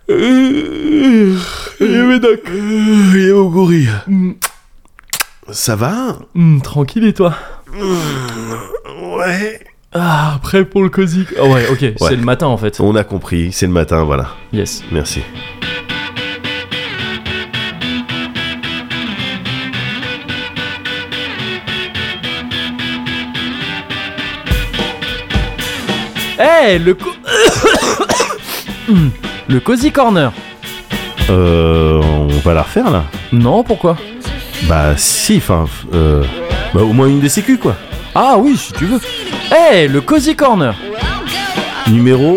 Médoc. Yo, gorille. Ça va? Tranquille et toi? Ouais. Ah, prêt pour le cosy. Oh ouais, ok, Ouais. c'est le matin en fait. On a compris, c'est le matin, voilà. Yes. Merci. Hey, le le Cozy Corner. On va la refaire là. Non, pourquoi? Bah si, enfin, bah au moins une des sécu quoi. Ah oui, si tu veux. Hey, le Cozy Corner. Numéro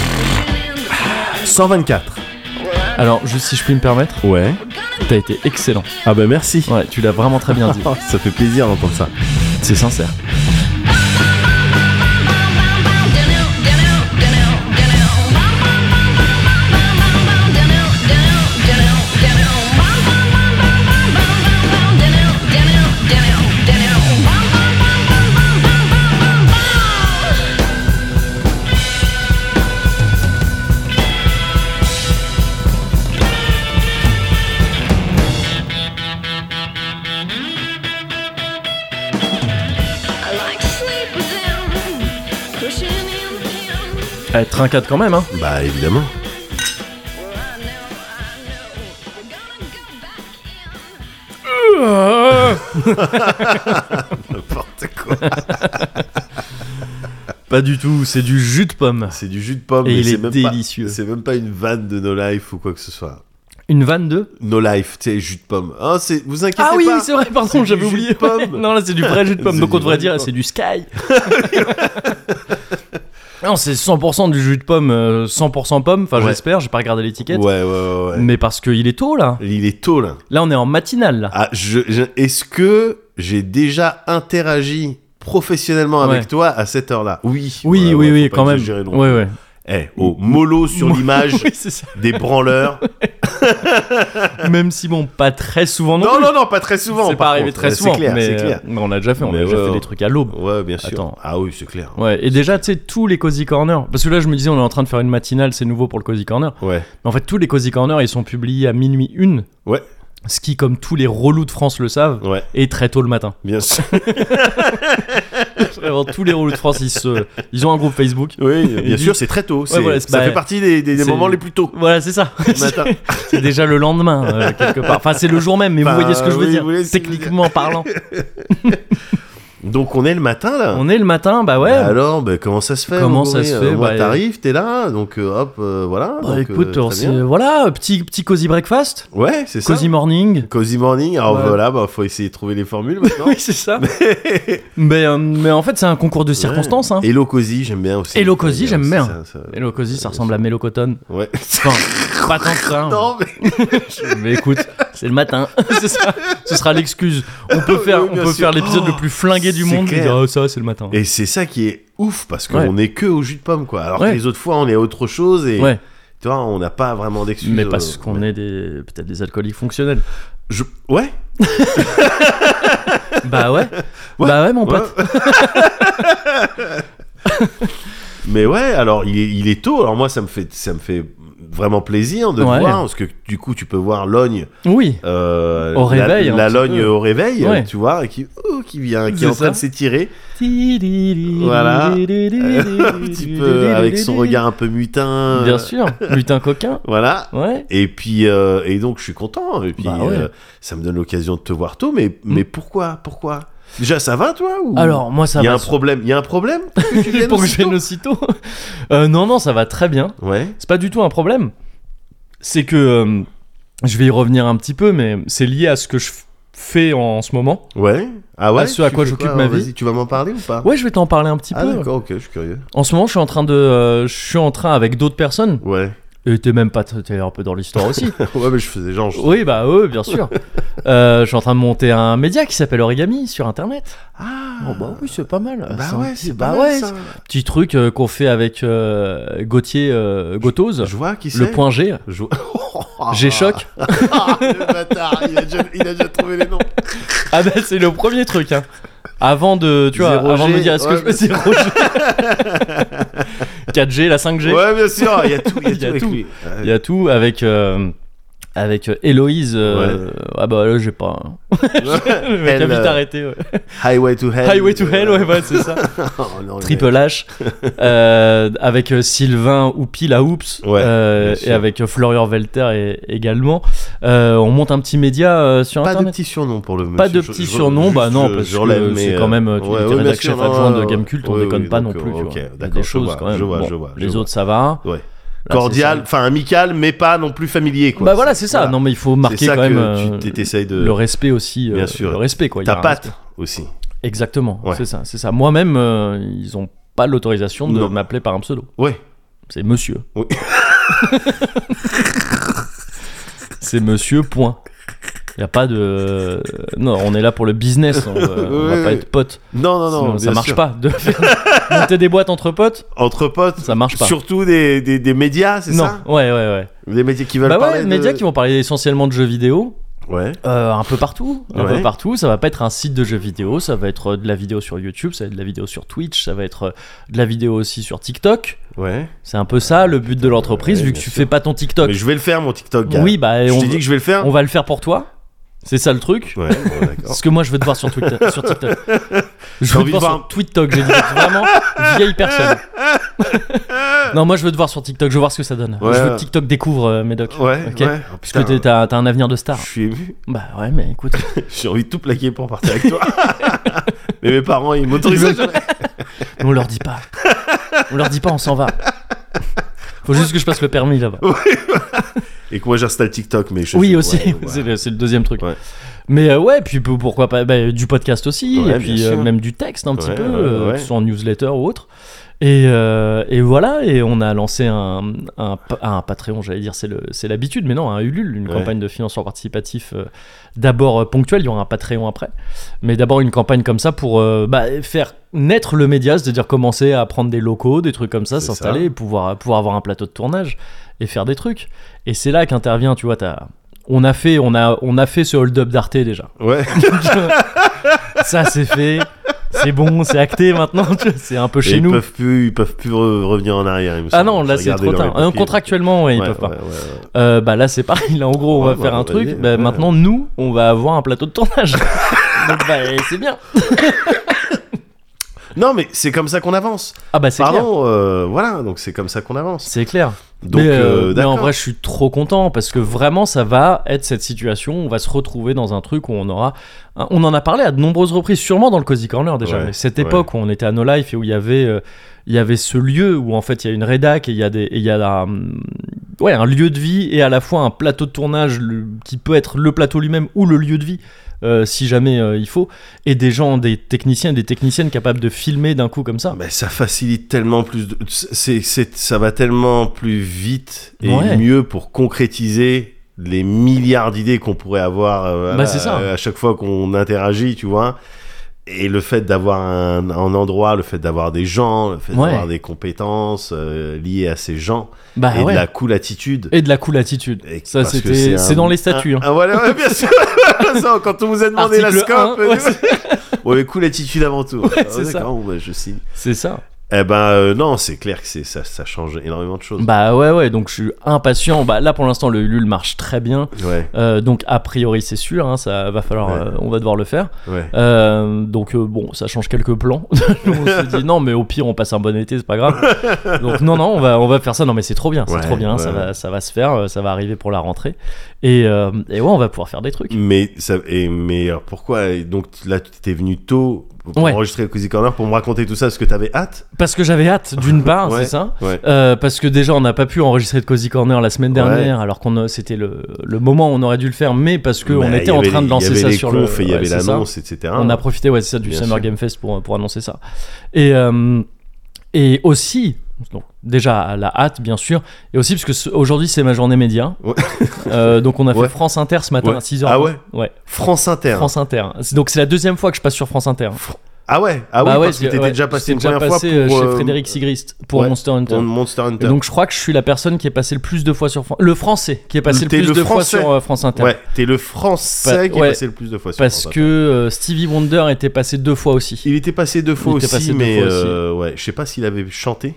124. Alors, juste si je puis me permettre, Ouais. t'as été excellent. Ah bah merci. Ouais, tu l'as vraiment très bien dit. Ça fait plaisir d'entendre ça. C'est sincère. Trincade quand même, hein. Bah évidemment. N'importe quoi. Pas du tout, c'est du jus de pomme. C'est du jus de pomme. Et mais il c'est est même délicieux. C'est même pas une vanne de No Life ou quoi que ce soit. Une vanne de... No Life, tu sais, jus de pomme. Ah, vous inquiétez Ah oui, pas. c'est vrai, pardon, C'est j'avais du jus oublié. de pomme. Ouais. Non, là, c'est du vrai jus de pomme. C'est Donc, du on devrait vrai dire, jus de c'est du Sky. Non, c'est 100% du jus de pomme, 100% pomme. Enfin, Ouais. j'espère, j'ai pas regardé l'étiquette. Ouais. Mais parce qu'il est tôt, là. Il est tôt, là. Là, on est en matinale, là. Ah, est-ce que j'ai déjà interagi professionnellement Ouais. avec toi à cette heure-là? Oui. Oui, Ouais, oui, faut pas quand même. exagérer non plus. Ouais. Au mollo sur l'image Oui, c'est ça. des branleurs. Même si, bon, pas très souvent non plus. Non, pas très souvent. C'est par pas arrivé contre. très souvent. C'est clair, mais, c'est clair. mais on a déjà fait, Mais ouais, des trucs à l'aube. Ouais, bien sûr. Attends. Ah oui, c'est clair. Ouais, et déjà, tu sais, tous les Cozy Corner, parce que là, je me disais, on est en train de faire une matinale, c'est nouveau pour le Cozy Corner. Ouais. Mais en fait, tous les Cozy Corner, ils sont publiés à minuit 1. Ouais. Ce qui, comme tous les relous de France le savent, Ouais, est très tôt le matin. bien sûr. Vraiment, tous les relous de France, ils ont un groupe Facebook. Oui, bien Et sûr, c'est très tôt. voilà, Ça fait partie des c'est- moments les plus tôt. Voilà, c'est ça. Le matin. C'est déjà le lendemain, quelque part. Enfin, c'est le jour même, mais Enfin, vous voyez ce que je veux oui, dire. vous voyez ce que je veux Techniquement parlant. Donc on est le matin là. On est le matin, bah ouais. Bah alors, comment ça se fait? Comment mon ça gorille se fait? Moi, Bah, t'arrives, t'es là, donc hop, voilà. Bah donc, écoute, très c'est- bien. voilà, petit Cozy Breakfast, Ouais, c'est ça. Cozy Morning. Cozy morning. Alors Ouais. voilà, faut essayer de trouver les formules maintenant. Oui, c'est ça. mais en fait, c'est un concours de circonstances. Hein. Hello Cozy, j'aime bien aussi. Hello Cozy, j'aime bien. Ça. Hello Cozy, ça ressemble à Mélo Cotton. Ouais. Enfin, pas tant que ça. hein. Non, mais Mais écoute, c'est le matin. C'est ça. Ce sera l'excuse. On peut faire, Oui, bien sûr. faire l'épisode le plus flingué du c'est monde. clair. Et dire, oh, ça, c'est le matin. Et c'est ça qui est ouf parce qu'on Ouais. est que au jus de pomme quoi. Alors Ouais. que les autres fois on est à autre chose et Ouais, tu vois on n'a pas vraiment d'excuses. mais parce qu'on est peut-être des alcooliques fonctionnels. Ouais. Bah ouais. Ouais. Bah ouais, mon pote. Mais ouais, alors il est tôt. Alors moi ça me fait vraiment plaisir de te Ouais. voir parce que du coup tu peux voir Logne Oui. Au réveil, un la petit Logne peu. au réveil, Ouais. tu vois, et qui vient, qui C'est est en train ça. de s'étirer. Voilà. Un petit peu avec son regard un peu mutin. Bien sûr, lutin coquin. Voilà. Ouais. Et puis et donc je suis content et puis Bah ouais. ça me donne l'occasion de te voir tôt mais pourquoi déjà ça va toi ou Alors, moi, ça il y a va. un problème que tu viennes Pour que je aussitôt vienne aussitôt. Non, ça va très bien. Ouais. C'est pas du tout un problème. C'est que je vais y revenir un petit peu, mais c'est lié à ce que je fais en ce moment. Ouais. Ah ouais. À ce à tu quoi fais j'occupe quoi ma Alors, vie. vas-y, tu vas m'en parler ou pas? Ouais, je vais t'en parler un petit Ah peu. d'accord, ok, je suis curieux. En ce moment, je suis en train avec d'autres personnes. Ouais. Et t'es même pas, t'es un peu dans l'histoire aussi. Ouais, mais je faisais genre. Oui, bah oui, bien sûr. Je suis en train de monter un média qui s'appelle Origami sur internet. Ah. Oh bah oui, c'est pas mal. Bah un ouais, petit- c'est bah pas mal, ouais, ça. petit truc qu'on fait avec Gauthier Gotose, Je vois qui c'est. le point G, Je vois- G-Shock. Ah, le bâtard, il a déjà trouvé les noms. Ah bah c'est le premier truc hein. Avant de, tu vois, Zéro avant de G, me dire est-ce que ouais, je fais 0 G. 4G, la 5G. Ouais, bien sûr, il y a tout, Il y a avec tout. lui. Il y a tout avec Héloïse. Ah bah là, j'ai pas. Le mec a vite arrêté. Ouais. Highway to Hell. Highway to Hell, ouais, c'est ça. Oh, non, Triple H. Avec Sylvain Oupi, la Oups. Ouais, et avec Florian Welter également. On monte un petit média sur pas Internet. de petit surnom pour le monsieur. Pas de petit surnom, bah non, parce que c'est quand même. Tu es rédacteur chef adjoint de Gamecult, on déconne pas non plus. Ok, il y a d'accord. des choses quand même. Je vois. Les autres, ça va. Ouais. Là, Cordial, enfin amical, mais pas non plus familier, quoi. Bah voilà, c'est ça. Non, mais il faut marquer quand même tu t'essayes de... le respect aussi. Bien sûr. Le respect, quoi. Ta patte aussi. Exactement, Ouais. c'est ça. Moi-même, ils ont pas l'autorisation de Non. m'appeler par un pseudo. Ouais. C'est monsieur. Oui. C'est monsieur, point. Il n'y a pas de... Non, on est là pour le business, on va pas être potes. Non, Sinon, ça bien marche sûr. pas. De faire monter des boîtes entre potes, Entre potes, ça marche pas. surtout des médias, c'est Non, ça? ouais. Des médias qui veulent Bah parler ouais, médias qui vont parler essentiellement de jeux vidéo. Ouais. Un peu partout, Ouais. Ça va pas être un site de jeux vidéo, ça va être de la vidéo sur YouTube, ça va être de la vidéo sur Twitch, ça va être de la vidéo aussi sur TikTok. Ouais. C'est un peu ça le but de l'entreprise, Ouais, vu que bien tu sûr. fais pas ton TikTok. Mais je vais le faire, mon TikTok, gars. Oui, bah Je on, t'ai dit que je vais le faire. on va le faire pour toi. C'est ça le truc. Ouais, bon, d'accord. Parce que moi je veux te voir sur Twitter, sur TikTok. Je T'as veux envie te de voir voir sur TweetTok, j'ai dit vraiment vieille personne. Non, moi je veux te voir sur TikTok, je veux voir ce que ça donne. Ouais. Je veux que TikTok découvre Médoc. Ouais, Ok. ouais. Oh, Parce que t'as un avenir de star. Je suis ému. Bah ouais, mais écoute. J'ai envie de tout plaquer pour partir avec toi. Mais mes parents, ils m'autorisent jamais. On leur dit pas. On s'en va. Faut juste que je passe le permis là-bas. Et que moi j'installe TikTok, mais je Oui, sais- aussi. ouais, C'est le deuxième truc. Ouais. Mais ouais, puis pourquoi pas du podcast aussi, Ouais, et puis bien sûr. même du texte un petit Ouais, peu, ouais. que ce soit en newsletter ou autre. Et voilà, et on a lancé un Patreon, j'allais dire, c'est l'habitude, mais non, un Ulule, une Ouais. campagne de financement participatif d'abord ponctuelle, il y aura un Patreon après, mais d'abord une campagne comme ça pour faire naître le média, c'est-à-dire commencer à prendre des locaux, des trucs comme ça, C'est s'installer, ça. et pouvoir avoir un plateau de tournage et faire des trucs. Et c'est là qu'intervient, tu vois, on a fait ce hold-up d'Arte déjà. Ouais. Ça c'est fait, c'est bon, c'est acté maintenant, tu vois, c'est un peu Et chez ils nous. peuvent plus revenir en arrière. Il me Ah semble. non, là J'ai c'est regardé trop dans les tard. papiers. Contractuellement, ouais, ils Ouais, peuvent pas. ouais. Bah là c'est pareil, là en gros on Ouais, va faire bah, un truc. vas-y, Bah, ouais. maintenant nous, on va avoir un plateau de tournage. Donc bah c'est bien. Non, mais c'est comme ça qu'on avance. Ah bah c'est clair. Pardon, voilà, donc c'est comme ça qu'on avance. C'est clair. Donc, mais en d'accord. vrai, je suis trop content parce que vraiment, ça va être cette situation. On va se retrouver dans un truc où on aura. On en a parlé à de nombreuses reprises, sûrement dans le Cozy Corner déjà. Ouais, mais cette ouais. époque où on était à No Life et où il y avait ce lieu où en fait il y a une rédac et il y a un lieu de vie et à la fois un plateau de tournage qui peut être le plateau lui-même ou le lieu de vie. Si jamais il faut, et des gens, des techniciens et des techniciennes capables de filmer d'un coup comme ça. Mais ça facilite tellement plus de... ça va tellement plus vite et Ouais. mieux pour concrétiser les milliards d'idées qu'on pourrait avoir Bah, c'est ça. à chaque fois qu'on interagit, tu vois. Et le fait d'avoir un endroit, le fait d'avoir des gens, le fait Ouais. d'avoir des compétences liées à ces gens Bah et ouais. de la cool attitude. Et de la cool attitude. Et Ça, parce que c'est un- dans les statuts. Hein. Voilà, ouais, bien sûr. Ça, quand on vous a demandé la Article scope, 1, ouais, ouais, cool attitude avant tout. c'est ça. D'accord, ouais, je signe. C'est ça. Eh ben non, c'est clair que ça change énormément de choses. Bah ouais, donc je suis impatient. Bah là pour l'instant le Ulule marche très bien. Ouais, Donc a priori c'est sûr, hein, ça va falloir, Ouais. on va devoir le faire. ouais. Donc bon, ça change quelques plans. On se dit non mais au pire on passe un bon été, c'est pas grave. Donc non, on va faire ça. Non mais c'est trop bien, Ouais, trop bien. ouais, Ça va se faire, ça va arriver pour la rentrée. Et ouais, on va pouvoir faire des trucs. Mais alors pourquoi donc là tu t'es venu tôt pour Ouais. enregistrer le Cozy Corner pour me raconter tout ça parce que t'avais hâte. Parce que j'avais hâte d'une part, Ouais, c'est ça. ouais. Parce que déjà on n'a pas pu enregistrer de Cozy Corner la semaine dernière, alors qu'on c'était le moment où on aurait dû le faire, mais parce qu'on Mais était en train de lancer ça sur le. Il y avait les confs et il y ouais, avait c'est ça. l'annonce, etc. On a profité, ouais, c'est ça, du Bien Summer sûr. Game Fest pour annoncer ça. Et aussi, donc déjà la hâte bien sûr, et aussi parce que aujourd'hui c'est ma journée média. Ouais. Donc on a fait Ouais. France Inter ce matin Ouais. à 6h. Ah ouais. Ouais, France Inter. France Inter. Donc c'est la deuxième fois que je passe sur France Inter. Ah ouais. Ah Bah oui, ouais, parce que t'étais ouais, déjà passé une j'étais déjà première fois passé pour chez Frédéric Sigrist pour ouais, Monster Hunter. pour Monster Hunter. Et donc je crois que je suis la personne qui est passée le plus de fois sur le français qui est passé le T'es plus le de fois Français. sur France Inter. Ouais, t'es le français qui est ouais. passé le plus de fois sur Parce France que Inter. Stevie Wonder était passé 2 fois aussi. Il était passé deux fois Il était aussi, passé deux mais fois aussi. ouais, je sais pas s'il avait chanté.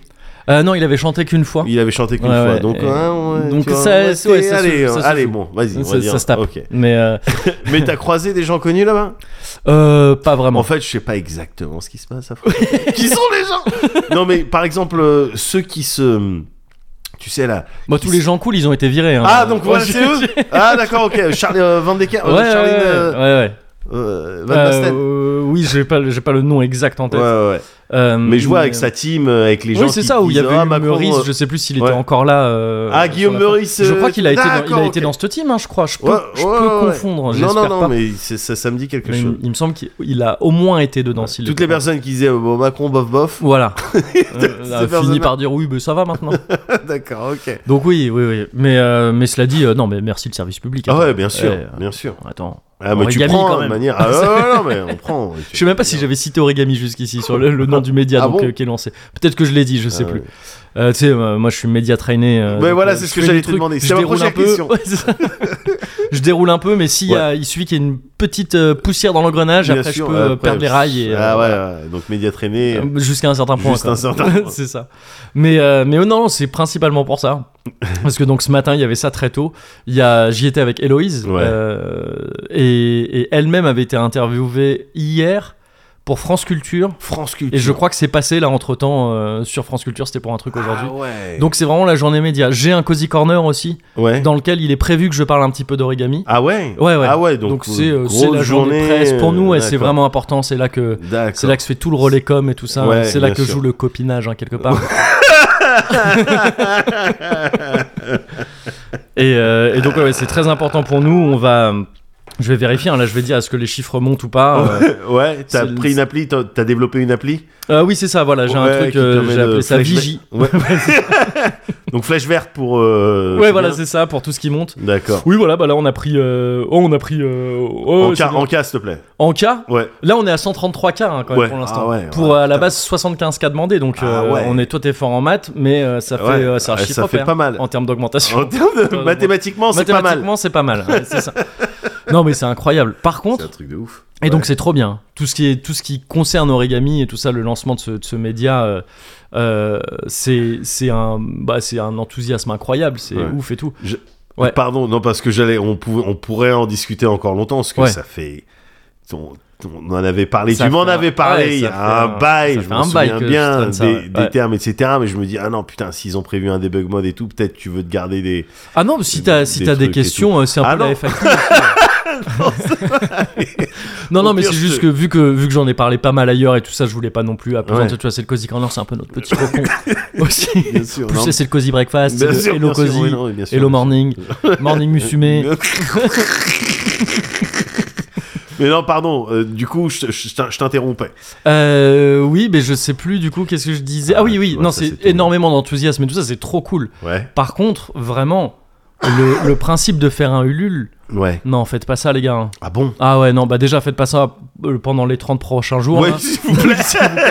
Non, il avait chanté qu'une fois. Il avait chanté qu'une Ouais, fois. ouais, Donc, donc tu vois, ça- ouais, ouais, ça allez, se allez, joue. bon, vas-y, on va dire. Ça se tape. Ok. Mais Mais t'as croisé des gens connus là-bas? pas vraiment. En fait, je sais pas exactement ce qui se passe. Qui sont les gens? Non, mais par exemple, ceux qui se. Tu sais là. Moi, tous les gens cool, ils ont été virés. Hein. Ah, donc voilà, c'est eux? Ah, d'accord, ok. Charlie Van Decker. Ouais, Charlie ouais. Van Basten. Oui, j'ai pas le nom exact en tête. Ouais. Mais je vois avec sa team, avec les gens oui, c'est qui ça, où il y disent, avait Macron, Meurice, je sais plus s'il était ouais. encore là. Ah, Guillaume sur la fin. Meurice. Je crois qu'il a été, il a été ok. dans cette team, hein, je crois. Je peux Ouais, confondre. J'espère Non, pas. mais ça me dit quelque Mais chose. il me semble qu'il a au moins été dedans. s'il Toutes était les pas. personnes qui disaient bon, Macron, bof. Voilà. A personnes- fini par dire oui, mais ça va maintenant. D'accord, ok. Donc oui. Mais cela dit, non, mais merci le service public. Ah attends. ouais, bien sûr, Eh, bien sûr. Attends. Ah, mais tu Origami, prends quand de même. manière. Ah, ouais, non, mais on prend. Je sais même pas si j'avais cité Origami jusqu'ici sur le nom du média Ah donc, bon qui est lancé. Peut-être que je l'ai dit, je sais Ah plus. ouais. Tu sais, moi je suis média traîné. Mais donc, voilà, c'est ce je que fais j'allais des te trucs, demander. je C'est ma déroule prochaine un peu. question. Ouais, c'est ça. Je déroule un peu, mais il suffit qu'il y ait une petite poussière dans l'engrenage, Bien après sûr, je peux après, perdre les rails. Et, Ah voilà. ouais, donc média traîné. Jusqu'à un certain point. Juste quoi. un certain point. C'est ça. Mais non, c'est principalement pour ça. Parce que donc ce matin, il y avait ça très tôt. J'y étais avec Héloïse. Ouais. Et elle-même avait été interviewée hier pour France Culture. France Culture. Et je crois que c'est passé là entre temps sur France Culture, c'était pour un truc aujourd'hui. Ah ouais. Donc c'est vraiment la journée média. J'ai un Cozy Corner aussi, ouais. dans lequel il est prévu que je parle un petit peu d'origami. Ah ouais. Ouais. Ah ouais, donc c'est grosse la journée presse pour nous et c'est d'accord. vraiment important. C'est là que D'accord. se fait tout le relais com et tout ça. Ouais, c'est là bien que sûr. joue le copinage hein, quelque part. et donc ouais, c'est très important pour nous. Je vais vérifier. Hein, là, je vais dire est-ce que les chiffres montent ou pas. Ouais, t'as c'est pris une appli, t'as développé une appli. Oui, c'est ça. Voilà, j'ai un truc. qui permet J'ai de appelé ça flèche Vigie. Ouais. Donc flèche verte pour. Ouais, voilà, bien. c'est ça pour tout ce qui monte. D'accord. Oui, voilà, bah là on a pris. En cas, s'il te plaît. En cas. Ouais. Là, on est à 133 cas hein, quand même Ouais. pour l'instant. Ah ouais, pour ouais, à la putain. base 75 cas demandés, donc Ah ouais. on est toi t'es fort en maths, mais ça fait Ouais. c'est un Ouais, chiffre ça fait pair pas mal. en termes d'augmentation. En termes de mathématiquement, c'est pas mal. Mathématiquement, c'est pas mal. Ouais, c'est ça. Non, mais c'est incroyable. Par C'est contre, un truc de ouf. et donc c'est trop bien. Tout ce qui concerne Origami et tout ça, le lancement de ce média, c'est un enthousiasme incroyable. C'est Ouais. ouf et tout. Ouais. Pardon, non, parce que on pourrait en discuter encore longtemps, parce que Ouais. ça fait. On en avait parlé, Ça tu m'en fait avais parlé ouais, il y ça a un fait bail, ça je fait m'en un bail souviens que je bien traîne ça, ouais. des termes, etc. Mais je me dis, ah non, putain, s'ils ont prévu un debug mode et tout, peut-être tu veux te garder des. Ah non, si t'as des des trucs et questions, c'est un Ah peu la non. FAQ. Non, Au mais pire, c'est je juste te- que vu que j'en ai parlé pas mal ailleurs et tout ça, je voulais pas non plus appesantir. Ouais. Tu vois, c'est le Cozy Corner, c'est un peu notre petit cocon aussi. Bien sûr, Plus non. c'est le Cozy Breakfast, Bien c'est sûr, le Hello bien sûr, Cozy, oui, non, bien sûr, Hello bien sûr. Morning, Morning Musume. Mais non, pardon, du coup, je t'interrompais. Oui, mais je sais plus du coup qu'est-ce que je disais. Ah oui, Ouais, non, ça, c'est c'était énormément d'enthousiasme et tout ça, c'est trop cool. Ouais, Par contre, vraiment, le principe de faire un Ulule, ouais. non, faites pas ça, les gars. Hein. Ah bon? Ah ouais, non, bah déjà, faites pas ça pendant les 30 prochains jours. Ouais, là. s'il vous plaît.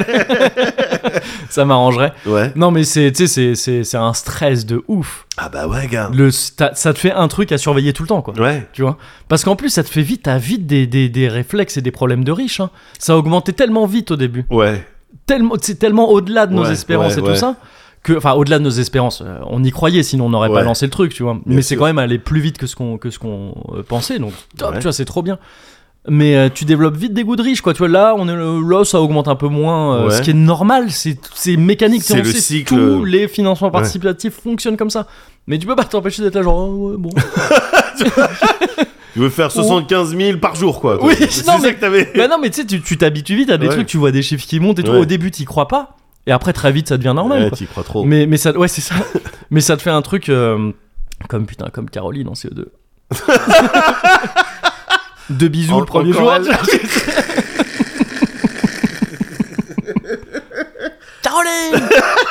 Ça m'arrangerait. Ouais. Non, mais c'est un stress de ouf. Ah bah ouais, gars. Ça te fait un truc à surveiller tout le temps, quoi. Ouais. Tu vois, parce qu'en plus, t'as vite des réflexes et des problèmes de riches. Hein. Ça a augmenté tellement vite au début. Ouais. C'est tellement au-delà de nos Ouais, espérances ouais, et tout ouais. ça. Enfin, au-delà de nos espérances, on y croyait, sinon on n'aurait pas Ouais. lancé le truc, tu vois. Bien Mais c'est sûr. quand même allé plus vite que ce qu'on pensait, donc top, Ouais. tu vois, c'est trop bien. Mais tu développes vite des goûts de riche, quoi. Tu vois, là, là, ça augmente un peu moins. Ouais. Ce qui est normal, c'est mécanique. C'est on le sait, cycle. Tous les financements participatifs fonctionnent comme ça. Mais tu peux pas t'empêcher d'être là, genre, oh, ouais, bon. Tu veux faire 75 000 par jour, quoi. Oui, c'est non, ça mais- que t'avais. Bah non, mais tu sais, tu t'habitues vite à des Ouais. trucs, tu vois des chiffres qui montent et tout. Ouais. Au début, t'y crois pas. Et après, très vite, ça devient normal. Ouais, quoi. t'y crois trop. Mais ça, ouais, c'est ça. Mais ça te fait un truc comme Caroline en CO2. Deux bisous le premier jour. Encore elle. Caroline.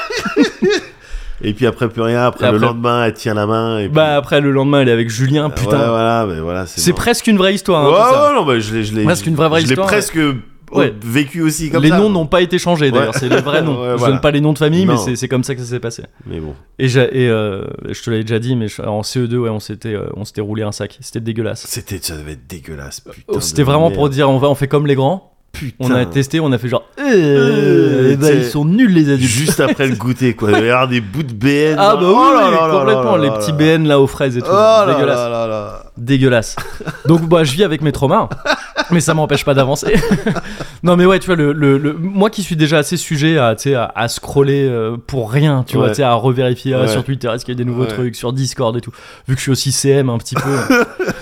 Et puis après, plus rien. Après, Et le après- lendemain, elle tient la main. Et puis... Bah après le lendemain, elle est avec Julien. Putain. Ouais, voilà, mais voilà. C'est mort. presque une vraie histoire. Hein, Ouais, tout ça. ouais, non, bah, je l'ai. Presque une vraie je l'ai histoire. presque Ouais. vécu aussi comme Les ça. noms n'ont pas été changés d'ailleurs, Ouais. c'est les vrais noms. Ouais, Je voilà. donne pas les noms de famille, mais Non. c'est comme ça que ça s'est passé. Mais bon. Et je te l'avais déjà dit, mais en CE2, ouais, on s'était roulé un sac. C'était dégueulasse. Ça devait être dégueulasse, putain. C'était vraiment pour dire, on fait comme les grands. Putain. On a testé, on a fait genre t'sais, ils sont nuls les adultes. Juste après le goûter, quoi. Il va y avoir des bouts de BN. Ah bah oui, Oh là là là complètement, là les là petits là. BN là aux fraises et tout. Oh là Dégueulasse. là là là. Dégueulasse. Donc bah je vis avec mes traumas, mais ça m'empêche pas d'avancer. Non mais ouais, tu vois moi qui suis déjà assez sujet à scroller pour rien, tu vois, Ouais. tu sais, à revérifier Ouais. sur Twitter est-ce qu'il y a des nouveaux Ouais. trucs, sur Discord et tout. Vu que je suis aussi CM un petit peu,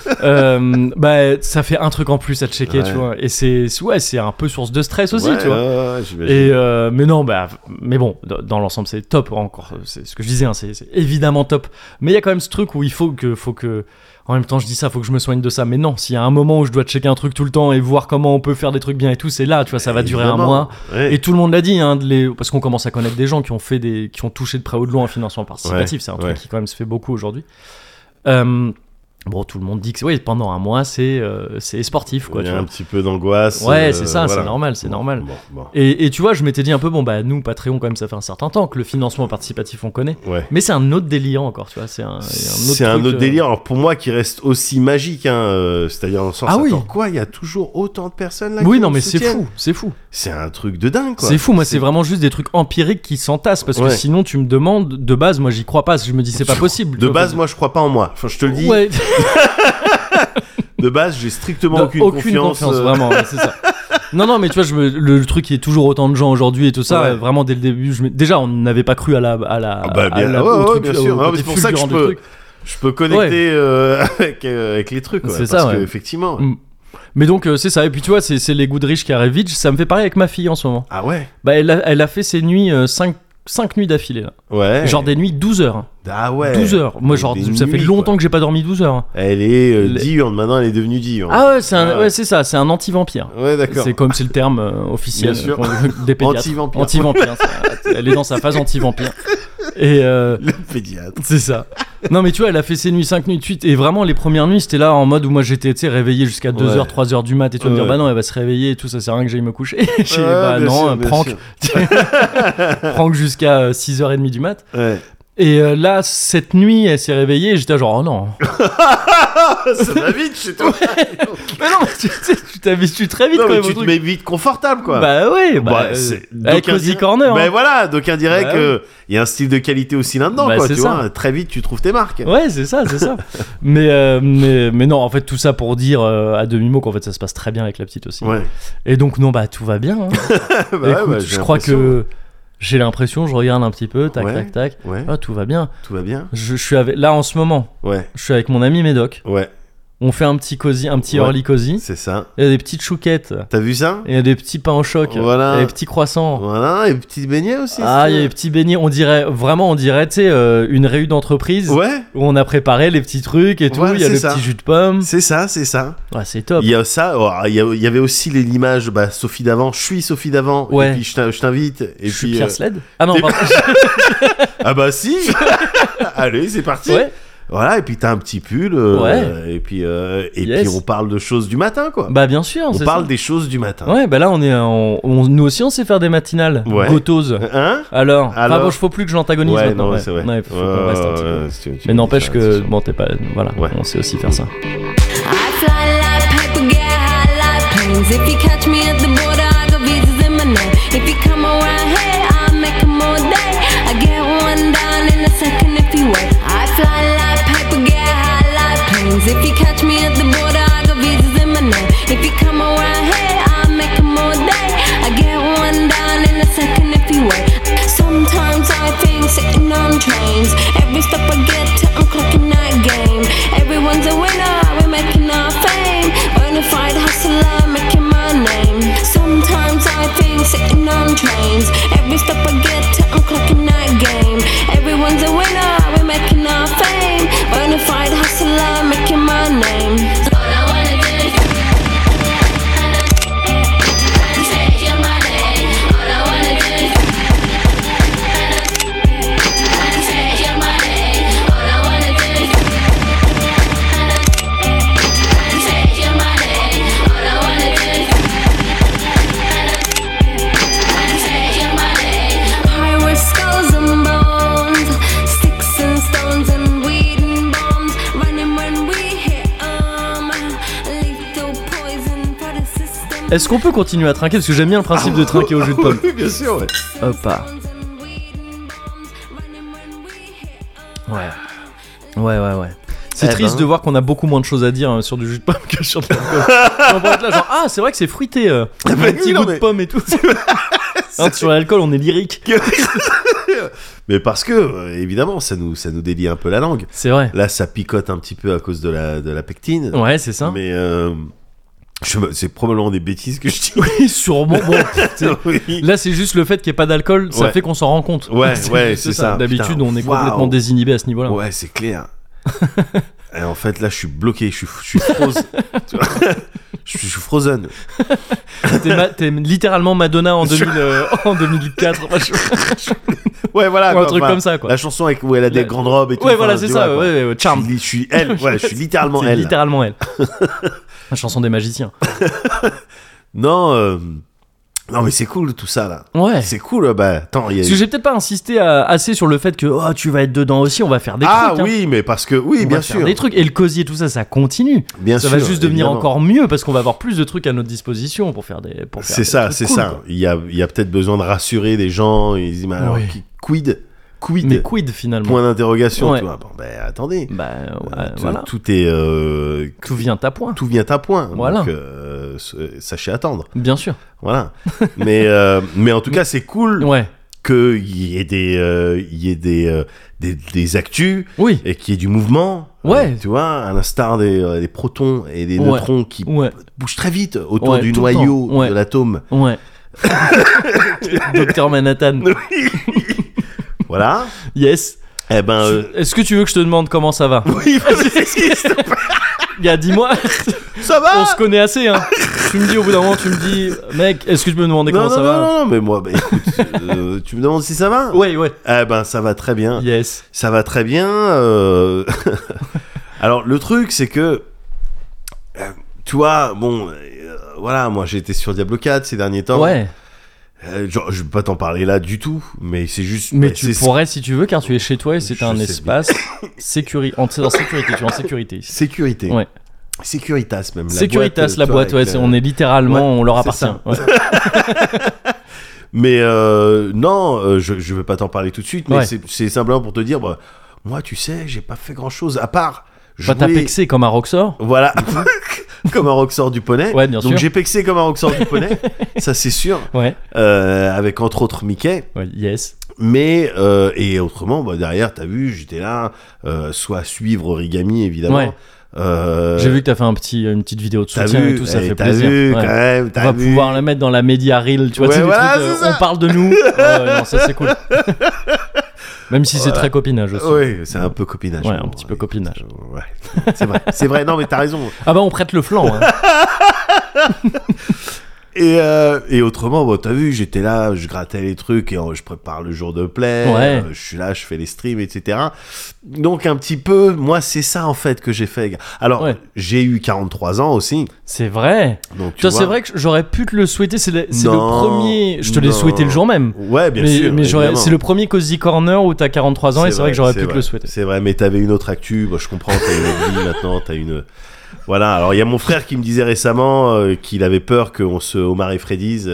bah ça fait un truc en plus à checker, Ouais. tu vois. Et c'est un peu source de stress aussi, Ouais, tu vois. ouais, j'imagine. Et mais non, mais bon, dans l'ensemble c'est top encore. C'est ce que je disais, hein, c'est évidemment top. Mais il y a quand même ce truc où il faut que en même temps je dis ça, faut que je me soigne de ça. Mais non, s'il y a un moment où je dois checker un truc tout le temps et voir comment on peut faire des trucs bien et tout, c'est là, tu vois, ça va durer un Évidemment. mois. Ouais. Et tout le monde l'a dit, hein, parce qu'on commence à connaître des gens qui ont touché de près ou de loin un financement participatif. Ouais, C'est un ouais. truc qui quand même se fait beaucoup aujourd'hui. Bon, tout le monde dit que oui, pendant un mois c'est sportif, quoi. Il y Tu a vois. un petit peu d'angoisse. Ouais, c'est ça, voilà. c'est normal, c'est Bon, normal. Bon. Et tu vois, je m'étais dit un peu, bon, bah, nous, Patreon, quand même, ça fait un certain temps que le financement participatif, on connaît. Ouais. Mais c'est un autre délire encore, tu vois. C'est un autre délire. Alors pour moi, qui reste aussi magique, hein, c'est-à-dire dans le sens. Ah oui. Attends, quoi, il y a toujours autant de personnes là. Oui, qui non, nous mais c'est soutiennent. fou, c'est fou. C'est un truc de dingue, quoi. C'est fou, moi, c'est vraiment juste des trucs empiriques qui s'entassent. Parce que Ouais. sinon, tu me demandes, de base, moi, j'y crois pas. Je me dis, c'est pas possible. De base, moi, je crois pas en moi. Enfin, je te le dis. Ouais. De base, j'ai strictement aucune confiance. Vraiment, ouais, c'est ça. Non, mais tu vois, le truc qui est toujours autant de gens aujourd'hui et tout ça, Ouais. vraiment dès le début, déjà, on n'avait pas cru à la. Ah bah, bien, au ouais, truc, bien sûr. au Ah, côté c'est pour ça que fulgurant du truc. je peux connecter avec les trucs, ouais, C'est parce ça, que ouais. effectivement. Mm. Mais donc, c'est ça. Et puis, tu vois, c'est les goûts de riches qui arrivent vite. Ça me fait pareil avec ma fille en ce moment. Ah ouais. Bah, elle a fait ses nuits 5 nuits d'affilée là. Ouais. Genre des nuits 12 heures. Ah ouais. 12 heures. Moi, genre, Des ça fait nuits, longtemps quoi. que j'ai pas dormi 12 heures. Elle est Les- diurne. Maintenant, elle est devenue diurne. Ah ouais, c'est Ah ouais. ouais, c'est ça, c'est un anti-vampire. Ouais, d'accord. C'est comme c'est le terme officiel Bien sûr. des pédiatres. Anti-vampire. Anti-vampire. Elle est dans sa phase anti-vampire. Et Le pédiatre. c'est ça. Non mais tu vois, elle a fait ses nuits 5 nuits de suite et vraiment les premières nuits c'était là en mode où moi j'étais réveillé jusqu'à 2h, Ouais. 3h du mat et tu vas me dire Ouais. bah non elle va se réveiller et tout, ça sert à rien que j'aille me coucher. J'ai Ouais, bah bien non, sûr, bien prank. sûr. Prank jusqu'à 6h30 du mat. Ouais. Et là cette nuit elle s'est réveillée et j'étais genre oh non. Ça va vite chez toi. Mais non mais tu sais, tu t'habitues très vite Non, quand mais même au tu te truc. mets vite confortable, quoi. Bah ouais, Bah, c'est- avec d'aucuns Cozy diraient- Corner. Mais hein. voilà, d'aucuns diraient Bah que il y a un style de qualité aussi là-dedans, Bah, quoi. c'est Tu ça. vois, très vite, tu trouves tes marques. Ouais, c'est ça. mais non, en fait, tout ça pour dire à demi-mot qu'en fait, ça se passe très bien avec la petite aussi. Ouais. Et donc, non, bah, tout va bien. Hein. Bah ouais, Écoute, bah, j'ai je crois l'impression. que j'ai l'impression, je regarde un petit peu, tac, Ouais. tac, tac. Ouais. Ah, tout va bien. Tout va bien. Je suis avec, là, en ce moment, Ouais. je suis avec mon ami Médoc. Ouais. On fait un petit cosy, un petit Ouais. early cosy. C'est ça. Il y a des petites chouquettes. T'as vu ça? Il y a des petits pains au choc. Voilà. Il y a des petits croissants. Voilà, et petits beignets aussi. Ah, si il y a tu des petits beignets. On dirait, tu sais, une réunion d'entreprise. veux. Ouais. Où on a préparé les petits trucs et tout. Ouais, Il y a c'est le ça. petit jus de pomme. C'est ça, c'est ça. Ouais, c'est top. Il y a ça, il y avait aussi l'image, bah, Sophie d'avant, je suis Sophie d'avant, Ouais. et puis je t'invite, et Je suis puis... Pierre Sled. Ah non, t'es- pardon. Ah bah si. Allez, c'est parti. Ouais. Voilà, et puis t'as un petit pull, Ouais. et puis Yes. puis on parle de choses du matin, quoi. Bah bien sûr, On c'est parle ça. des choses du matin. Ouais, bah là nous aussi on sait faire des matinales. Ouais. Gotose. Hein? Alors, Alors bon, faut plus que je l'antagonise Ouais, maintenant. non, Ouais. c'est vrai. Ouais, faut qu'on reste un petit peu. ouais, tu Mais me n'empêche dis ça, que c'est sûr. bon, t'es pas, voilà, Ouais. on sait aussi faire ça. I fly like paper, get high like planes. If you catch me at the border, I got visas in my name. If you come around here, I'll make 'em all day. I get one down in a second if you wait. I fly like paper, get high like planes. If you catch me at the border, I got visas in my name. If you come around here, I'll make 'em all day. I get one down in a second if you wait. Sometimes I think sitting on trains. Every step I get to, I'm clocking that game. Everyone's a winner, we're making our fame. Bonafide hustler, making my name. Sometimes I think sitting on trains. Every step I get to, I'm clocking that game. Everyone's a winner, we're making our fame. Bonafide hustler, making my name. Est-ce qu'on peut continuer à trinquer? Parce que j'aime bien le principe de trinquer au jus de pomme. Oui, bien sûr, ouais. Hop là. Ouais. C'est triste de voir qu'on a beaucoup moins de choses à dire sur du jus de pomme que sur de l'alcool. On pourrait être là genre, c'est vrai que c'est fruité. Un petit goût de pomme et tout. Hein, sur l'alcool, on est lyrique. Mais parce que, évidemment, ça nous délie un peu la langue. C'est vrai. Là, ça picote un petit peu à cause de la pectine. Ouais, c'est ça. Mais c'est probablement des bêtises que je dis. Oui, sûrement. Bon, Oui. là, c'est juste le fait qu'il n'y ait pas d'alcool, ça Ouais. fait qu'on s'en rend compte. Ouais, c'est ça. D'habitude, Putain, on est complètement waouh. désinhibé à ce niveau-là. Ouais, c'est clair. Et en fait, là, je suis bloqué, je suis frozen. Tu vois, je suis frozen. T'es littéralement Madonna en 2004. Ouais, voilà. Ou quoi, un truc enfin, comme ça, quoi. La chanson où elle a des grandes robes et tout. Ouais, enfin, voilà, c'est tu ça. vois, quoi. Ouais, Charm. Je suis elle. Ouais, je suis littéralement C'est elle. littéralement elle. La chanson des magiciens. Non, mais c'est cool tout ça là. Ouais. C'est cool. Bah, attends, il y a. Parce que j'ai peut-être pas insisté assez sur le fait que tu vas être dedans aussi, on va faire des Ah trucs. oui, mais parce que oui, On bien va faire sûr. des trucs. Et le cosier, tout ça, ça continue. Bien Ça sûr. va juste devenir évidemment. encore mieux parce qu'on va avoir plus de trucs à notre disposition pour faire des. C'est ça, c'est ça. Quoi. Il y a peut-être besoin de rassurer des gens. Ils disent, mais alors, Oui. quid Mais quid finalement. Point d'interrogation, Ouais. tu vois. Bon, ben attendez. Bah ouais, voilà. Tout est. Tout vient à point. Tout vient à point. Voilà. Donc, sachez attendre. Bien sûr. Voilà. mais en tout cas, c'est cool Ouais. qu'il y ait des actus Oui. et qu'il y ait du mouvement. Ouais. Tu vois, à l'instar des protons et des Ouais. neutrons qui Ouais. bougent très vite autour Ouais, du tout le temps. noyau Ouais. de l'atome. Ouais. Docteur Manhattan. Voilà. Yes. Eh ben. Est-ce que tu veux que je te demande comment ça va? Oui, Gars, dis-moi. ça va. On se connaît assez, hein. Tu me dis au bout d'un moment, tu me dis, mec, est-ce que tu peux me demander comment ça va? Non, mais moi, bah, écoute, tu me demandes si ça va? Ouais. Eh ben, ça va très bien. Yes. Ça va très bien. Alors, le truc, c'est que, tu vois, bon, voilà, moi, j'ai été sur Diablo 4 ces derniers temps. Ouais. Genre, je vais pas t'en parler là du tout, mais c'est juste. Mais bah, tu c'est pourrais si tu veux, car tu es chez toi et c'est Je un sais espace en sécurité. Tu es en sécurité ici. sécurité. Ouais. Sécuritas même. Sécuritas, la tu boîte, vois, ouais, avec, on est littéralement, ouais, on leur c'est appartient. ça. Ouais. Mais non, je vais pas t'en parler tout de suite, mais Ouais. c'est simplement pour te dire, bah, moi, tu sais, j'ai pas fait grand chose à part. Bah, t'as pexé comme un Roxor. Voilà, comme un Roxor du poney. Ouais, bien Donc sûr. j'ai pexé comme un Roxor du poney, ça c'est sûr. Ouais. Avec entre autres Mickey. Ouais, yes. Mais et autrement, bah, derrière, t'as vu, j'étais là, soit à suivre Origami évidemment. Ouais. J'ai vu que t'as fait une petite vidéo de T'as soutien vu, et tout, ça fait t'as plaisir. vu, Ouais. quand même, On t'as va vu. pouvoir la mettre dans la média reel, tu vois, Ouais, c'est des voilà, trucs, c'est ça. on parle de nous. Ouais, non, ça c'est cool. Même si c'est Voilà. très copinage aussi. Oui, c'est un peu copinage. Ouais, mais un bon, petit peu copinage. Ouais, c'est vrai. Non, mais t'as raison. Ah bah on prête le flanc. Hein. Et autrement, bon, t'as vu, j'étais là, je grattais les trucs et je prépare le jour de play. Ouais. Je suis là, je fais les streams, etc. Donc un petit peu, moi, c'est ça en fait que j'ai fait. Alors, Ouais. j'ai eu 43 ans aussi. C'est vrai. Donc tu Toi, vois. c'est vrai que j'aurais pu te le souhaiter. C'est le Non, premier. Je te l'ai non. souhaité le jour même. Ouais, bien mais sûr. mais évidemment. c'est le premier Cozy Corner où t'as 43 ans et c'est vrai que j'aurais pu te vrai. le souhaiter. C'est vrai, mais t'avais une autre actu. Bah, je comprends, t'as une vie maintenant, t'as une. Voilà, alors il y a mon frère qui me disait récemment qu'il avait peur qu'on se Omar et Freddy's.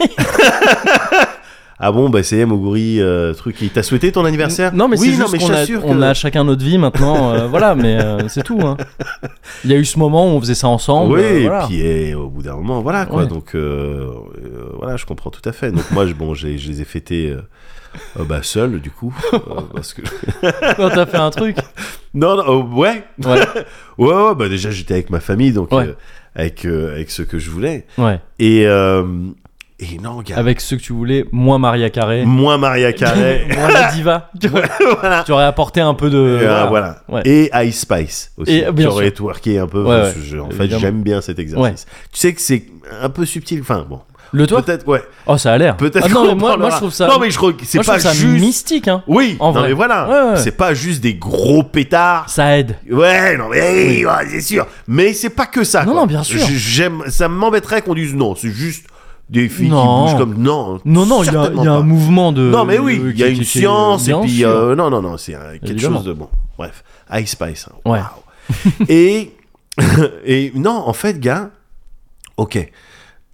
Ah bon, bah c'est Moguri, truc. Il t'a souhaité ton anniversaire? Non, mais oui, c'est juste mais je qu'on a, t'assure on que- a chacun notre vie maintenant. Voilà, mais c'est tout. Hein. Il y a eu ce moment où on faisait ça ensemble. Oui, voilà. et puis au bout d'un moment, voilà quoi. Ouais. Donc voilà, je comprends tout à fait. Donc moi, je les ai fêtés bah, seul du coup. Parce que... Non, t'as fait un truc. Non, ouais. Ouais. Ouais, bah déjà j'étais avec ma famille, donc Ouais. avec ce que je voulais. Ouais. Et non, gars. Avec ceux que tu voulais, moins Maria Carré. Moins Maria Carey. Moins la diva. Voilà. Tu aurais apporté un peu de. Voilà. Ouais. Et Ice Spice aussi. Et, bien J'aurais sûr. twerké un peu. Ouais, parce ouais. que en fait, Évidemment. j'aime bien cet exercice. Tu sais que c'est un peu subtil. Enfin, bon. Le toit. Peut-être, ouais. Oh, ça a l'air. Peut-être Ah, non, qu'on mais moi, parlera. je trouve ça. Non, mais c'est moi, je pas trouve ça juste. mystique, hein. Oui, En non, vrai. mais voilà. Ouais, ouais. C'est pas juste des gros pétards. Ça aide. Ouais, non, mais ouais, c'est sûr. Mais c'est pas que ça. Non, quoi. non, bien sûr. Ça m'embêterait qu'on dise non, c'est juste des filles Non. qui bougent comme. Non, Non, il y a certainement un pas. mouvement de. Non, mais oui, il y a une science, et bien puis. sûr. Non, c'est quelque Évidemment. chose de bon. Bref, Ice Spice. Hein. Ouais. Waouh. et non, en fait, gars, ok.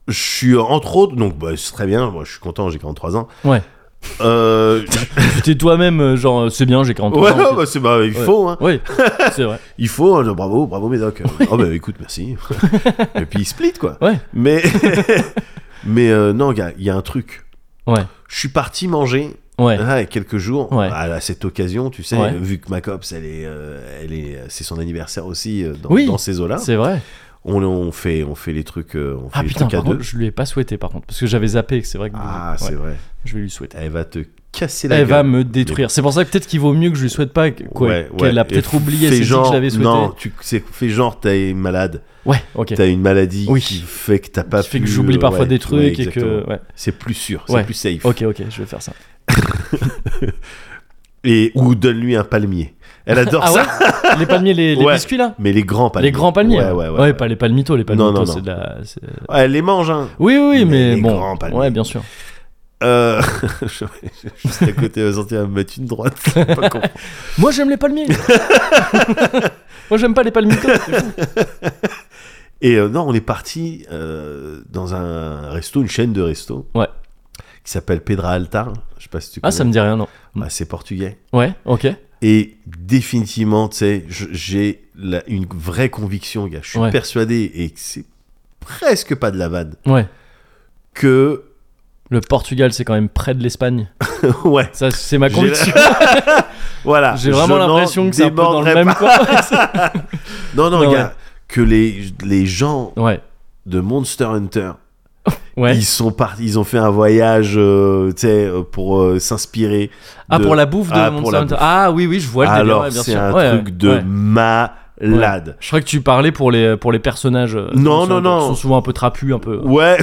Je suis entre autres, donc bah, c'est très bien, moi je suis content, j'ai 43 ans. Ouais. Tu t'es toi-même, genre, c'est bien, j'ai 43 Ouais, ans. bah, il faut, hein. Oui, c'est vrai. Il faut, bravo Médoc. Oh bah écoute, merci. Et puis il split, quoi. Ouais. Mais non, gars, il y a un truc. Ouais. Je suis parti manger. Ouais. Il y a quelques jours, Ouais. à cette occasion, tu sais, Ouais. vu que ma copse, c'est son anniversaire aussi Oui. dans ces eaux-là. C'est vrai. On fait les trucs, on fait Ah les putain, trucs à par deux. contre, je lui ai pas souhaité par contre, parce que j'avais zappé, que c'est vrai que. Ah, c'est ouais, vrai. je vais lui souhaiter. Elle va te casser la Elle gueule. va me détruire. C'est pour ça que peut-être qu'il vaut mieux que je lui souhaite pas, qu'elle a peut-être oublié, c'est dit que je l'avais souhaité. Non, fais genre t'es malade. Ouais, ok. T'as une maladie Oui. qui fait que t'as pas Qui fait que j'oublie parfois des trucs et que. exactement. Ouais. C'est plus sûr, Ouais. c'est plus safe. Ok, je vais faire ça. Ou donne-lui un palmier. Elle adore Ah ça. ouais. Les palmiers, les Ouais. biscuits là. Mais les grands palmiers. Les grands palmiers. Ouais. Pas les palmitos, les palmitos, Non. c'est de la. c'est- Ouais, elle les mange, hein. Oui, mais les bon. grands palmiers. Ouais, bien sûr. Juste à côté, elle va sortir à me mettre une droite. C'est pas con. Moi, j'aime les palmiers. Moi, j'aime pas les palmitos. Et non, on est parti dans un resto, une chaîne de resto. Ouais. Qui s'appelle Pedra Alta. Je sais pas si tu connais. Ah, ça me dit rien, non. Ah, c'est portugais. Ouais, ok. Et définitivement, tu sais, j'ai une vraie conviction, gars. Je suis Ouais. persuadé, et que c'est presque pas de la vanne, Ouais. que. Le Portugal, c'est quand même près de l'Espagne. Ouais. Ça, c'est ma J'ai conviction. Voilà. J'ai vraiment Je n'en l'impression que c'est un peu dans le démordrai même pas. coin. Non, Non, gars. Que les gens Ouais. de Monster Hunter. Ouais. Ils ont fait un voyage, tu sais, pour s'inspirer. Ah, pour la bouffe de Ah, pour Monster la Hunter. bouffe. Ah, oui, je vois le délire, Alors, ouais, bien c'est sûr. un Ouais, truc de ouais. malade. Je crois que tu parlais pour les personnages. Non, qui non. sont souvent un peu trapus, un peu. Ouais.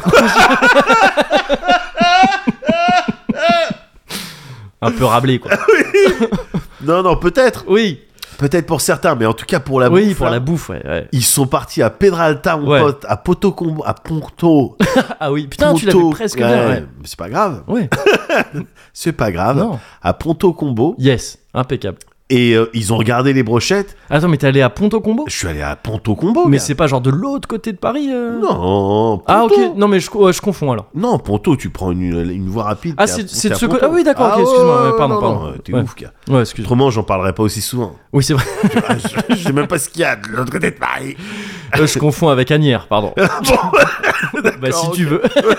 Un peu rablés, quoi. Non, peut-être. Oui. Peut-être pour certains, mais en tout cas pour la Oui, bouffe. pour là, la bouffe, ouais. Ils sont partis à Pedralta, mon Ouais. pote, à Ponto. Ah oui, putain, tu l'avais presque bien, ouais. Mais c'est pas grave. Ouais. C'est pas grave. Non. À Ponto Combo. Yes, impeccable. Et ils ont regardé les brochettes. Attends, mais t'es allé à Ponto Combo? Je suis allé à Ponto Combo. Mais gars. c'est pas genre de l'autre côté de Paris Non. Ponto. Ah, ok. Non, mais je confonds alors. Non, Ponto, tu prends une voie rapide. Ah, t'es à- c'est de t'es à ce côté. Ponto. Ah oui, d'accord, ok, excuse-moi. Ouais, pardon. Non, t'es Ouais. ouf, gars. Ouais, excuse-moi. Autrement, j'en parlerai pas aussi souvent. Oui, c'est vrai. Je sais même pas ce qu'il y a de l'autre côté de Paris. Je confonds avec Agnières, pardon. Bah, si tu veux.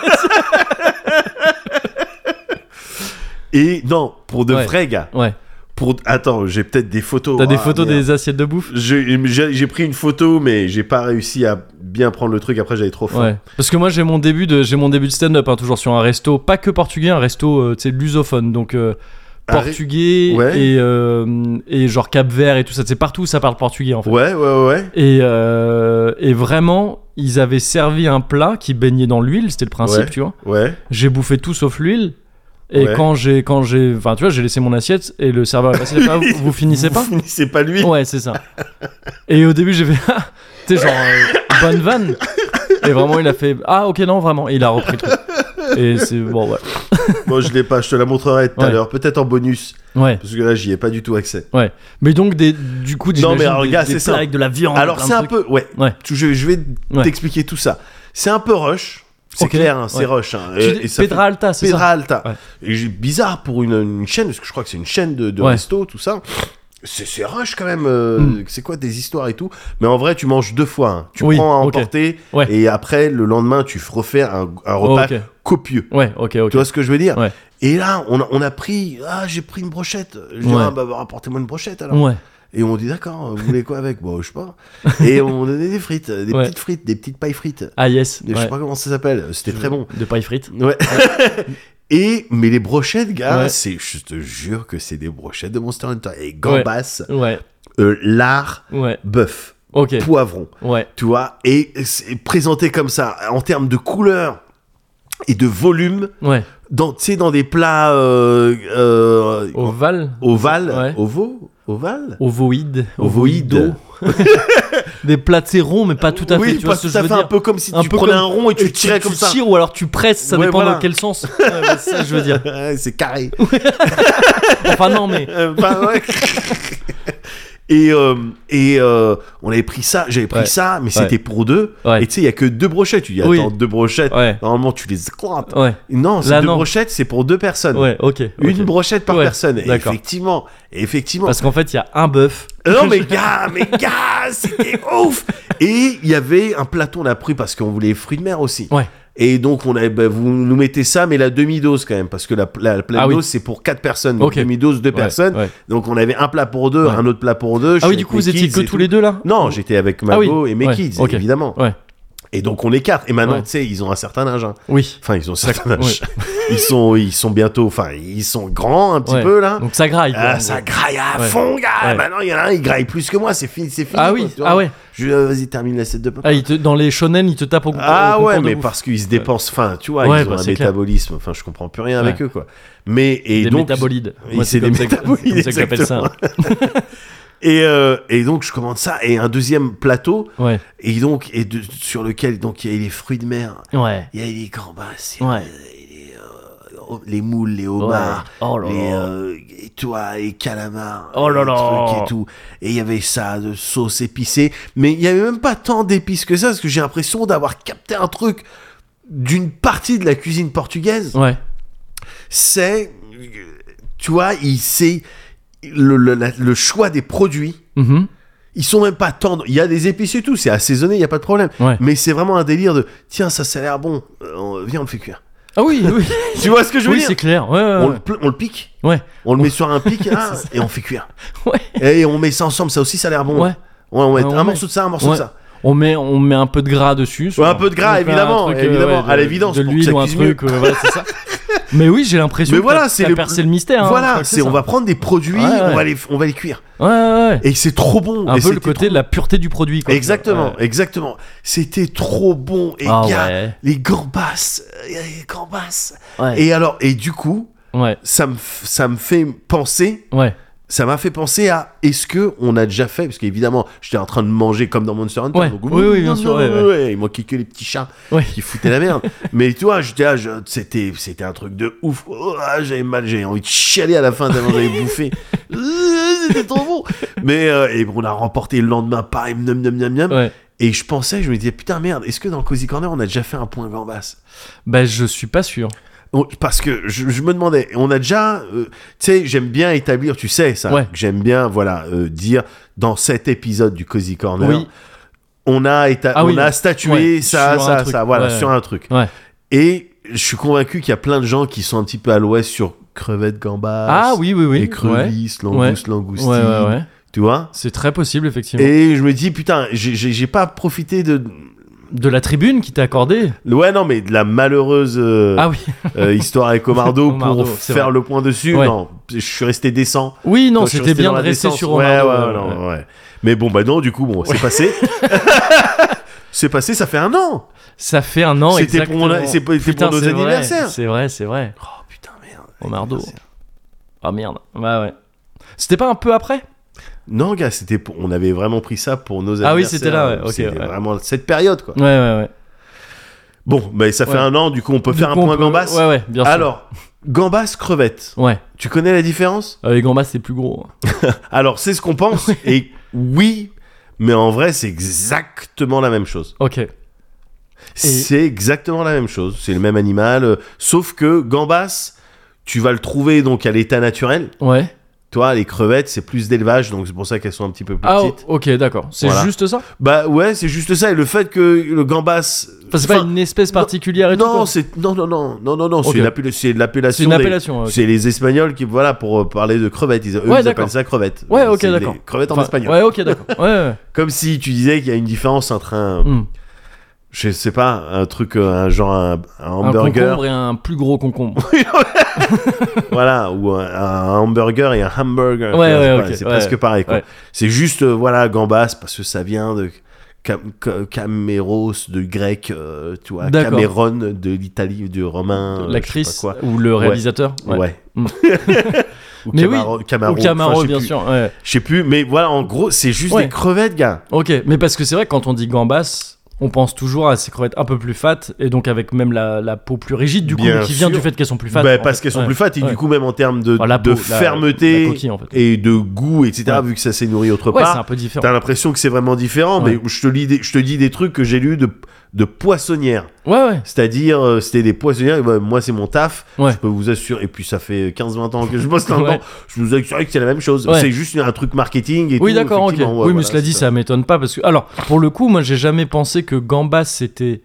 Et non, pour de Ouais. vrais gars. Ouais. Attends, j'ai peut-être des photos. T'as des Ah, photos merde. des assiettes de bouffe? J'ai pris une photo, mais j'ai pas réussi à bien prendre le truc. Après, j'avais trop faim. Ouais. Parce que moi, j'ai mon début de stand-up, hein, toujours sur un resto, pas que portugais, un resto, tu sais, lusophone. Donc, portugais Ouais. et genre Cap-Vert et tout ça. C'est partout où ça parle portugais, en fait. Ouais. Et vraiment, ils avaient servi un plat qui baignait dans l'huile, c'était le principe, Ouais. tu vois. Ouais. J'ai bouffé tout sauf l'huile. Et Ouais. quand j'ai, enfin, tu vois, j'ai laissé mon assiette et le serveur a passé les plats. Vous finissez pas? Vous finissez pas lui. Ouais, c'est ça. Et au début, j'ai fait, tu sais, genre, bonne vanne. Et vraiment, il a fait, ah, ok, non, vraiment. Et il a repris le truc. Et c'est bon, ouais. Moi, je l'ai pas. Je te la montrerai tout à Ouais. l'heure. Peut-être en bonus. Ouais, Parce que là, j'y ai pas du tout accès. ouais. Mais donc, du coup, Non, mais alors, des, regarde, des c'est plats ça. avec de la viande. Alors, plein c'est de un trucs. peu. Ouais. Ouais. Je vais Ouais. t'expliquer tout ça. C'est un peu rush. C'est Ok. clair, hein, c'est Ouais. rush. Hein. Tu dis Pedra Alta, c'est Pedra ça? Alta. Ouais. Et bizarre pour une chaîne, parce que je crois que c'est une chaîne de Ouais. resto, tout ça. C'est rush quand même. C'est quoi des histoires et tout. Mais en vrai, tu manges 2 fois. Hein. Tu Oui, prends à ok. emporter Ouais. et après, le lendemain, tu refais un repas Ok. copieux. Ouais, ok. Tu vois ce que je veux dire? Ouais. Et là, on a pris. Ah, j'ai pris une brochette. Je dis, Ouais. ah, bah, rapportez-moi une brochette alors. Ouais. Et on dit, d'accord, vous voulez quoi avec? Bon, je sais pas. Et on donnait des frites, des Ouais. petites frites, des petites pailles frites. Ah, yes. Je Ouais. sais pas comment ça s'appelle. C'était très bon. De paille frite. Ouais. Mais les brochettes, gars, Ouais. je te jure que c'est des brochettes de Monster Hunter. Et gambas, Ouais. lard, Ouais. bœuf, Ok. poivron, Ouais. tu vois, et c'est présenté comme ça, en termes de couleur et de volume, Ouais. tu sais, dans des plats Ovale. ovales, Ouais. ovales, Ovoïde. Ovoïde. Des plats de ronds, mais pas tout à fait. oui, Tu vois pas ce que tout je à veux fait, dire? un peu comme si Un tu peu prenais comme- un rond et tu tirais comme ça. Tu tires ou alors tu presses, ça Ouais, dépend voilà. dans quel sens. Ouais, c'est ça, je veux dire. Ouais, c'est carré. Enfin, non, mais. Bah, ouais. On avait pris ça, j'avais pris Ouais. ça, mais Ouais. c'était pour deux. Ouais. Et tu sais, il y a que 2 brochettes. Tu dis, Oui. attends, 2 brochettes. Ouais. Normalement, tu les éclates. Ouais. Non, c'est Là, 2 non. brochettes, c'est pour 2 personnes. Ouais, ok. Une brochette par Ouais, personne. Et d'accord. effectivement. Parce qu'en fait, il y a un bœuf. Non, mais gars, c'était ouf. Et il y avait un plateau, on a pris parce qu'on voulait les fruits de mer aussi. Ouais. Et donc, on avait, vous nous mettez ça, mais la demi-dose quand même, parce que la pleine Ah oui. dose, c'est pour 4 personnes. Donc, Ok. demi-dose, 2 Ouais, personnes. ouais. Donc, on avait un plat pour 2, Ouais. un autre plat pour 2. Ah oui, du coup, vous étiez que tous les deux là? Non, j'étais avec Ah oui. Mago et mes Ouais, kids, ok. évidemment. Ouais. Et donc, on est 4. Et maintenant, Ouais. tu sais, ils ont un certain âge. Hein. Oui. Enfin, ils ont un certain âge. Ils sont bientôt, enfin, ils sont grands un petit Ouais. peu, là. Donc ça graille. quoi, Ah, en ça gros. graille à Ouais. fond, gars. Ouais. Maintenant, il y en a un, il graille plus que moi. C'est fini. Ah quoi, oui, tu vois. ah ouais. Vas-y, termine l'assiette de papa. Ah, dans les shonen, ils te tapent au Ah au ouais, concours de mais bouffe. parce qu'ils se dépensent, enfin, tu vois, Ouais, ils ont bah, un c'est clair. métabolisme, enfin, je comprends plus rien avec Ouais. eux, quoi. Mais, et Des donc. métabolides. Et Moi, c'est c'est des comme ça que- métabolides, comme ça que j'appelle ça. Et donc, je commande ça, et un deuxième plateau, Ouais. et donc, sur lequel, donc, il y a les fruits de mer, Ouais. il y a les gambas, Ouais. les moules, les homards, Ouais. Oh là là. et toi, les calamars, Oh là les là. trucs et tout. Et il y avait ça, de sauce épicée. Mais il y avait même pas tant d'épices que ça, parce que j'ai l'impression d'avoir capté un truc d'une partie de la cuisine portugaise. Ouais. C'est, tu vois, c'est le choix des produits. Mhm. Ils sont même pas tendres. Il y a des épices et tout, c'est assaisonné, il y a pas de problème. Ouais. Mais c'est vraiment un délire de, tiens, ça a l'air bon, viens, on le fait cuire. Ah oui, oui. Tu vois ce que je veux Oui, dire? c'est clair. Ouais, ouais, ouais. On le pique, Ouais. on le met sur un pic hein, C'est ça. et on fait cuire. Ouais. Et on met ça ensemble, ça aussi ça a l'air bon. Ouais. On met Ouais, on un met. morceau de ça, un morceau Ouais. de ça. On met un peu de gras dessus. Ouais, un peu de gras, Donc, évidemment, un truc, évidemment, à l'évidence, De pour que l'huile ça ou un cuise truc, voilà, c'est ça. Mais oui, j'ai l'impression Mais que voilà, t'as c'est le- percé le mystère. hein, je Voilà, crois que c'est on ça. va prendre des produits, Ouais, ouais. on va les cuire. Ouais, ouais, ouais. Et c'est trop bon. Un Et peu le c'était côté de la pureté du produit, quoi. Exactement, Ouais. exactement. C'était trop bon. Et Ah gars, ouais. les gambas, les gambas. Ouais. Et du coup, Ouais. ça me fait penser. Ouais. Ça m'a fait penser à est-ce que on a déjà fait, parce qu'évidemment j'étais en train de manger comme dans Monster Hunter, Ouais. donc, Oui, bien sûr, ouais. il manquait que les petits chats Ouais. qui foutaient la merde. Mais tu vois, j'étais là, c'était un truc de ouf. Oh, j'avais mal, j'avais envie de chialer à la fin tellement j'avais bouffé. C'était trop bon. Mais et on a remporté le lendemain, pareil, miam miam miam miam. Ouais. Et je me disais putain merde, est-ce que dans le Cozy Corner on a déjà fait un point gambas? Bah, je suis pas sûr. Parce que je me demandais, on a déjà, tu sais, j'aime bien établir, tu sais ça, Ouais. que j'aime bien, voilà, dire dans cet épisode du Cozy Corner, Oui. on a Ah oui. statué Ouais, ça, sur un truc. voilà, Ouais, sur ouais. un truc. Ouais. Et je suis convaincu qu'il y a plein de gens qui sont un petit peu à l'ouest sur crevettes, gambas, Ah oui, oui, oui. écrevisses, Ouais. langoustes, Ouais. langoustines, Ouais, ouais, ouais. tu vois. C'est très possible, effectivement. Et je me dis putain, j'ai pas profité De la tribune qui t'est accordée. ouais non mais de la malheureuse Ah oui. histoire avec Omardo Omardo, pour c'est faire vrai. le point dessus. Ouais. Non, je suis resté décent. Oui, non, Quand je suis c'était resté bien dans de la rester décence. sur ouais, Omardo. non, ouais. Mais bon, bah non, du coup, bon, c'est passé. C'est passé, ça fait un an. Ça fait un an, C'était pour exactement. c'était Putain, pour nos c'est vrai, anniversaires. C'est vrai, c'est vrai. Oh putain, merde. Omardo. Anniversaire. Ah merde. Ouais, ouais. C'était pas un peu après? Non, gars, on avait vraiment pris ça pour nos anniversaires. Ah oui, c'était là, ouais, ok, C'était ouais. vraiment cette période, quoi. Ouais, ouais, ouais. Bon, bah ça fait Ouais. un an, du coup, on peut Du faire coup, un on point peut- gambas. Ouais, ouais, bien sûr. Alors, gambas, crevettes. Ouais. Tu connais la différence? Les gambas, c'est plus gros. Alors, c'est ce qu'on pense. Et oui, mais en vrai, c'est exactement la même chose. Ok. C'est exactement la même chose. C'est le même animal, sauf que gambas, tu vas le trouver donc à l'état naturel. Ouais. Toi, les crevettes, c'est plus d'élevage, donc c'est pour ça qu'elles sont un petit peu plus Ah, petites. ok, d'accord. C'est Voilà. juste ça? Bah ouais, c'est juste ça. Et le fait que le gambas, Enfin, c'est pas une espèce particulière et tout, non, quoi. c'est non, Ok. c'est l'appellation. C'est une appellation. ok. C'est les Espagnols qui voilà pour parler de crevettes. Eux, Ouais, ils appellent d'accord. ça crevettes. Ouais, ok, C'est les d'accord. crevettes en Enfin, espagnol. Ouais, ok, d'accord. Ouais, ouais. Comme si tu disais qu'il y a une différence entre un, Hmm. je sais pas, un truc, un genre un Un hamburger. concombre et un plus gros concombre. Voilà, ou un hamburger et un hamburger. Ouais, Tu vois, ouais, c'est ok, c'est ouais, presque pareil, quoi. ouais. C'est juste, voilà, gambas, parce que ça vient de Caméros, de grec, tu vois, D'accord. Cameron, de l'Italie, du romain, L'actrice je sais pas ou le réalisateur. quoi. Ouais. Mm. Ou Mais oui, Camaro, Ou Camaro, enfin, je sais bien plus. sûr. Ouais. Je sais plus, mais voilà, en gros, c'est juste Ouais. des crevettes, gars. Ok, mais parce que c'est vrai que quand on dit gambas, on pense toujours à ces crevettes un peu plus fat et donc avec même la peau plus rigide du coup, Bien mais qui vient sûr. du fait qu'elles sont plus fat. Bah, en parce fait. qu'elles sont Ouais. plus fat et Ouais. du coup même en termes de, Enfin, la de peau, fermeté la coquille, en fait. et de goût, etc. Ouais. Vu que ça s'est nourri autre Ouais, c'est part, un peu différent. t'as l'impression que c'est vraiment différent. Ouais. Mais je te dis des trucs que j'ai lus de poissonnières. Ouais. C'est-à-dire, c'était des poissonnières. Et bah, moi, c'est mon taf. Ouais. Je peux vous assurer. Et puis, ça fait 15-20 ans que je bosse là-dedans. Ouais. Je vous assure que c'est la même chose. Ouais. C'est juste un truc marketing et Oui, tout. d'accord, ok. effectivement. Ouais, oui, mais voilà, cela dit, c'est ça m'étonne pas parce que. Alors, pour le coup, moi, j'ai jamais pensé que gambas c'était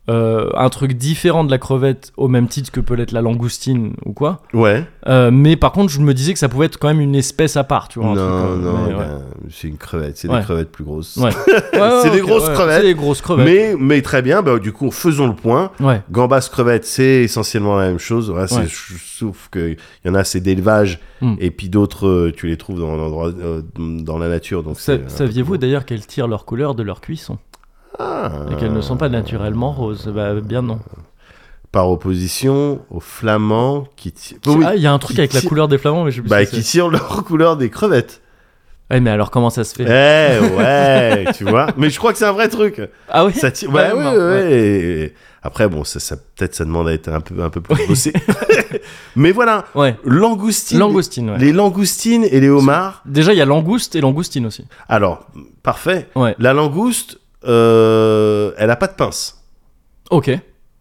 un truc différent de la crevette au même titre que peut l'être la langoustine ou quoi. Ouais. Mais par contre, je me disais que ça pouvait être quand même une espèce à part, tu vois. un truc, Non, mais ouais. c'est une crevette. C'est Ouais. des crevettes plus grosses. Ouais. C'est des ok, grosses crevettes. C'est des grosses crevettes. Mais très bien. Bah, du coup, faisons le point. Ouais. Gambas, crevettes, c'est essentiellement la même chose. Ouais, Ouais. Sauf qu'il y en a, c'est d'élevage. Mm. Et puis d'autres, tu les trouves dans l'endroit, dans la nature. Donc c'est un peu Saviez-vous plus- d'ailleurs qu'elles tirent leur couleur de leur cuisson Ah. et qu'elles ne sont pas naturellement roses? Bah, bien non. Par opposition aux flamands qui tirent. Ah, il y a un truc qui avec la tirent- couleur des flamands, mais je sais plus Bah, ce que qui c'est. tirent leur couleur des crevettes. Ouais, mais alors comment ça se fait? Ouais, tu vois. Mais je crois que c'est un vrai truc. Ah oui. Ça tire. Ouais, Ouais, non, ouais. Et après, bon, ça peut-être ça demande à être un peu plus bossé. Mais voilà, Ouais. langoustine. Langoustine, ouais. Les langoustines et les homards. Déjà, il y a langouste et langoustine aussi. Alors, parfait. Ouais. La langouste, elle a pas de pince. Ok.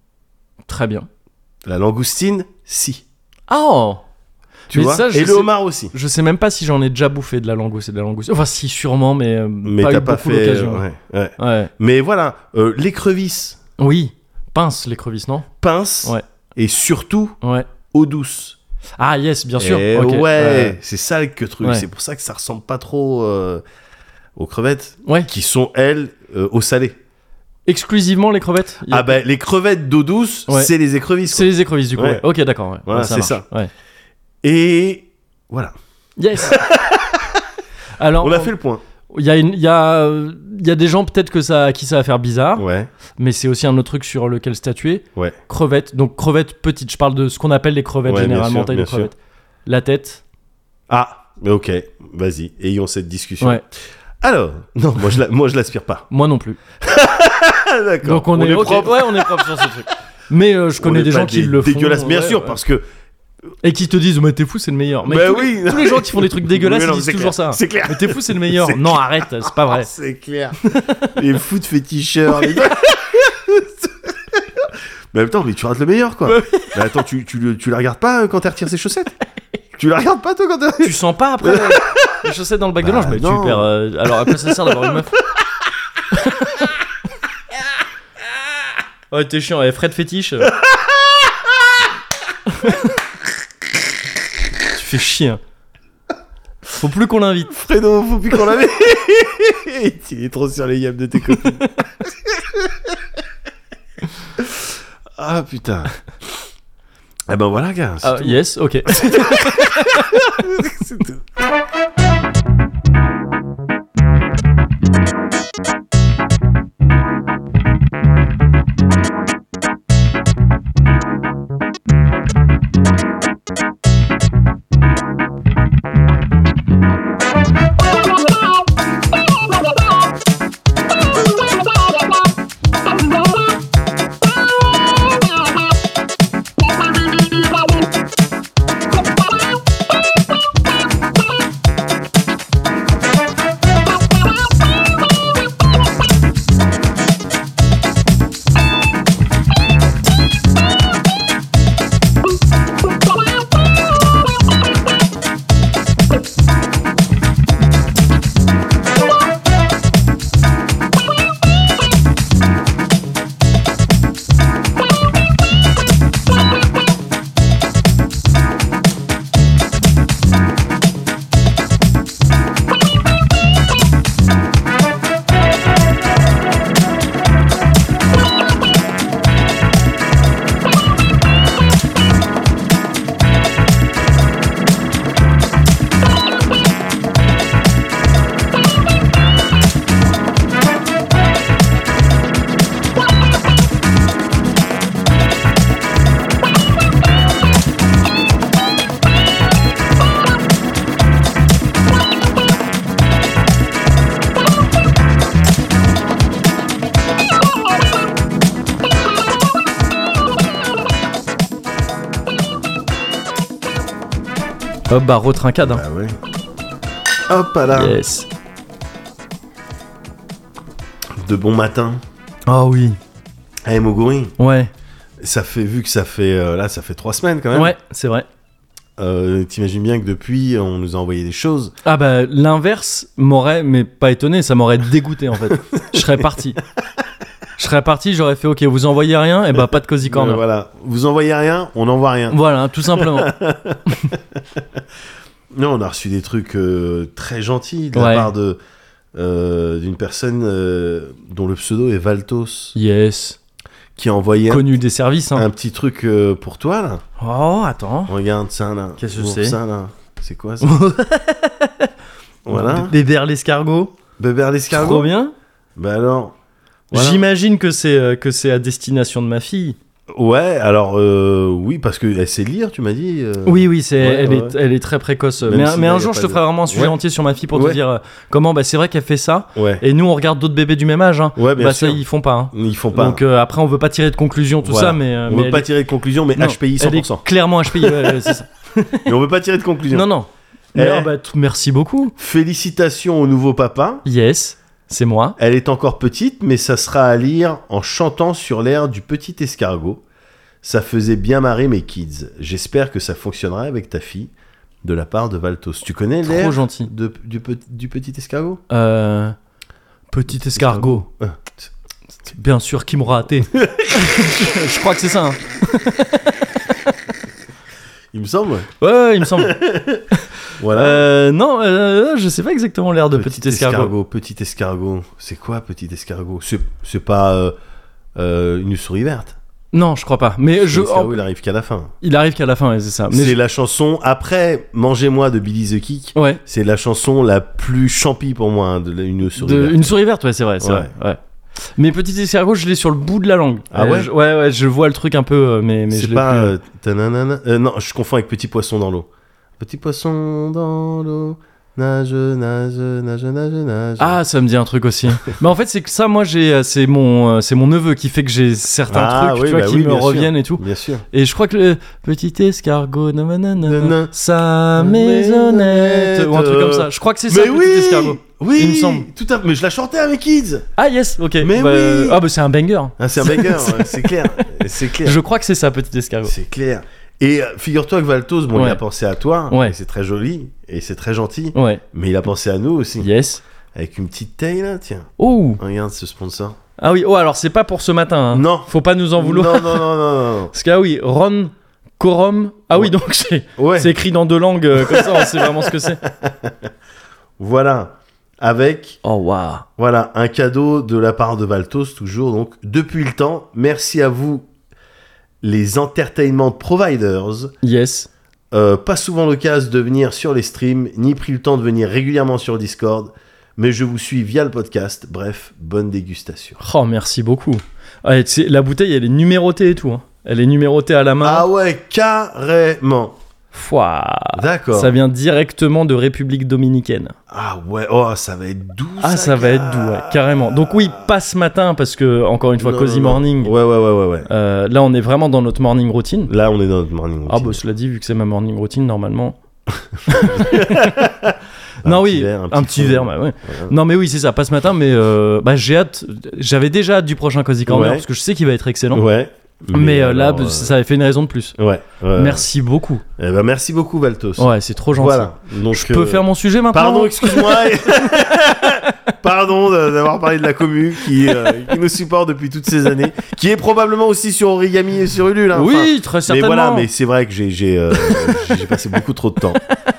Très bien. La langoustine, si. Ah oh. Tu Mais vois. ça, je Et le sais- homard aussi. Je sais même pas si j'en ai déjà bouffé de la langouste et de la langoustine. Enfin, si, sûrement, mais, Mais pas t'as eu pas beaucoup fait. l'occasion. Ouais. Ouais. Mais voilà, l'écrevisse, Oui. Pince, l'écrevisse, non? pince, Ouais. et surtout Ouais. eau douce. Ah, yes, bien sûr. Et Ok. ouais, c'est ça le truc. Ouais. C'est pour ça que ça ressemble pas trop aux crevettes, Ouais. qui sont elles au salé. Exclusivement les crevettes? Il y a- Ah bah les crevettes d'eau douce, Ouais. c'est les écrevisses. C'est les écrevisses, du coup. Ouais. Ouais. Ok, d'accord. Ouais. Voilà, Ouais, c'est marche. ça. Ouais. Et voilà, Yes. Alors, on a fait le point. il y a des gens peut-être à qui ça va faire bizarre, Ouais, mais c'est aussi un autre truc sur lequel statuer. ouais. Crevettes, donc crevettes petites. Je parle de ce qu'on appelle les crevettes Ouais, bien généralement, sûr, taille de bien sûr. crevettes. La tête. Ah, ok, vas-y, ayons cette discussion. Ouais. Alors, non, moi je l'aspire pas. Moi non plus. Ah, d'accord. Donc on est ok. propre. Ouais, on est propre sur ce truc. Mais je On connais est des pas gens qui le font. dégueulasses, bien ouais, sûr, ouais. parce que. Et qui te disent, mais t'es fou, c'est le meilleur. Mais Bah tous, oui. tous les gens qui font des trucs dégueulasses, Oui, non, ils disent c'est toujours clair, ça. c'est clair. Mais t'es fou, c'est le meilleur. C'est Non, arrête, c'est pas vrai. C'est clair. Les foot féticheurs. les- Mais en même temps, mais tu rates le meilleur, quoi. Mais attends, tu la regardes pas quand elle retire ses chaussettes? Tu la regardes pas, toi, quand elle... Tu sens pas après les chaussettes dans le bac de Bah, linge? Mais non. super. Alors à quoi ça sert d'avoir une meuf? Ouais, t'es chiant. Ouais, Fred fétiche. Tu fais chier. Hein. Faut plus qu'on l'invite. Fredo, faut plus qu'on l'avait. Il est trop sur les yams de tes copines. Ah, putain. Eh ben voilà, gars. c'est Ah, tout. yes, ok. C'est tout. Hop, bah, retrincade. Hein. Bah ouais. Hop là. Yes. De bon matin. Ah oui. Hey Moguri, Ouais. ça fait, vu que ça fait, là, ça fait 3 semaines quand même. Ouais, c'est vrai. T'imagines bien que depuis, on nous a envoyé des choses. Ah bah, l'inverse m'aurait, mais pas étonné, ça m'aurait dégoûté en fait. Je serais parti. J'aurais fait ok, vous envoyez rien, et bah pas de Cozy Corner. Voilà. Vous envoyez rien, on n'envoie rien. Voilà, tout simplement. Non, on a reçu des trucs très gentils de la Ouais. part d'une personne dont le pseudo est Valtos, Yes. qui a envoyé Connu des services. Hein. un petit truc pour toi là. Oh, attends. Regarde ça là. Qu'est-ce que Ouvre c'est ça là. C'est quoi ça? Voilà. Bébert l'escargot. Bébert l'escargot. Trop bien. Bah alors. Voilà. J'imagine que c'est à destination de ma fille. Ouais, alors oui, parce qu'elle sait lire, tu m'as dit. Oui, ouais, elle est très précoce. Même si Mais là, un y a jour, pas je te de- ferai vraiment un sujet Ouais. entier sur ma fille pour te Ouais. dire comment. Bah, c'est vrai qu'elle fait ça. Ouais. Et nous, on regarde d'autres bébés du même âge. Hein. Ouais, bien Bah, sûr. ça, ils font pas. Hein. Ils font pas. Donc après, on veut pas tirer de conclusion, tout Voilà. ça, mais on mais veut elle pas est- tirer de conclusion, mais non, HPI elle est 100%. clairement HPI, ouais, c'est ça. Mais on veut pas tirer de conclusion. Non, non. Eh. Mais, merci beaucoup. Félicitations au nouveau papa. Yes, c'est moi. Elle est encore petite, mais ça sera à lire en chantant sur l'air du petit escargot. Ça faisait bien marrer mes kids. J'espère que ça fonctionnera avec ta fille, de la part de Valtos. Tu connais l'air Trop gentil. du petit escargot? Petit escargot. Euh, Bien sûr, qui m'aura raté. Je crois que c'est ça. Hein. Il me semble. Ouais, il me semble. Voilà. Non, je sais pas exactement l'air de petit escargot. Petit escargot. C'est quoi petit escargot? C'est pas une souris verte. Non, je crois pas. Mais L'escargot, il arrive qu'à la fin. il arrive qu'à la fin, ouais, c'est ça. Mais C'est la chanson après Mangez-moi de Billy the Kick. ouais. C'est la chanson la plus champie pour moi, hein, une souris verte. Une souris verte, ouais, c'est vrai, c'est Ouais. vrai. Ouais. Mais petit escargot, je l'ai sur le bout de la langue. Ah ouais Ouais, je vois le truc un peu, mais je C'est l'ai pas plus. tananana. Non, je confonds avec Petit poisson dans l'eau. Petit poisson dans l'eau, nage, nage, nage, nage, nage. Ah, ça me dit un truc aussi. Mais en fait, c'est que ça, moi, c'est mon neveu qui fait que j'ai certains Ah, trucs, oui, tu vois, bah qui oui, me bien sûr. reviennent et tout. Bien sûr. Et je crois que le petit escargot, nanana, Nanana. sa maisonnette, ou un truc comme ça. Je crois que c'est ça, Mais petit oui, escargot. oui, Il me semble. Tout à fait. Mais je la chantais avec Kids. Ah yes, ok. Mais Bah, oui. Ah bah c'est un banger. Ah, c'est un banger, ouais, c'est clair. C'est clair. Je crois que c'est ça, petit escargot. C'est clair. Et figure-toi que Valtos, bon, il Ouais. a pensé à toi, Ouais. et c'est très joli, et c'est très gentil, Ouais. mais il a pensé à nous aussi. Yes. Avec une petite taille là, tiens. Oh. Regarde ce sponsor. Ah oui. Oh alors c'est pas pour ce matin. Hein. Non. Faut pas nous en vouloir. Non, non, non, non, non. Parce que ah oui, Ron Corum. Ah oui Ouais. donc c'est Ouais. c'est écrit dans deux langues comme ça. On sait vraiment ce que c'est. Voilà. Avec, Oh waouh. voilà, un cadeau de la part de Valtos, toujours. Donc, depuis le temps, merci à vous, les entertainment providers. Yes. Pas souvent l'occasion de venir sur les streams, ni pris le temps de venir régulièrement sur le Discord, mais je vous suis via le podcast. Bref, bonne dégustation. Oh merci beaucoup. Ouais, la bouteille elle est numérotée et tout. Hein. Elle est numérotée à la main. Ah ouais, carrément. Fouah. D'accord. Ça vient directement de République Dominicaine. Ah ouais, oh, ça va être doux. Ah, ça va être doux, ouais, carrément. Donc oui, pas ce matin, parce que, encore une fois, Non, Cozy non, non. Morning. Ouais. Là, on est vraiment dans notre morning routine. Là, on est dans notre morning Ah, routine. bah, cela dit, vu que c'est ma morning routine, normalement. Un Non, petit oui, verre, un petit verre, bah ouais. Voilà. Non, mais oui, c'est ça, pas ce matin, mais j'ai hâte. J'avais déjà hâte du prochain Cozy Corner, Ouais. parce que je sais qu'il va être excellent. Ouais. Mais là, alors, ça avait fait une raison de plus. Ouais. Merci beaucoup. Eh ben, merci beaucoup, Valtos. Ouais, c'est trop gentil. Voilà. Donc, Je peux faire mon sujet maintenant? Pardon, excuse-moi. Pardon d'avoir parlé de la commu qui nous supporte depuis toutes ces années, qui est probablement aussi sur Origami et sur Ulule. Hein. Oui, Enfin, très mais certainement. voilà, mais c'est vrai que j'ai passé beaucoup trop de temps.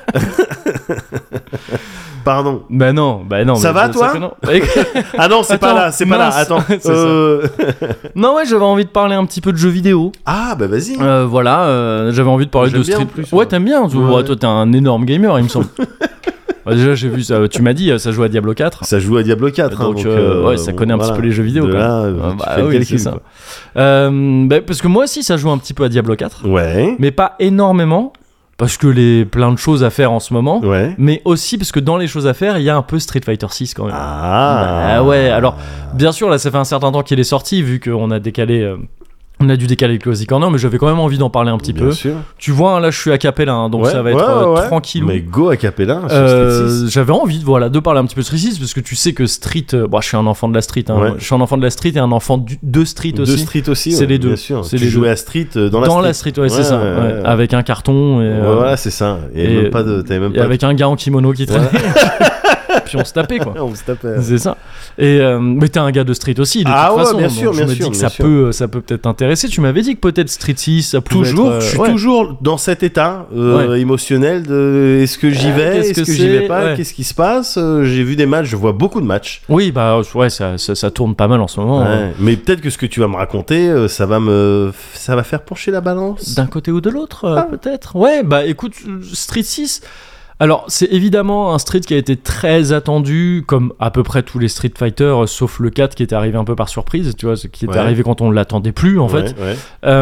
Pardon. Bah non. Ça mais va, toi fait non. Ah non, c'est pas Attends, là, c'est pas là. mince. Attends. C'est ça. Non, ouais, j'avais envie de parler un petit peu de jeux vidéo. Ah bah vas-y. Voilà, j'avais envie de parler J'aime de bien, Street. en plus, Ouais, moi. t'aimes bien. Ouais. Toi, t'es un énorme gamer, il me semble. Bah, déjà, j'ai vu ça. Tu m'as dit, ça joue à Diablo 4. Ça joue à Diablo 4. Donc, hein, ouais, ça connaît un petit peu les jeux vidéo, De quoi. là, Ah, tu bah fais le oui, calcul, c'est ça. quoi. Parce que moi aussi, ça joue un petit peu à Diablo 4, Ouais. mais pas énormément, parce que plein de choses à faire en ce moment. Ouais. Mais aussi parce que dans les choses à faire, il y a un peu Street Fighter 6 quand même. Ah. Bah ouais, alors bien sûr là ça fait un certain temps qu'il est sorti vu qu'on a décalé On a dû décaler le Cozy Corner, mais j'avais quand même envie d'en parler un petit Bien peu. sûr. Tu vois, hein, là je suis a cappella, hein, donc Ouais, ça va être ouais. tranquille. Mais go a cappella sur Street 6. J'avais envie de parler un petit peu de Street 6 parce que tu sais que Street, je suis un enfant de la Street, hein, Ouais. je suis un enfant de la Street et un enfant de Street De aussi. Street aussi, C'est ouais, les deux. Bien sûr. C'est Tu les jouais deux. à Street dans la Street. Ouais, c'est ça, ouais. avec un carton et, Ouais, voilà, c'est ça. Et même pas de. T'avais même et pas. avec un gars en kimono qui traînait. Puis on se tapait quoi. On se tapait. C'est ça. Et mais t'es un gars de Street aussi, de Ah toute ouais, façon. bien donc sûr, je bien me sûr, dis que bien ça peut peut-être t'intéresser. Tu m'avais dit que peut-être Street 6, ça pouvait Toujours, être, je suis ouais. toujours dans cet état Ouais. émotionnel de est-ce que j'y vais, qu'est-ce est-ce que que j'y vais c'est, pas, ouais. qu'est-ce qui se passe. J'ai vu des matchs, je vois beaucoup de matchs. Oui, bah ouais, ça tourne pas mal en ce moment. Ouais. Mais peut-être que ce que tu vas me raconter, ça va faire pencher la balance. D'un côté ou de l'autre, peut-être. Ouais, bah écoute, Street 6. Alors, c'est évidemment un Street qui a été très attendu, comme à peu près tous les Street Fighter, sauf le 4 qui était arrivé un peu par surprise, tu vois, qui était Ouais. arrivé quand on l'attendait plus, en fait. Ouais.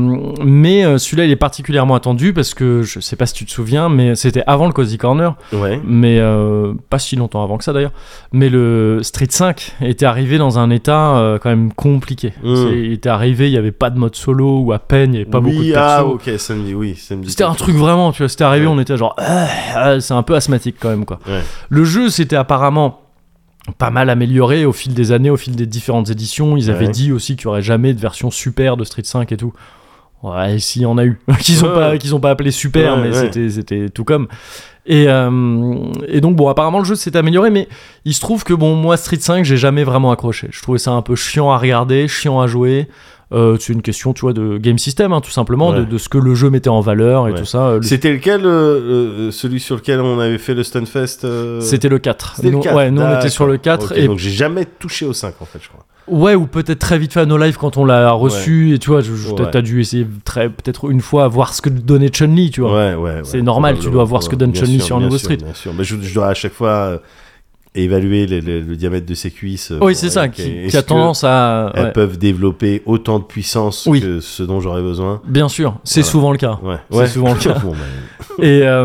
Mais celui-là, il est particulièrement attendu parce que, je sais pas si tu te souviens, mais c'était avant le Cozy Corner, Ouais. mais pas si longtemps avant que ça d'ailleurs. Mais le Street 5 était arrivé dans un état quand même compliqué. Il était arrivé, il y avait pas de mode solo, ou à peine, il y avait pas beaucoup de persos. Ah ok, ça me dit. C'était un truc vraiment, tu vois, c'était arrivé, Ouais. on était genre, c'est un peu asthmatique quand même, quoi. Ouais. Le jeu, c'était apparemment pas mal amélioré au fil des années, au fil des différentes éditions. Ils avaient Ouais. dit aussi qu'il y aurait jamais de version super de Street 5 et tout. Ouais, si, y en a eu. qu'ils ont pas appelé super, Ouais, mais ouais. c'était tout comme. Et donc, bon, apparemment, le jeu s'est amélioré, mais il se trouve que, bon, moi, Street 5, j'ai jamais vraiment accroché. Je trouvais ça un peu chiant à regarder, chiant à jouer. C'est une question, tu vois, de game system, hein, tout simplement, Ouais. de ce que le jeu mettait en valeur et Ouais. tout ça. C'était lequel, celui sur lequel on avait fait le Stunfest C'était le 4. C'était le Nous, 4. ouais, nous on était sur le 4. Ok, et donc j'ai jamais touché au 5 en fait, je crois. ouais, ou peut-être très vite fait à No Life quand on l'a reçu. Et tu vois, Ouais. t'as dû essayer peut-être une fois voir ce que donnait Chun-Li, tu vois. Ouais. C'est normal, tu dois voir ce que donne Bien Chun-Li sûr, sur un bien nouveau sûr, Street. Bien sûr, mais je dois à chaque fois évaluer le diamètre de ses cuisses. Oui, c'est ça, qui a tendance à. Elles Ouais. peuvent développer autant de puissance Oui. que ce dont j'aurais besoin. Bien sûr, c'est Voilà. souvent le cas. Ouais, C'est souvent le cas. Bon, bah,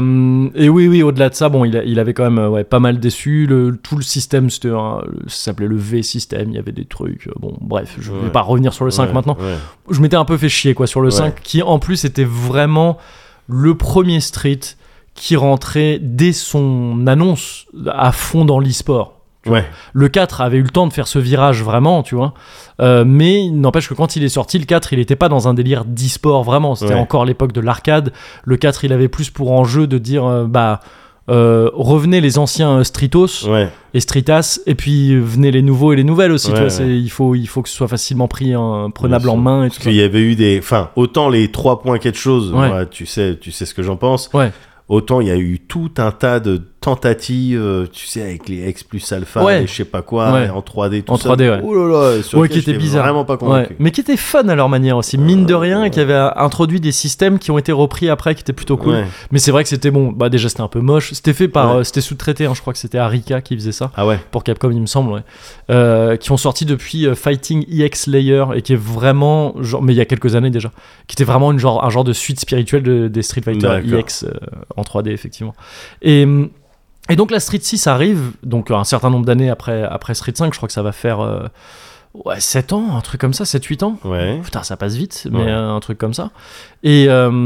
Et oui, au-delà de ça, bon, il avait quand même pas mal déçu. Tout le système, ça s'appelait le V-système, il y avait des trucs. Bon, bref, je vais Ouais. pas revenir sur le 5 ouais, maintenant. ouais. Je m'étais un peu fait chier quoi sur le Ouais. 5, qui en plus était vraiment le premier Street qui rentrait dès son annonce à fond dans l'e-sport. Ouais. Le 4 avait eu le temps de faire ce virage vraiment, tu vois. Mais il n'empêche que quand il est sorti, le 4, il n'était pas dans un délire d'e-sport vraiment. C'était Ouais. encore l'époque de l'arcade. Le 4, il avait plus pour enjeu de dire, revenez les anciens Streetos Ouais. et Streetas, et puis venez les nouveaux et les nouvelles aussi. Ouais, Tu vois, ouais. il faut que ce soit facilement prenable Bien en sûr. main et tout Parce ça. qu'il y avait eu autant les 3 points quelque chose, Ouais. moi, tu sais ce que j'en pense. Ouais. Autant il y a eu tout un tas de tentatives, tu sais, avec les X plus alpha, Ouais. et je sais pas quoi, Ouais. et en 3D, tout En ça. 3D, ouais. Oh là là, sur Ouais, lequel qui était j'étais bizarre. vraiment pas convaincu. Ouais. Mais qui était fun à leur manière aussi, mine de rien, qui avait introduit des systèmes qui ont été repris après, qui étaient plutôt cool. Ouais. Mais c'est vrai que c'était bon, déjà c'était un peu moche. C'était fait par, Ouais. c'était sous-traité, hein, je crois que c'était Arika qui faisait ça, Ah ouais. pour Capcom il me semble, ouais. Qui ont sorti depuis Fighting EX Layer, et qui est vraiment, genre, mais il y a quelques années déjà, qui était vraiment un genre de suite spirituelle des Street Fighter D'accord. EX en 3D effectivement. Et donc la Street 6 arrive, donc un certain nombre d'années après Street 5, je crois que ça va faire 7 ans, un truc comme ça, 7-8 ans. Ouais. Putain, ça passe vite, mais Ouais. un truc comme ça. Et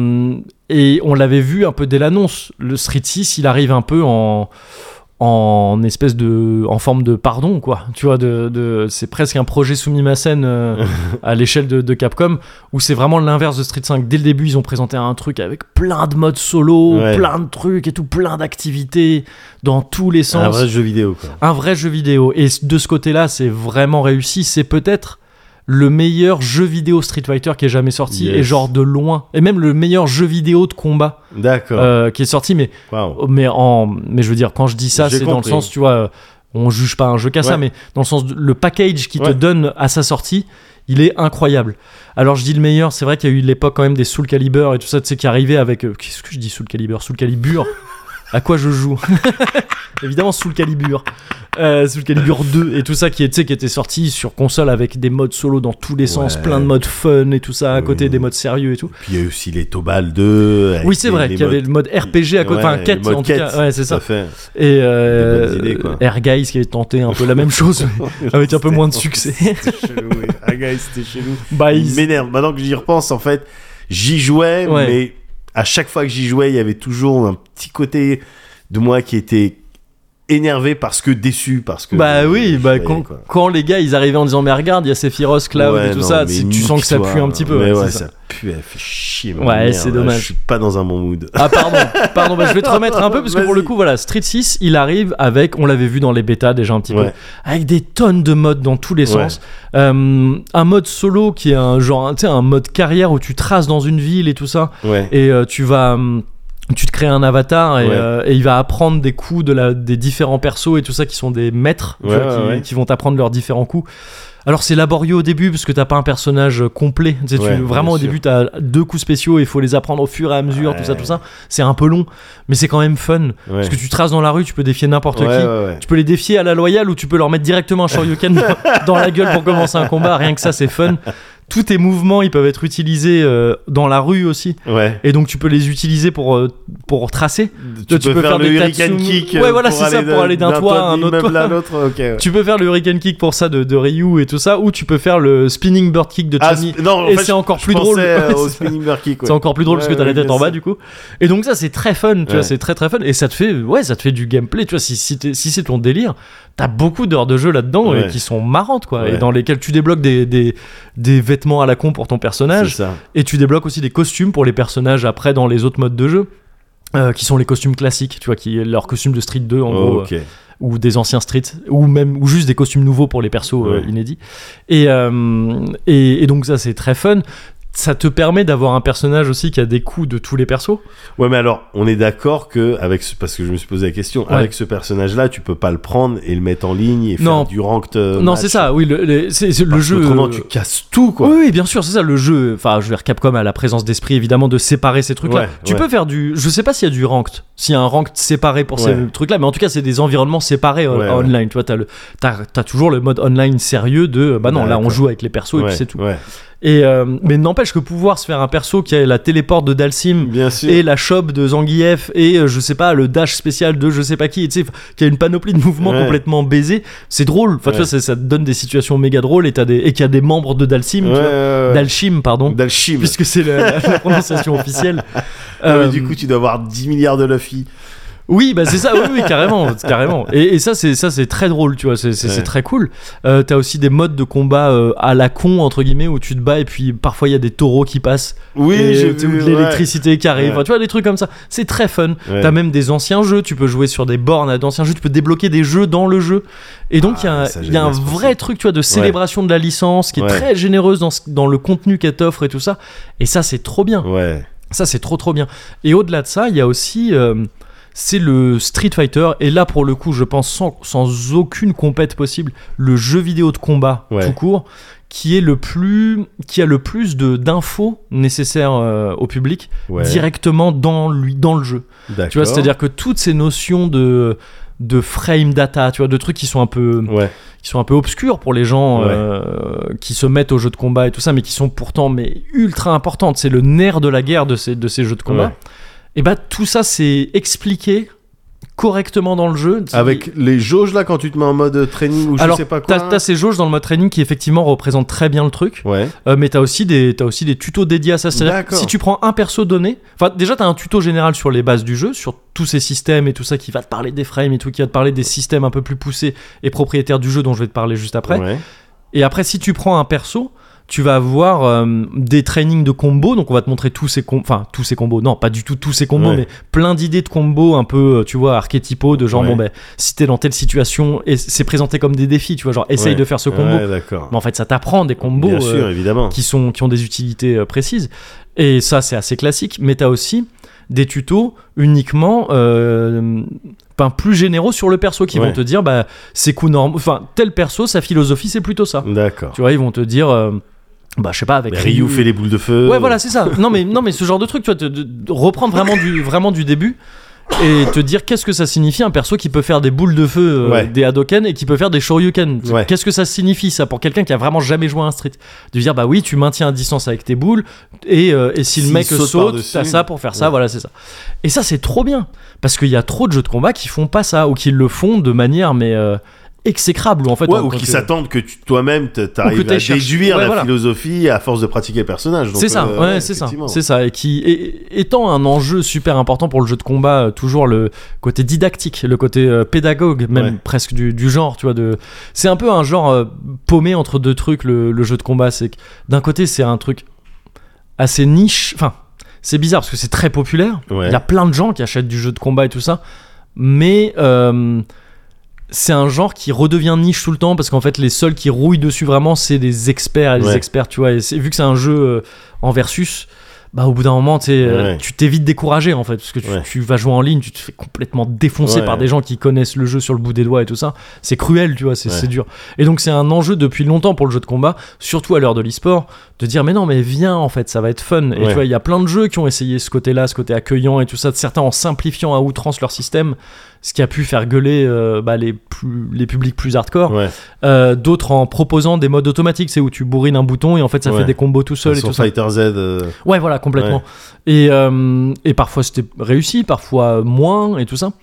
on l'avait vu un peu dès l'annonce. Le Street 6, il arrive un peu en forme de pardon, quoi. Tu vois, c'est presque un projet Sumimasen à l'échelle de Capcom, où c'est vraiment l'inverse de Street 5. Dès le début, ils ont présenté un truc avec plein de modes solo, Ouais. plein de trucs et tout, plein d'activités dans tous les sens. Un vrai jeu vidéo, quoi. Un vrai jeu vidéo. Et de ce côté-là, c'est vraiment réussi. C'est peut-être le meilleur jeu vidéo Street Fighter qui est jamais sorti, Yes. et genre de loin. Et même le meilleur jeu vidéo de combat D'accord. qui est sorti. Mais Waouh. je veux dire, quand je dis ça, J'ai c'est dans le compris. sens, tu vois, on juge pas un jeu qu'à ça, Ouais. mais dans le sens, le package qu'il te Ouais. donne à sa sortie, il est incroyable. Alors je dis le meilleur, c'est vrai qu'il y a eu l'époque quand même des Soul Calibur et tout ça, tu sais, qui arrivait avec... qu'est-ce que je dis Soul Calibur À quoi je joue? Évidemment Soul Calibur. Soul Calibur 2 et tout ça qui était sorti sur console avec des modes solo dans tous les sens, plein de modes fun et tout ça, à côté des modes sérieux et tout. Puis il y a aussi les Tobal 2. Oui, c'est vrai qu'il y avait le mode RPG à côté, enfin quête en tout cas. Ouais, c'est ça. Fait. Et idées, quoi. Air Guys qui avait tenté un peu la même chose, mais avec un peu moins de succès. C'était chelou, oui. Air Guys, c'était chelou. Bah, il m'énerve. Maintenant que j'y repense, en fait, j'y jouais, mais à chaque fois que j'y jouais, il y avait toujours un petit côté de moi qui était énervé parce que bah oui, quand les gars ils arrivaient en disant mais regarde il y a Sephiroth Cloud et tout ça, tu sens que ça pue un petit peu. Mais ça pue, elle fait chier. Ouais, c'est dommage. Je suis pas dans un bon mood. Ah pardon, bah, je vais te remettre un peu parce que pour le coup voilà, Street 6 il arrive avec, on l'avait vu dans les bêtas déjà un petit peu, avec des tonnes de modes dans tous les sens. Un mode solo qui est un genre, tu sais, un mode carrière où tu traces dans une ville et tout ça, et tu te crées un avatar et il va apprendre des coups des différents persos et tout ça qui sont des maîtres qui vont t'apprendre leurs différents coups. Alors c'est laborieux au début parce que t'as pas un personnage complet. Tu sais, vraiment au début t'as 2 coups spéciaux et il faut les apprendre au fur et à mesure, tout ça. C'est un peu long, mais c'est quand même fun. Parce que tu traces dans la rue, tu peux défier n'importe qui. Tu peux les défier à la loyale ou tu peux leur mettre directement un shoryuken dans la gueule pour commencer un combat. Rien que ça c'est fun. Tous tes mouvements ils peuvent être utilisés dans la rue aussi, et donc tu peux les utiliser pour tracer. Tu peux faire le Hurricane Kick pour aller d'un toit à un autre toit. Tu peux faire le Hurricane Kick pour ça de Ryu et tout ça, ou tu peux faire le Spinning Bird Kick de Chun-Li, et c'est encore plus drôle. Au Spinning Bird Kick, c'est encore plus drôle parce que t'as la tête en bas du coup, et donc ça c'est très fun, tu vois, c'est très très fun, et ça te fait du gameplay, tu vois, si c'est ton délire, t'as beaucoup d'heures de jeu là-dedans qui sont marrantes quoi, et dans lesquelles tu débloques des vêtements à la con pour ton personnage, et tu débloques aussi des costumes pour les personnages après dans les autres modes de jeu, qui sont les costumes classiques, tu vois, qui est leur costume de Street 2 en gros, ou des anciens Street, ou juste des costumes nouveaux pour les persos inédits, et donc ça c'est très fun. Ça te permet d'avoir un personnage aussi qui a des coups de tous les persos. Ouais, mais alors, on est d'accord que, parce que je me suis posé la question, avec ce personnage-là, tu peux pas le prendre et le mettre en ligne et faire du ranked Non, match. C'est ça, oui, c'est le jeu. Autrement, tu casses tout, quoi. Oui, bien sûr, c'est ça, le jeu. Enfin, je veux dire, Capcom a la présence d'esprit, évidemment, de séparer ces trucs-là. Tu peux faire je sais pas s'il y a du ranked, s'il y a un ranked séparé pour ces trucs-là, mais en tout cas, c'est des environnements séparés online. Tu vois, t'as toujours le mode online sérieux de, là, on joue avec les persos et puis c'est tout. Mais n'empêche que pouvoir se faire un perso qui a la téléport de Dalsim et la chope de Zangief et je sais pas, le dash spécial de je sais pas qui, tu sais, qui a une panoplie de mouvements complètement baisés, c'est drôle. Enfin, tu vois, ça te donne des situations méga drôles, et qu'il y a des membres de Dalsim, Dalshim, puisque c'est la prononciation officielle. Mais du coup, tu dois avoir 10 milliards de Luffy. Oui, bah c'est ça, oui, carrément. Et ça c'est très drôle, tu vois, c'est très cool. T'as aussi des modes de combat à la con entre guillemets où tu te bats et puis parfois il y a des taureaux qui passent. Oui, j'ai vu, ou de l'électricité qui arrive. Enfin, tu vois, des trucs comme ça. C'est très fun. T'as même des anciens jeux. Tu peux jouer sur des bornes d'anciens jeux. Tu peux débloquer des jeux dans le jeu. Et donc il y a un vrai truc, tu vois, de célébration de la licence qui est très généreuse dans le contenu qu'elle t'offre et tout ça. Et ça c'est trop bien. Ça c'est trop bien. Et au-delà de ça, il y a aussi c'est le Street Fighter, et là pour le coup je pense sans aucune compète possible, le jeu vidéo de combat tout court qui a le plus d'infos nécessaires au public directement dans le jeu. D'accord. Tu vois, c'est-à-dire que toutes ces notions de frame data, tu vois, de trucs qui sont un peu obscurs pour les gens qui se mettent au jeu de combat et tout ça, mais qui sont pourtant ultra importantes. C'est le nerf de la guerre de ces jeux de combat. Et bah tout ça c'est expliqué correctement dans le jeu. Avec les jauges là quand tu te mets en mode training ou je sais pas quoi. T'as ces jauges dans le mode training qui effectivement représentent très bien le truc. Mais t'as aussi des tutos dédiés à ça. C'est-à-dire que si tu prends un perso donné, enfin déjà t'as un tuto général sur les bases du jeu, sur tous ces systèmes et tout ça qui va te parler des frames et tout, qui va te parler des systèmes un peu plus poussés et propriétaires du jeu dont je vais te parler juste après. Et après si tu prends un perso, tu vas avoir des trainings de combos, donc on va te montrer tous ces combos, non pas du tout tous ces combos, mais plein d'idées de combos un peu, tu vois, archétypaux, de genre si t'es dans telle situation, et c'est présenté comme des défis, tu vois, genre essaye de faire ce combo, mais en fait ça t'apprend des combos bien sûr, évidemment. qui ont des utilités précises, et ça c'est assez classique. Mais t'as aussi des tutos uniquement plus généraux sur le perso qui vont te dire c'est coup normal, enfin tel perso sa philosophie c'est plutôt ça, tu vois, ils vont te dire je sais pas, avec Ryu fait les boules de feu. Ouais, voilà, c'est ça. Non mais ce genre de truc, tu vois, de reprendre vraiment du début. et te dire qu'est-ce que ça signifie un perso qui peut faire des boules de feu, des Hadoken, et qui peut faire des Shoryuken. Qu'est-ce que ça signifie ça pour quelqu'un qui a vraiment jamais joué à un Street? De dire bah oui, tu maintiens à distance avec tes boules, et si le mec saute, t'as ça pour faire ça, voilà, c'est ça. Et ça, c'est trop bien, parce qu'il y a trop de jeux de combat qui font pas ça, ou qui le font de manière exécrable, ou en fait ou qui s'attendent que toi-même t'arrives à déduire la philosophie à force de pratiquer le personnage. Donc, c'est ça, c'est ça, et qui étant un enjeu super important pour le jeu de combat, toujours le côté didactique, le côté pédagogue même presque du genre, tu vois, c'est un peu un genre paumé entre deux trucs, le jeu de combat. C'est que d'un côté c'est un truc assez niche, enfin c'est bizarre parce que c'est très populaire, il y a plein de gens qui achètent du jeu de combat et tout ça, mais c'est un genre qui redevient niche tout le temps, parce qu'en fait les seuls qui rouillent dessus vraiment c'est des experts et des experts, tu vois, et vu que c'est un jeu en versus, bah au bout d'un moment tu t'es vite découragé en fait, parce que tu vas jouer en ligne, tu te fais complètement défoncer par des gens qui connaissent le jeu sur le bout des doigts et tout ça, c'est cruel, tu vois, c'est dur. Et donc c'est un enjeu depuis longtemps pour le jeu de combat, surtout à l'heure de l'e-sport, de dire mais non mais viens, en fait ça va être fun. Et tu vois, il y a plein de jeux qui ont essayé ce côté-là, ce côté accueillant et tout ça, certains en simplifiant à outrance leur système, ce qui a pu faire gueuler les publics plus hardcore, d'autres en proposant des modes automatiques, c'est où tu bourrines un bouton et en fait ça fait des combos tout seul, et tout ça. Fighter Z ouais voilà, complètement. Et parfois c'était réussi, parfois moins et tout ça.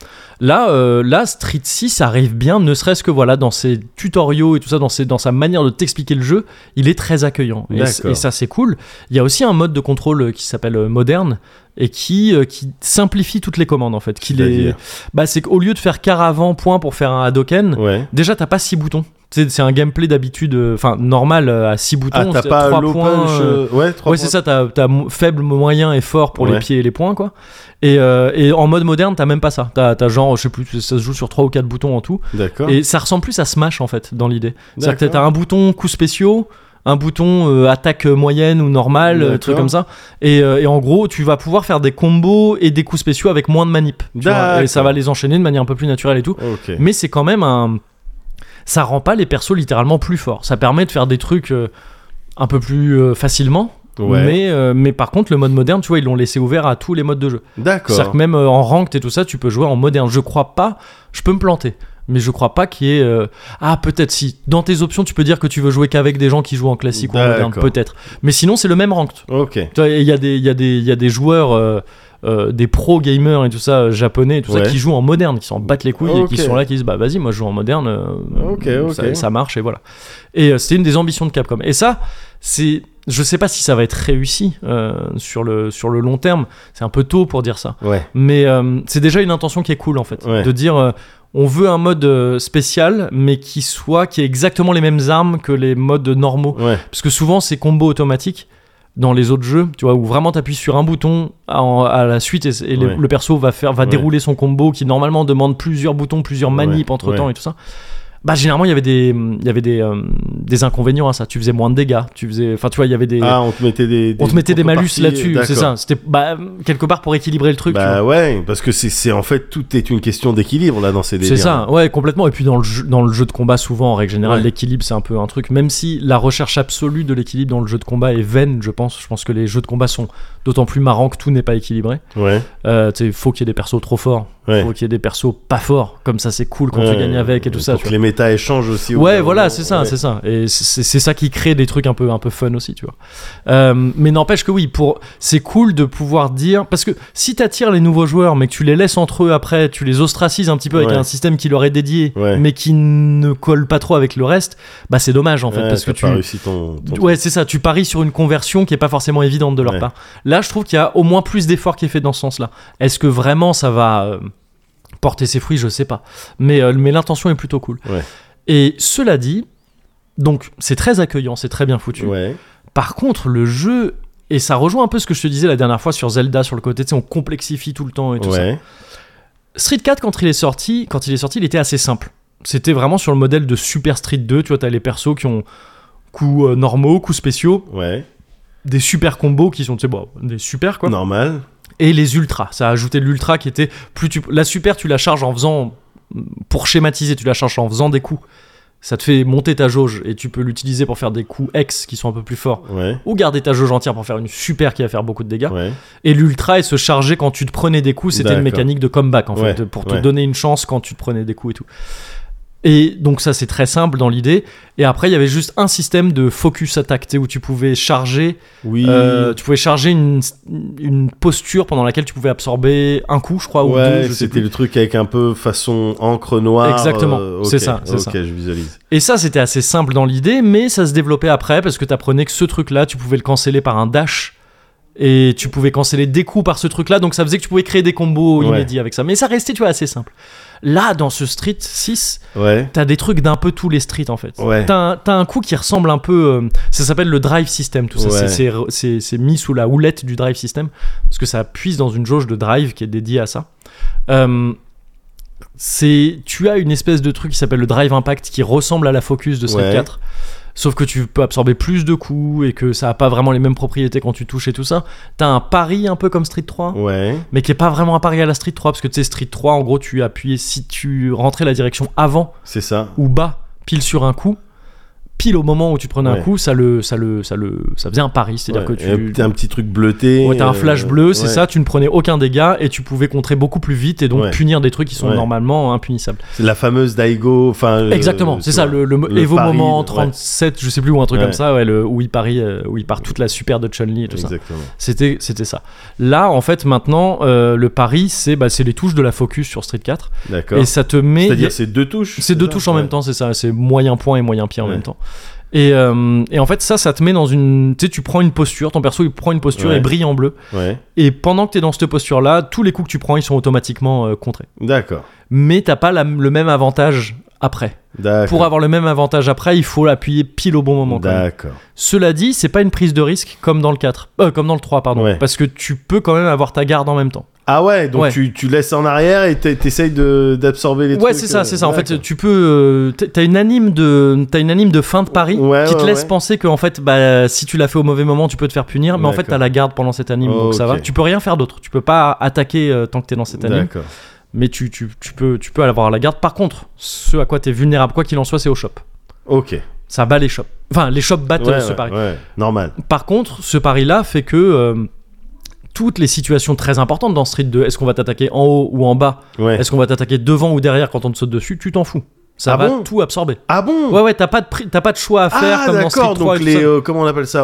Là Street 6 arrive bien, ne serait-ce que voilà, dans ses tutoriaux et tout ça, dans sa manière de t'expliquer le jeu, il est très accueillant, et ça c'est cool. Il y a aussi un mode de contrôle qui s'appelle moderne, et qui simplifie toutes les commandes en fait. C'est qu'au lieu de faire quart avant point pour faire un Hadoken, déjà t'as pas 6 boutons. C'est un gameplay d'habitude, normal à 6 boutons. T'as pas 3 points. 3 points. C'est ça, t'as faible, moyen et fort pour les pieds et les poings, quoi. Et en mode moderne, t'as même pas ça. T'as genre, je sais plus, ça se joue sur 3 ou 4 boutons en tout. D'accord. Et ça ressemble plus à Smash en fait, dans l'idée. C'est-à-dire que t'as un bouton coups spéciaux, un bouton attaque moyenne ou normale, truc comme ça, et en gros tu vas pouvoir faire des combos et des coups spéciaux avec moins de manip, tu vois, et ça va les enchaîner de manière un peu plus naturelle et tout. Mais c'est quand même ça rend pas les persos littéralement plus forts, ça permet de faire des trucs un peu plus facilement. Mais par contre le mode moderne, tu vois, ils l'ont laissé ouvert à tous les modes de jeu. D'accord. C'est-à-dire que même en ranked et tout ça, tu peux jouer en moderne. Je crois pas, je peux me planter, mais je crois pas qu'il y ait peut-être si dans tes options tu peux dire que tu veux jouer qu'avec des gens qui jouent en classique ou en moderne, peut-être, mais sinon c'est le même ranked. Il y a des joueurs des pro gamers et tout ça, japonais et tout ça, qui jouent en moderne, qui s'en battent les couilles et qui sont là, qui disent bah vas-y, moi je joue en moderne, ça marche, et voilà. Et c'est une des ambitions de Capcom, et ça je sais pas si ça va être réussi sur le long terme, c'est un peu tôt pour dire ça, mais c'est déjà une intention qui est cool en fait, de dire on veut un mode spécial, mais qui ait exactement les mêmes armes que les modes normaux, parce que souvent c'est combo automatique dans les autres jeux, tu vois, où vraiment t'appuies sur un bouton à la suite, et le perso va dérouler son combo qui normalement demande plusieurs boutons, plusieurs manips entre temps et tout ça. Bah généralement il y avait des inconvénients à ça, tu faisais moins de dégâts, tu vois, il y avait des on te mettait des malus là-dessus, c'est ça, c'était quelque part pour équilibrer le truc, tu vois. Parce que c'est en fait tout est une question d'équilibre là dans ces délires. C'est ça, complètement. Et puis dans le jeu de combat, souvent en règle générale, l'équilibre c'est un peu un truc, même si la recherche absolue de l'équilibre dans le jeu de combat est vaine, je pense que les jeux de combat sont d'autant plus marrants que tout n'est pas équilibré. Faut qu'il y ait des persos trop forts, faut qu'il y ait des persos pas forts, comme ça c'est cool quand tu gagnes avec et tout ça, pour que les méta échangent aussi. C'est ça, et c'est ça qui crée des trucs un peu fun aussi, tu vois. Mais n'empêche que c'est cool de pouvoir dire, parce que si t'attires les nouveaux joueurs mais que tu les laisses entre eux après, tu les ostracises un petit peu avec un système qui leur est dédié, mais qui ne colle pas trop avec le reste, bah c'est dommage en fait, parce que tu pas réussi ton c'est ça, tu paries sur une conversion qui est pas forcément évidente de leur part. Là je trouve qu'il y a au moins plus d'efforts qui est fait dans ce sens là. Est-ce que vraiment ça va porter ses fruits? Je sais pas, mais l'intention est plutôt cool. Et cela dit, donc c'est très accueillant, c'est très bien foutu. Par contre le jeu, et ça rejoint un peu ce que je te disais la dernière fois sur Zelda, sur le côté, tu sais, on complexifie tout le temps et tout ça. Street 4 quand il est sorti, il était assez simple. C'était vraiment sur le modèle de Super Street 2, tu vois, t'as les persos qui ont coups normaux, coups spéciaux, des super combos qui sont, tu sais, des super quoi. Normal. Et les ultras, ça a ajouté l'ultra qui était la super, tu la charges en faisant, pour schématiser, tu la charges en faisant des coups Ça te fait monter ta jauge et tu peux l'utiliser pour faire des coups X qui sont un peu plus forts. Ouais. Ou garder ta jauge entière pour faire une super qui va faire beaucoup de dégâts. Ouais. Et l'ultra, il se chargeait quand tu te prenais des coups. C'était une D'accord. mécanique de comeback en Ouais, fait, pour te ouais. donner une chance quand tu te prenais des coups et tout. Et donc ça c'est très simple dans l'idée. Et après il y avait juste un système de focus attack, tu sais, où tu pouvais charger, Oui. une posture pendant laquelle tu pouvais absorber un coup, je crois, ou Ouais, deux. Je sais c'était plus. le truc avec un peu façon encre noire. Exactement, ok, c'est ça. Ok, je visualise. Et ça c'était assez simple dans l'idée, mais ça se développait après parce que t'apprenais que ce truc-là, tu pouvais le canceller par un dash. Et tu pouvais canceller des coups par ce truc-là, donc ça faisait que tu pouvais créer des combos Ouais. inédits avec ça. Mais ça restait, tu vois, assez simple. Là, dans ce Street 6, Ouais. t'as des trucs d'un peu tous les streets en fait. Ouais. T'as un coup qui ressemble un peu. Ça s'appelle le drive system, tout ça. Ouais. C'est mis sous la houlette du drive system parce que ça puise dans une jauge de drive qui est dédiée à ça. Tu as une espèce de truc qui s'appelle le drive impact qui ressemble à la focus de Street Ouais. 4. Sauf que tu peux absorber plus de coups et que ça a pas vraiment les mêmes propriétés quand tu touches et tout ça. T'as un pari un peu comme Street 3. Ouais. Mais qui est pas vraiment un pari à la Street 3 parce que tu sais Street 3 en gros tu appuyais si tu rentrais la direction avant C'est ça. ou bas pile sur un coup, pile au moment où tu prenais un Ouais. coup, ça faisait un pari, c'est-à-dire Ouais. que Et t'as un petit truc bleuté. ouais, t'as un flash bleu, c'est ouais. ça, tu ne prenais aucun dégât et tu pouvais contrer beaucoup plus vite et donc Ouais. punir des trucs qui sont Ouais. normalement impunissables. C'est la fameuse Daigo. Enfin. Exactement, c'est tu ça, vois, le Evo pari, moment ouais. 37, je sais plus, ou un truc Ouais. comme ça, ouais, où il parie, où il part toute la super de Chun-Li et tout ça. Exactement. C'était ça. Là, en fait, maintenant, le pari, c'est les touches de la focus sur Street 4 D'accord. et ça te met. C'est-à-dire c'est deux touches. C'est deux ça touches en Ouais. même temps, c'est ça. C'est moyen point et moyen pied en Ouais. même temps. Et en fait, ça te met dans une. Tu sais, tu prends une posture, ton perso il prend une posture Ouais. et brille en bleu. Ouais. Et pendant que t'es dans cette posture-là, tous les coups que tu prends, ils sont automatiquement contrés. D'accord. Mais t'as pas le même avantage après. D'accord. Pour avoir le même avantage après, il faut l'appuyer pile au bon moment. quand même. D'accord. Cela dit, c'est pas une prise de risque comme dans le 4. Comme dans le 3, pardon. Ouais. Parce que tu peux quand même avoir ta garde en même temps. Ah ouais, donc Ouais. tu laisses en arrière et t'essayes d'absorber les trucs. Ouais, c'est ça. En fait, d'accord. tu peux. T'as une anime de fin de pari Ouais, qui te ouais, laisse ouais. penser que en fait, si tu l'as fait au mauvais moment, tu peux te faire punir. Mais en fait, D'accord. t'as la garde pendant cette anime, donc ça Ok. va. Tu peux rien faire d'autre. Tu peux pas attaquer tant que t'es dans cette anime. D'accord. Mais tu peux avoir la garde. Par contre, ce à quoi t'es vulnérable, quoi qu'il en soit, c'est au shop. Ok. Ça bat les shops. Enfin, les shops battent Ouais, ce ouais, pari. ouais. Normal. Par contre, ce pari-là fait que toutes les situations très importantes dans Street 2, est-ce qu'on va t'attaquer en haut ou en bas, Ouais. est-ce qu'on va t'attaquer devant ou derrière quand on te saute dessus, tu t'en fous. Ça Ah va bon tout absorber. Ah bon? Ouais, t'as pas de choix à faire Ah comme dans Street d'accord, 3 donc et tout les ça. comment on appelle ça,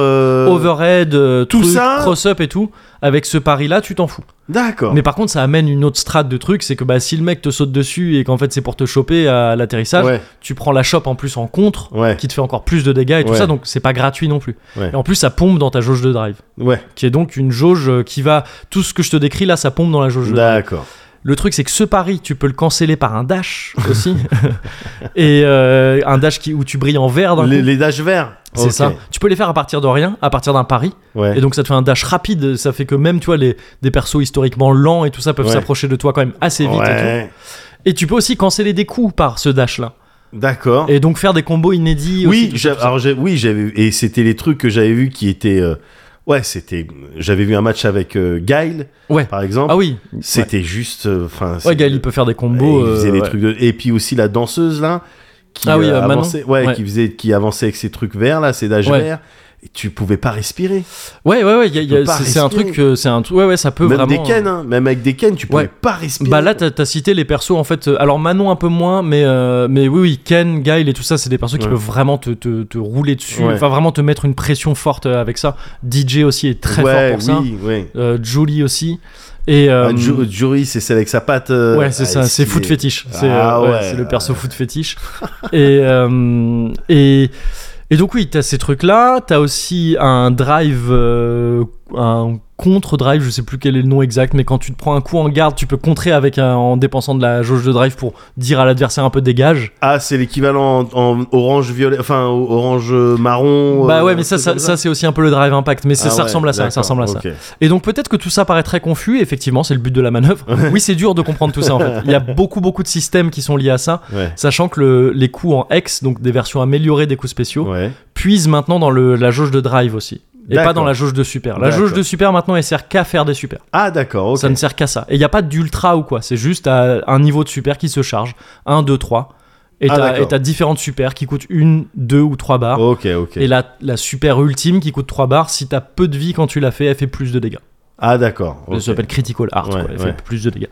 Overhead, tout truc, ça cross-up et tout. Avec ce pari-là, tu t'en fous. D'accord. Mais par contre, ça amène une autre strate de trucs, c'est que si le mec te saute dessus et qu'en fait c'est pour te choper à l'atterrissage, Ouais. tu prends la chope en plus en contre, Ouais. qui te fait encore plus de dégâts et tout Ouais. ça, donc c'est pas gratuit non plus. Ouais. Et en plus, ça pompe dans ta jauge de drive, Ouais. qui est donc une jauge qui va. Tout ce que je te décris là, ça pompe dans la jauge de drive. D'accord. Le truc, c'est que ce pari, tu peux le canceller par un dash aussi. Et un dash où tu brilles en vert d'un coup. Les dashs verts. C'est Ok. ça. Tu peux les faire à partir de rien, à partir d'un pari. Ouais. Et donc ça te fait un dash rapide. Ça fait que même, tu vois, des persos historiquement lents et tout ça peuvent Ouais. s'approcher de toi quand même assez vite et tout. Ouais. Et tu peux aussi canceller des coups par ce dash-là. D'accord. Et donc faire des combos inédits Oui, aussi. j'avais vu, et c'était les trucs que j'avais vu qui étaient j'avais vu un match avec Guile Ouais. par exemple. Ah oui. C'était juste enfin Ouais, Gaël, il peut faire des combos. il faisait des ouais. trucs et puis aussi la danseuse là qui Ah oui, Manon. avançait Ouais. qui avançait avec ses trucs verts là, ses dash Ouais. verts, et tu pouvais pas respirer. Ouais. peux pas C'est un respirer. truc. Ouais, ça peut Même vraiment. des Ken hein, même avec des Ken, tu pouvais Ouais. pas respirer. Bah là, t'as cité les persos en fait. Alors Manon un peu moins, mais oui, Ken, Guile et tout ça, c'est des persos qui Ouais. peuvent vraiment te rouler dessus. Ouais. Enfin, vraiment te mettre une pression forte avec ça. DJ aussi est très fort pour ça. Oui. Julie aussi. Et Jury, c'est celle avec sa patte. ouais, c'est ça, c'est foot fétiche. C'est c'est le perso foot fétiche. Et donc oui, t'as ces trucs-là. T'as aussi un drive, un contre-drive, je sais plus quel est le nom exact, mais quand tu te prends un coup en garde, tu peux contrer en dépensant de la jauge de drive pour dire à l'adversaire un peu dégage. Ah, c'est l'équivalent en orange violet, enfin orange marron. Bah ouais, mais ça comme c'est aussi un peu le drive impact, mais ça Ah ouais, ressemble à ça, ça ressemble à ça. ok. Et donc peut-être que tout ça paraît très confus, effectivement, c'est le but de la manœuvre. Oui, c'est dur de comprendre tout ça en fait. Il y a beaucoup de systèmes qui sont liés à ça, Ouais. sachant que les coups en X, donc des versions améliorées des coups spéciaux, Ouais. puisent maintenant dans la jauge de drive aussi. Et pas D'accord. dans la jauge de super. La D'accord. jauge de super maintenant elle sert qu'à faire des super. Ah d'accord, ok. Ça ne sert qu'à ça. Et il n'y a pas d'ultra ou quoi. C'est juste à un niveau de super qui se charge. 1, 2, 3. Et Ah, d'accord. t'as différentes super qui coûtent 1, 2 ou 3 barres. Ok. Et la super ultime qui coûte 3 barres, si t'as peu de vie quand tu l'as fait, elle fait plus de dégâts. Ah, d'accord. Ça ok. s'appelle Critical Art, Ouais, quoi. Elle ouais. fait plus de dégâts.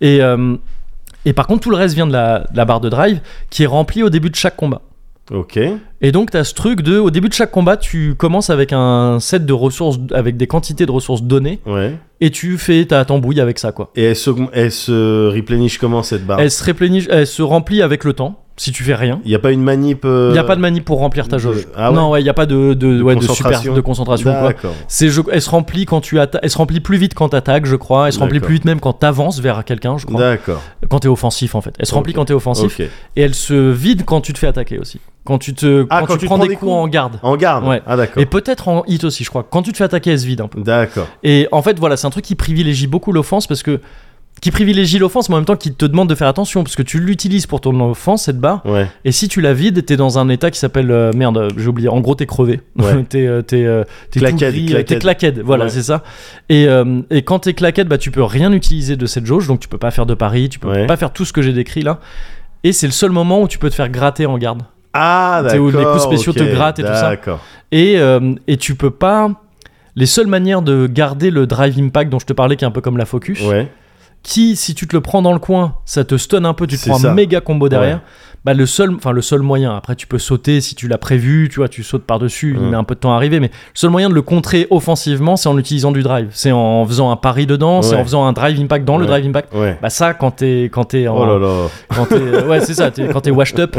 Et par contre, tout le reste vient de la barre de drive qui est remplie au début de chaque combat. Ok. Et donc, tu as ce truc au début de chaque combat, tu commences avec un set de ressources, avec des quantités de ressources données, Ouais. et tu fais ta tambouille avec ça, quoi. Et elle se replenish comment cette barre? Elle se remplit avec le temps, si tu fais rien. Il n'y a pas une manip. Il n'y a pas de manip pour remplir ta jauge. Ah ouais. Non, ouais, il n'y a pas de concentration. super de concentration, quoi. D'accord. Elle se remplit quand tu attaques, elle se remplit plus vite quand tu attaques, je crois. Elle se remplit D'accord. plus vite même quand tu avances vers quelqu'un, je crois. D'accord. Quand tu es offensif, en fait. Elle se remplit Ok. quand tu es offensif. Ok. Et elle se vide quand tu te fais attaquer aussi. Quand tu prends des coups en garde. En garde. Ouais. Ah, d'accord. Et peut-être en hit aussi, je crois. Quand tu te fais attaquer, elle se vide un peu. D'accord. Et en fait, voilà, c'est un truc qui privilégie beaucoup l'offense parce que. Qui privilégie l'offense, mais en même temps qui te demande de faire attention parce que tu l'utilises pour ton offense, cette barre. Ouais. Et si tu la vides, t'es dans un état qui s'appelle. Merde, j'ai oublié. En gros, t'es crevé. Ouais. t'es Claquette, tout gris, claquette. t'es claquette. Voilà, Ouais. c'est ça. Et quand t'es claquette, bah, tu peux rien utiliser de cette jauge. Donc tu peux pas faire de pari, tu peux Ouais. pas faire tout ce que j'ai décrit là. Et c'est le seul moment où tu peux te faire gratter en garde. Ah, Tu sais, d'accord. où les coups spéciaux ok. te grattent et tout ça. D'accord. Et tu peux pas. Les seules manières de garder le drive impact dont je te parlais, qui est un peu comme la focus, Ouais. qui, si tu te le prends dans le coin, ça te stun un peu, tu te C'est prends ça. un méga combo derrière. Ouais. Bah le seul moyen, après tu peux sauter si tu l'as prévu, tu vois, tu sautes par-dessus, il met un peu de temps à arriver, mais le seul moyen de le contrer offensivement, c'est en utilisant du drive. C'est en faisant un pari dedans, c'est Ouais. en faisant un drive impact dans le Ouais. drive impact. Ouais. Bah ça, quand t'es en... Oh là là. Quand t'es, ouais, c'est ça, quand t'es washed up,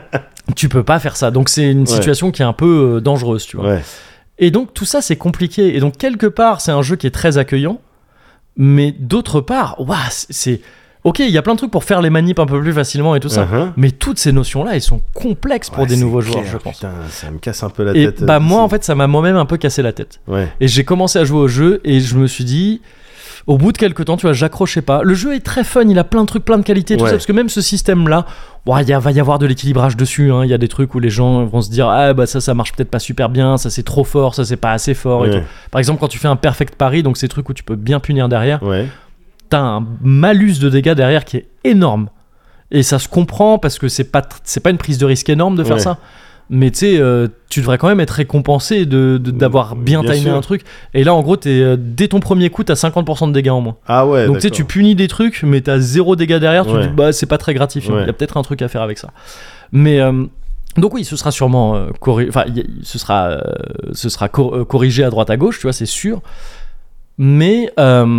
tu peux pas faire ça. Donc c'est une situation qui est un peu dangereuse, tu vois. Ouais. Et donc tout ça c'est compliqué. Et donc quelque part c'est un jeu qui est très accueillant, mais d'autre part, c'est ok, il y a plein de trucs pour faire les manips un peu plus facilement et tout ça. Uh-huh. Mais toutes ces notions-là, elles sont complexes pour Ouais, des c'est nouveaux clair, joueurs, je pense. Putain, ça me casse un peu la Et tête. bah moi en fait ça m'a moi-même un peu cassé la tête. Ouais. Et j'ai commencé à jouer au jeu et je me suis dit, au bout de quelques temps, tu vois, j'accrochais pas. Le jeu est très fun, il a plein de trucs, plein de qualités, tout Ouais. ça, parce que même ce système-là, va y avoir de l'équilibrage dessus. Il y a des trucs où les gens vont se dire, ah bah ça marche peut-être pas super bien, ça c'est trop fort, ça c'est pas assez fort. Et Ouais. tout. Par exemple, quand tu fais un perfect pari, donc ces trucs où tu peux bien punir derrière, Ouais. t'as un malus de dégâts derrière qui est énorme. Et ça se comprend parce que c'est pas une prise de risque énorme de faire Ouais. ça. Mais tu sais, tu devrais quand même être récompensé d'avoir bien Bien timé sûr. un truc. Et là, en gros, dès ton premier coup, t'as 50% de dégâts en moins. Ah ouais. Donc tu sais, d'accord. tu punis des trucs, mais t'as 0 dégâts derrière. Tu te Ouais. dis, bah, c'est pas très gratifiant. Il Ouais. y a peut-être un truc à faire avec ça. Mais. Donc oui, ce sera sûrement ce sera corrigé à droite à gauche, tu vois, c'est sûr. Mais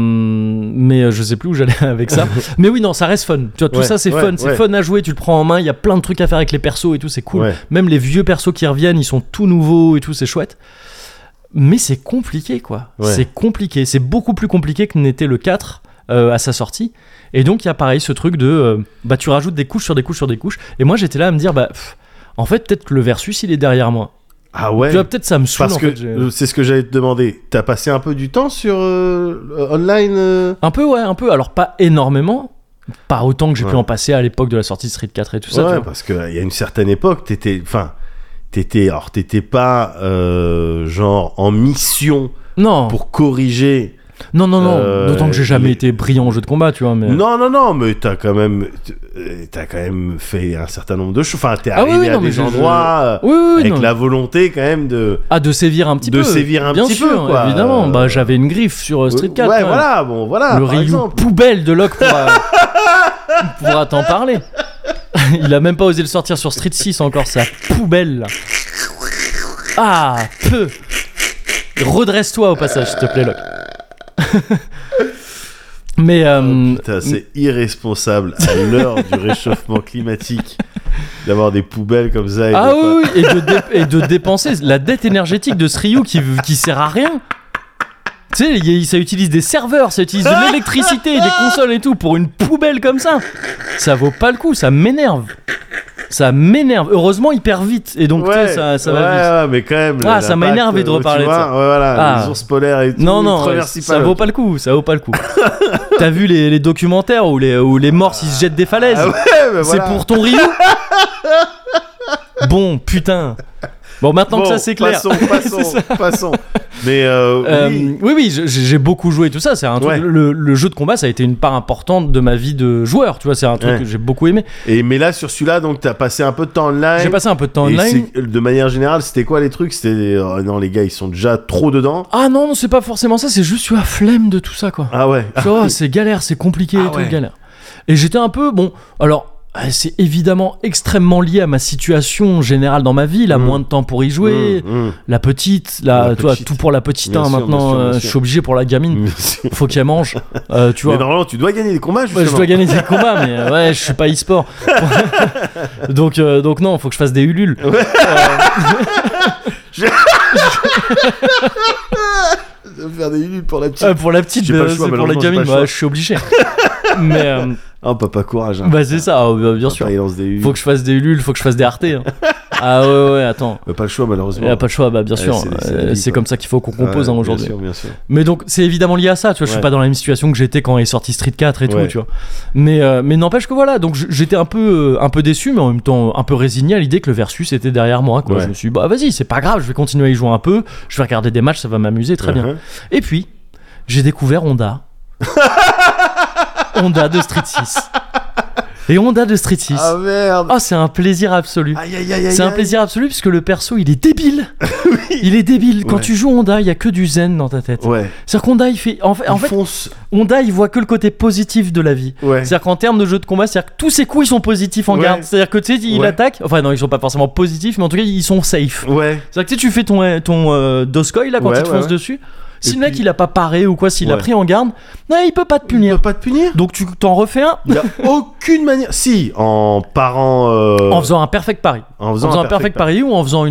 je sais plus où j'allais avec ça. Mais oui, non, ça reste fun. Tu vois, tout Ouais, ça c'est ouais, fun, c'est ouais. fun à jouer. Tu le prends en main. Il y a plein de trucs à faire avec les persos et tout, c'est cool. Ouais. Même les vieux persos qui reviennent, ils sont tout nouveaux et tout, c'est chouette. Mais c'est compliqué, quoi. Ouais. C'est compliqué. C'est beaucoup plus compliqué que n'était le 4 à sa sortie. Et donc il y a pareil ce truc de bah tu rajoutes des couches sur des couches sur des couches. Et moi j'étais là à me dire en fait peut-être que le versus il est derrière moi. Ah ouais. Tu vois, peut-être ça me saoule Parce en que fait. J'ai- c'est ce que j'allais te demander. T'as passé un peu du temps sur online Un peu, ouais, un peu. Alors, pas énormément. Pas autant que j'ai pu Ouais. en passer à l'époque de la sortie de Street 4 et tout ça. tu Ouais, vois. parce qu'il y a une certaine époque, t'étais pas genre en mission Non, pour corriger. non. D'autant que j'ai jamais les- été brillant au jeu de combat, tu vois. Mais... Non, mais t'as quand même fait un certain nombre de choses. Enfin, t'es Ah oui, arrivé oui, à non, mais des je- endroits Oui, oui, avec non. la volonté quand même de. Ah, de sévir un petit De peu. sévir un bien petit sûr, peu, quoi. évidemment. Bah, j'avais une griffe sur Street 4. Ouais, quand même. voilà, bon, voilà. Le par Ryu exemple. poubelle de Locke pourra t'en parler. Il a même pas osé le sortir sur Street 6 encore, sa poubelle là. Ah, peu. Redresse-toi au passage, s'il te plaît, Locke. Mais Putain, c'est irresponsable à l'heure du réchauffement climatique d'avoir des poubelles comme ça. Et ah de pas- oui, et de dépenser la dette énergétique de ce Ryu qui sert à rien. Tu sais, ça utilise des serveurs, ça utilise de l'électricité, des consoles et tout pour une poubelle comme ça. Ça vaut pas le coup, ça m'énerve. Ça m'énerve. Heureusement, il perd vite et donc tu sais, ça va vite. Ouais, mais quand même. Ah, ça m'a l'impact, énervé de reparler tu de vois, ça. Ouais, voilà, Ah. les ours polaires et tout. Non, ils te remercient ça pas, vaut Locke. pas le coup, ça vaut pas le coup. T'as vu les documentaires où les morses ils se jettent des falaises. Ah ouais, mais C'est voilà. pour ton Ryu. Bon, putain. Bon, maintenant que ça c'est clair. Passons. Mais oui, j'ai beaucoup joué tout ça. C'est un truc. Ouais. Le jeu de combat, ça a été une part importante de ma vie de joueur. Tu vois, c'est un truc que j'ai beaucoup aimé. mais là, sur celui-là, donc t'as passé un peu de temps online. J'ai passé un peu de temps Et online. de manière générale, c'était quoi les trucs? C'était non, les gars, ils sont déjà trop dedans. Ah non, c'est pas forcément ça. C'est juste tu as flemme de tout ça, quoi. Ah ouais. Tu vois, c'est galère, c'est compliqué et tout, ouais. galère. Et j'étais un peu bon. Alors. C'est évidemment extrêmement lié à ma situation générale dans ma vie, moins de temps pour y jouer, la petite, toi, tout pour la petite, Bien sûr, maintenant bien sûr. Je suis obligé pour la gamine, faut qu'elle mange, tu vois. Mais normalement, tu dois gagner des combats, justement. Ouais, je dois gagner des combats, mais ouais, je suis pas e-sport. donc non, faut que je fasse des ulules. Ouais. Je vais faire des minutes pour la petite. Pour la petite, J'ai pas le choix, c'est pour la malheureusement, j'ai gamine, pas le choix. je suis obligé. Mais Oh, papa, courage. Hein. bah c'est ça, bien sûr. Papa, il lance des Faut que je fasse des ulules, faut que je fasse des artés. Hein. Ah ouais, attends. Pas le choix, malheureusement. Il n'y a pas le choix, bah bien sûr. c'est la vie, C'est quoi. comme ça qu'il faut qu'on compose aujourd'hui. Bien sûr. Mais donc c'est évidemment lié à ça, tu vois, je suis Ouais. pas dans la même situation que j'étais quand est sorti Street 4 et tout, Ouais. tu vois. Mais n'empêche que voilà, donc j'étais un peu déçu, mais en même temps un peu résigné à l'idée que le versus était derrière moi, quoi. Ouais. Je me suis dit, bah vas-y, c'est pas grave, je vais continuer à y jouer un peu, je vais regarder des matchs, ça va m'amuser très bien. Et puis j'ai découvert Honda. Honda de Street 6. Et Honda de Street 6. Ah merde. Oh, c'est un plaisir absolu. Aïe. C'est un plaisir absolu puisque le perso il est débile. Il est débile. Quand Ouais. tu joues Honda, il y a que du zen dans ta tête. Ouais. C'est-à-dire qu'Honda il fait. En fait, fonce. Honda il voit que le côté positif de la vie. Ouais. C'est-à-dire qu'en termes de jeu de combat, c'est-à-dire que tous ses coups ils sont positifs en Ouais. garde. C'est-à-dire que tu sais, il Ouais. attaque. Enfin, non, ils sont pas forcément positifs, mais en tout cas, ils sont safe. Ouais. C'est-à-dire que tu sais, tu fais ton Doskoy là quand Ouais, il te ouais, fonce ouais. dessus. Si Et le mec puis- il a pas paré ou quoi, s'il a Ouais. pris en garde, non, il peut pas te Il punir. peut pas te punir. Donc tu t'en refais un Il y a aucune manière. Si, en parant. en faisant un perfect parry. En En faisant un perfect parry ou en faisant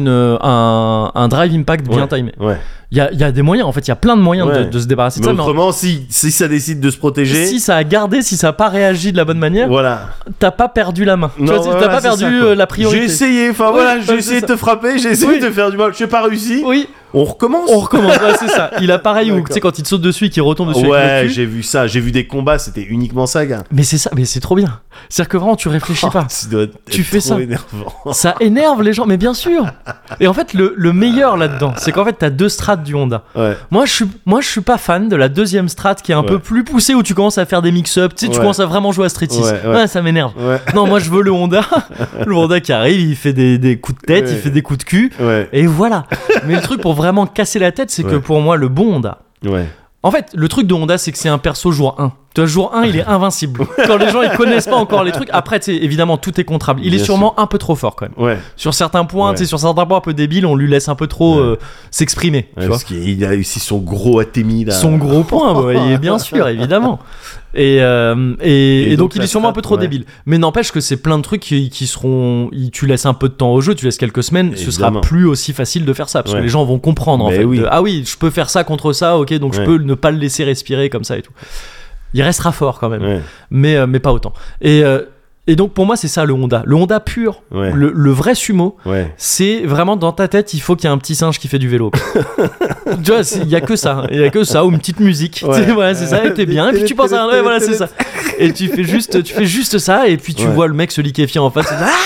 un drive impact bien timé. Ouais. Il y a des moyens, en fait, il y a plein de moyens Ouais. de se débarrasser de Mais ça. Mais autrement, si ça décide de se protéger. si ça a gardé, si ça a pas réagi de la bonne manière, Voilà. t'as pas perdu la main. Tu vois, voilà, t'as pas c'est perdu ça, quoi. la priorité. J'ai essayé, enfin Oui, voilà, j'ai ouais, essayé c'est de te frapper, j'ai essayé Oui. de te faire du mal, j'ai pas réussi. Oui, On recommence. on recommence. Ouais, c'est ça. Il a pareil où, D'accord. tu sais, quand il te saute dessus et qu'il retombe dessus avec Ouais, le cul. j'ai vu ça, j'ai vu des combats, c'était uniquement ça, gars. Mais c'est ça, mais c'est trop bien. C'est-à-dire que vraiment, tu réfléchis pas. Ça doit être Tu fais trop ça. énervant. Ça énerve les gens, mais bien sûr. Et en fait, le meilleur là-dedans, c'est qu'en fait, t'as deux strates du Honda. Ouais. Moi, je suis pas fan de la deuxième strat qui est un Ouais. peu plus poussée où tu commences à faire des mix-up. Tu sais, tu Ouais. commences à vraiment jouer à Street 6. Ouais. Ça m'énerve. Ouais. Non, moi, je veux le Honda. Le Honda qui arrive, il fait des coups de tête, Ouais. il fait des coups de cul. Ouais. Et voilà. Mais le truc pour vraiment casser la tête, c'est que Ouais. pour moi, le bon Honda. Ouais. En fait, le truc de Honda, c'est que c'est un perso jour 1. Tu vois, jour 1, il est invincible. Quand les gens ils connaissent pas encore les trucs, après, tu sais, évidemment, tout est contrable. Il est Bien sûrement un peu trop fort quand même. Ouais. Sur certains points, Ouais. tu sais, sur certains points un peu débiles, on lui laisse un peu trop Ouais. s'exprimer. Tu Ouais, vois. parce qu'il a aussi son gros Atemi là. Son gros point, ouais, bien sûr, évidemment. Et donc il la est sûrement un strat, peu trop ouais. débile. Mais n'empêche que c'est plein de trucs qui seront. Tu laisses un peu de temps au jeu, tu laisses quelques semaines, ce sera Évidemment. plus aussi facile de faire ça. Parce que Ouais. les gens vont comprendre en Mais fait. oui. Ah oui, je peux faire ça contre ça, ok, donc je Ouais. peux ne pas le laisser respirer comme ça et tout. Il restera fort quand même, Ouais. mais pas autant. Et donc pour moi, c'est ça le Honda. Le Honda pur, Ouais. le vrai sumo. Ouais. C'est vraiment dans ta tête, il faut qu'il y ait un petit singe qui fait du vélo. Tu vois, il y a que ça, ou une petite musique. Ouais. Tu sais, voilà, c'est ça, et t'es bien. Et puis tu penses à ouais, voilà, c'est ça. Et tu fais juste ça, et puis tu Ouais. vois le mec se liquéfier en face.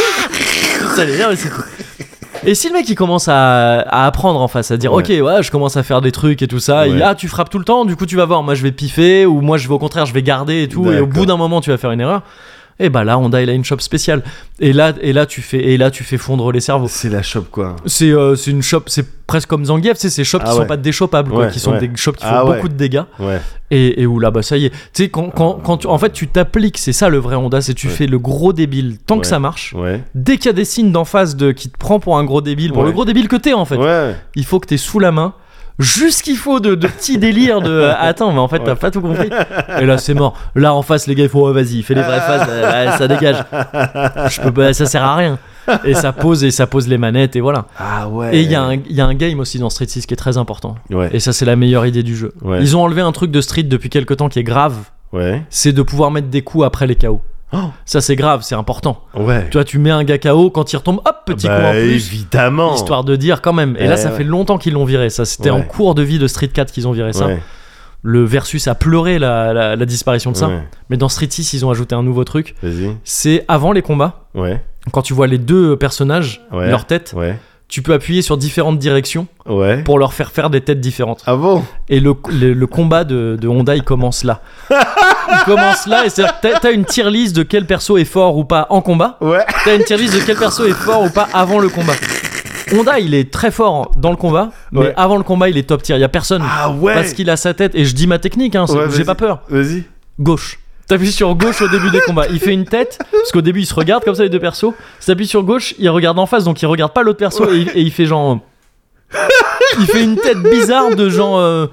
Ça l'énerve, et c'est tout. Et si le mec il commence à apprendre en face, à dire Ouais. ok ouais je commence à faire des trucs et tout ça, Ouais. tu frappes tout le temps, du coup tu vas voir, moi je vais piffer, ou moi je vais au contraire je vais garder et tout, et au D'accord. bout d'un moment tu vas faire une erreur. Et bah là Honda il a une shop spéciale. Et là tu fais fondre les cerveaux. C'est la shop quoi. C'est une shop, c'est presque comme Zangief, tu sais, ces shops Ah qui sont ouais. pas déchoppables, quoi, Ouais, qui sont ouais. des shops qui font Ah ouais. beaucoup de dégâts. Ouais. Et où là, bah ça y est. Tu sais, quand tu, en fait, tu t'appliques, c'est ça le vrai Honda, c'est tu Ouais. fais le gros débile tant que Ouais. ça marche. Ouais. Dès qu'il y a des signes d'en face qui te prend pour un gros débile, pour Ouais. le gros débile que t'es en fait, Ouais. il faut que t'aies sous la main. Juste qu'il faut de petits délires de attends mais en fait t'as pas tout compris et là c'est mort, là en face les gars ils font vas-y fais les vraies phases, là, ça dégage, je peux pas, ça sert à rien, et ça pose les manettes et voilà. Ah ouais. Et il y a un game aussi dans Street 6 qui est très important, Ouais. et ça c'est la meilleure idée du jeu. Ouais. Ils ont enlevé un truc de Street depuis quelques temps qui est grave, Ouais. c'est de pouvoir mettre des coups après les KO. Oh. Ça c'est grave, c'est important. Ouais. Tu vois, tu mets un gars KO, quand il retombe hop petit coup en plus, évidemment. histoire de dire quand même. Et là, Ouais, ça ouais. fait longtemps qu'ils l'ont viré. Ça, c'était Ouais. en cours de vie de Street 4 qu'ils ont viré ça. Ouais. Le Versus a pleuré la disparition de ça. Ouais. Mais dans Street 6, ils ont ajouté un nouveau truc. Vas-y. C'est avant les combats, Ouais. quand tu vois les deux personnages, Ouais. leur tête, Ouais. tu peux appuyer sur différentes directions Ouais. pour leur faire des têtes différentes. Ah bon? Et le combat de Honda, il commence là. Il commence là, et c'est-à-dire que t'as une tier list de quel perso est fort ou pas en combat. Ouais. T'as une tier list de quel perso est fort ou pas avant le combat. Honda, il est très fort dans le combat, mais Ouais. avant le combat, il est top tier. Il y a personne. Ah ouais. Parce qu'il a sa tête, et je dis ma technique, hein, Ouais, j'ai vas-y. pas peur. Vas-y. Gauche. T'appuies sur gauche au début des combats. Il fait une tête, parce qu'au début, il se regarde comme ça, les deux persos. S'appuie sur gauche, il regarde en face, donc il regarde pas l'autre perso, et il fait genre. Il fait une tête bizarre de genre.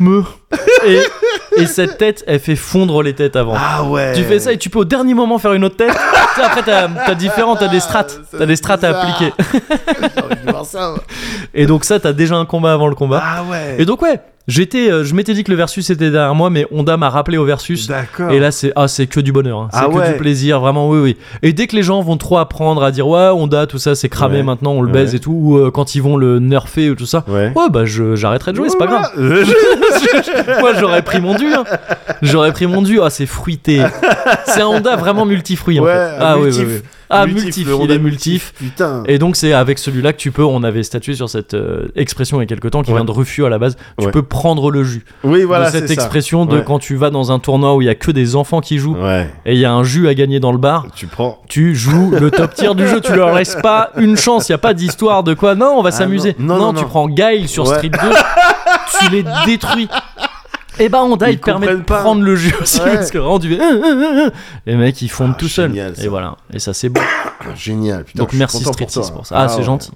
Et cette tête, elle fait fondre les têtes avant. Ah ouais. Tu fais ça et tu peux au dernier moment faire une autre tête. Tu sais, après, t'as différents, t'as des strates. T'as des strates à appliquer. J'ai envie de voir ça. Et donc, ça, t'as déjà un combat avant le combat. Ah ouais. Et donc, ouais, je m'étais dit que le versus était derrière moi, mais Honda m'a rappelé au versus. D'accord. Et là, c'est que du bonheur. Hein. C'est Ah que ouais. du plaisir, vraiment, oui. Et dès que les gens vont trop apprendre à dire, ouais, Honda, tout ça, c'est cramé Ouais. maintenant, on le baise Ouais. et tout, ou quand ils vont le nerfer ou tout ça, Ouais. bah, j'arrêterai de jouer, c'est pas grave. grave. Moi, j'aurais pris mon dû. Hein. J'aurais pris mon dû. Ah, c'est fruité. C'est un Honda vraiment multifruit, en Ouais, fait. Ah, multif. oui. Ah, multif, le il Honda est multif. Putain. Et donc c'est avec celui-là que tu peux, on avait statué sur cette expression il y a quelques temps qui Ouais. vient de Rufio à la base, tu Ouais. peux prendre le jus. Oui, voilà, de cette c'est expression de Ouais. quand tu vas dans un tournoi où il y a que des enfants qui jouent ça. Ouais. et il y a un jus à gagner dans le bar, Tu prends. tu joues le top tier du jeu, tu leur laisses pas une chance, il y a pas d'histoire de quoi, non, on va Ah, s'amuser. non, Tu non. prends Guile sur Ouais. Street 2, tu les détruis. Et bah Honda, il Ils te permet de comprennent pas. prendre le jus aussi Ouais. parce que vraiment tu fais les mecs ils fondent tout seuls. génial, ça. Et voilà, et ça c'est bon. Génial. Putain, Donc je suis merci content Street pour toi. 6 pour ça. Ah, c'est ouais. gentil.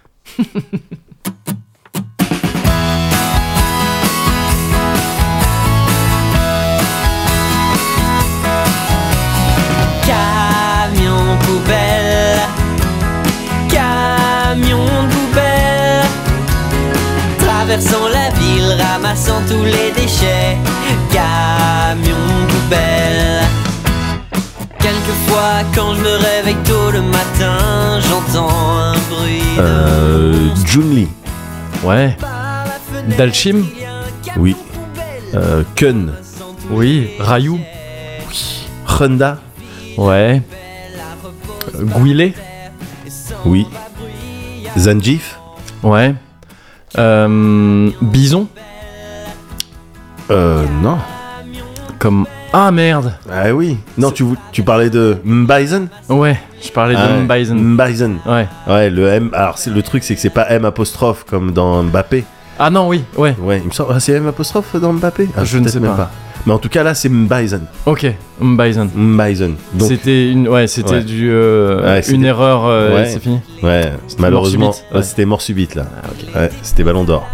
Camion poubelle, camion de poubelle, traversant la ville, ramassant tous les déchets. Camion poubelle. Quelquefois, quand je me réveille tôt le matin, j'entends un bruit. Junli. Ouais. Dalchim. Oui. Kun. Oui. Ryu. Honda. Ouais. Guile. Oui. Zangief. Ouais. Bison. Non. Comme. Ah merde. Ah oui. Non, tu parlais de Mbison. Ouais. Je parlais de Bison. Mbison. Ouais. Ouais, le M. Alors, le truc, c'est que c'est pas M apostrophe comme dans Mbappé. Ah non, oui. Ouais. Ouais, il me semble. Ah, c'est M apostrophe dans Mbappé. Ah, Je ne peut-être sais même pas. Mais en tout cas, là, c'est Mbison. Ok. Bison. Mbison. Donc, C'était une. Ouais. C'était Ouais. du. Ouais, c'était- une erreur. Ouais. C'est fini. ouais, malheureusement, mort subite, ouais. c'était mort subite là. Ah ok. Ouais, c'était ballon d'or.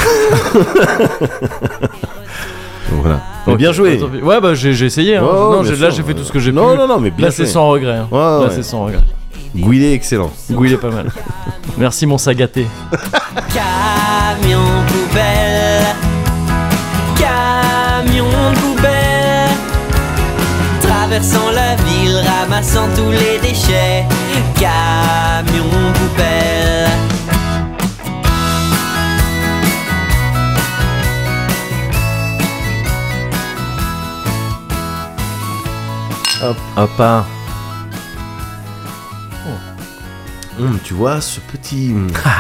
Donc, voilà. Mais Ok, bien joué. tant pis. Ouais, bah j'ai essayé. Hein. Ouais, non, bien là sûr. j'ai fait tout ce que j'ai pu. Non, mais bien Là c'est joué. sans regret. Hein. Ouais, Là ouais. c'est sans regret. Gouillet, excellent. Goût il est pas mal. Merci mon sagaté. Camion poubelle, camion de poubelle, traversant la ville, ramassant tous les déchets. Camion poubelle. Hop hein. Tu vois, ce petit.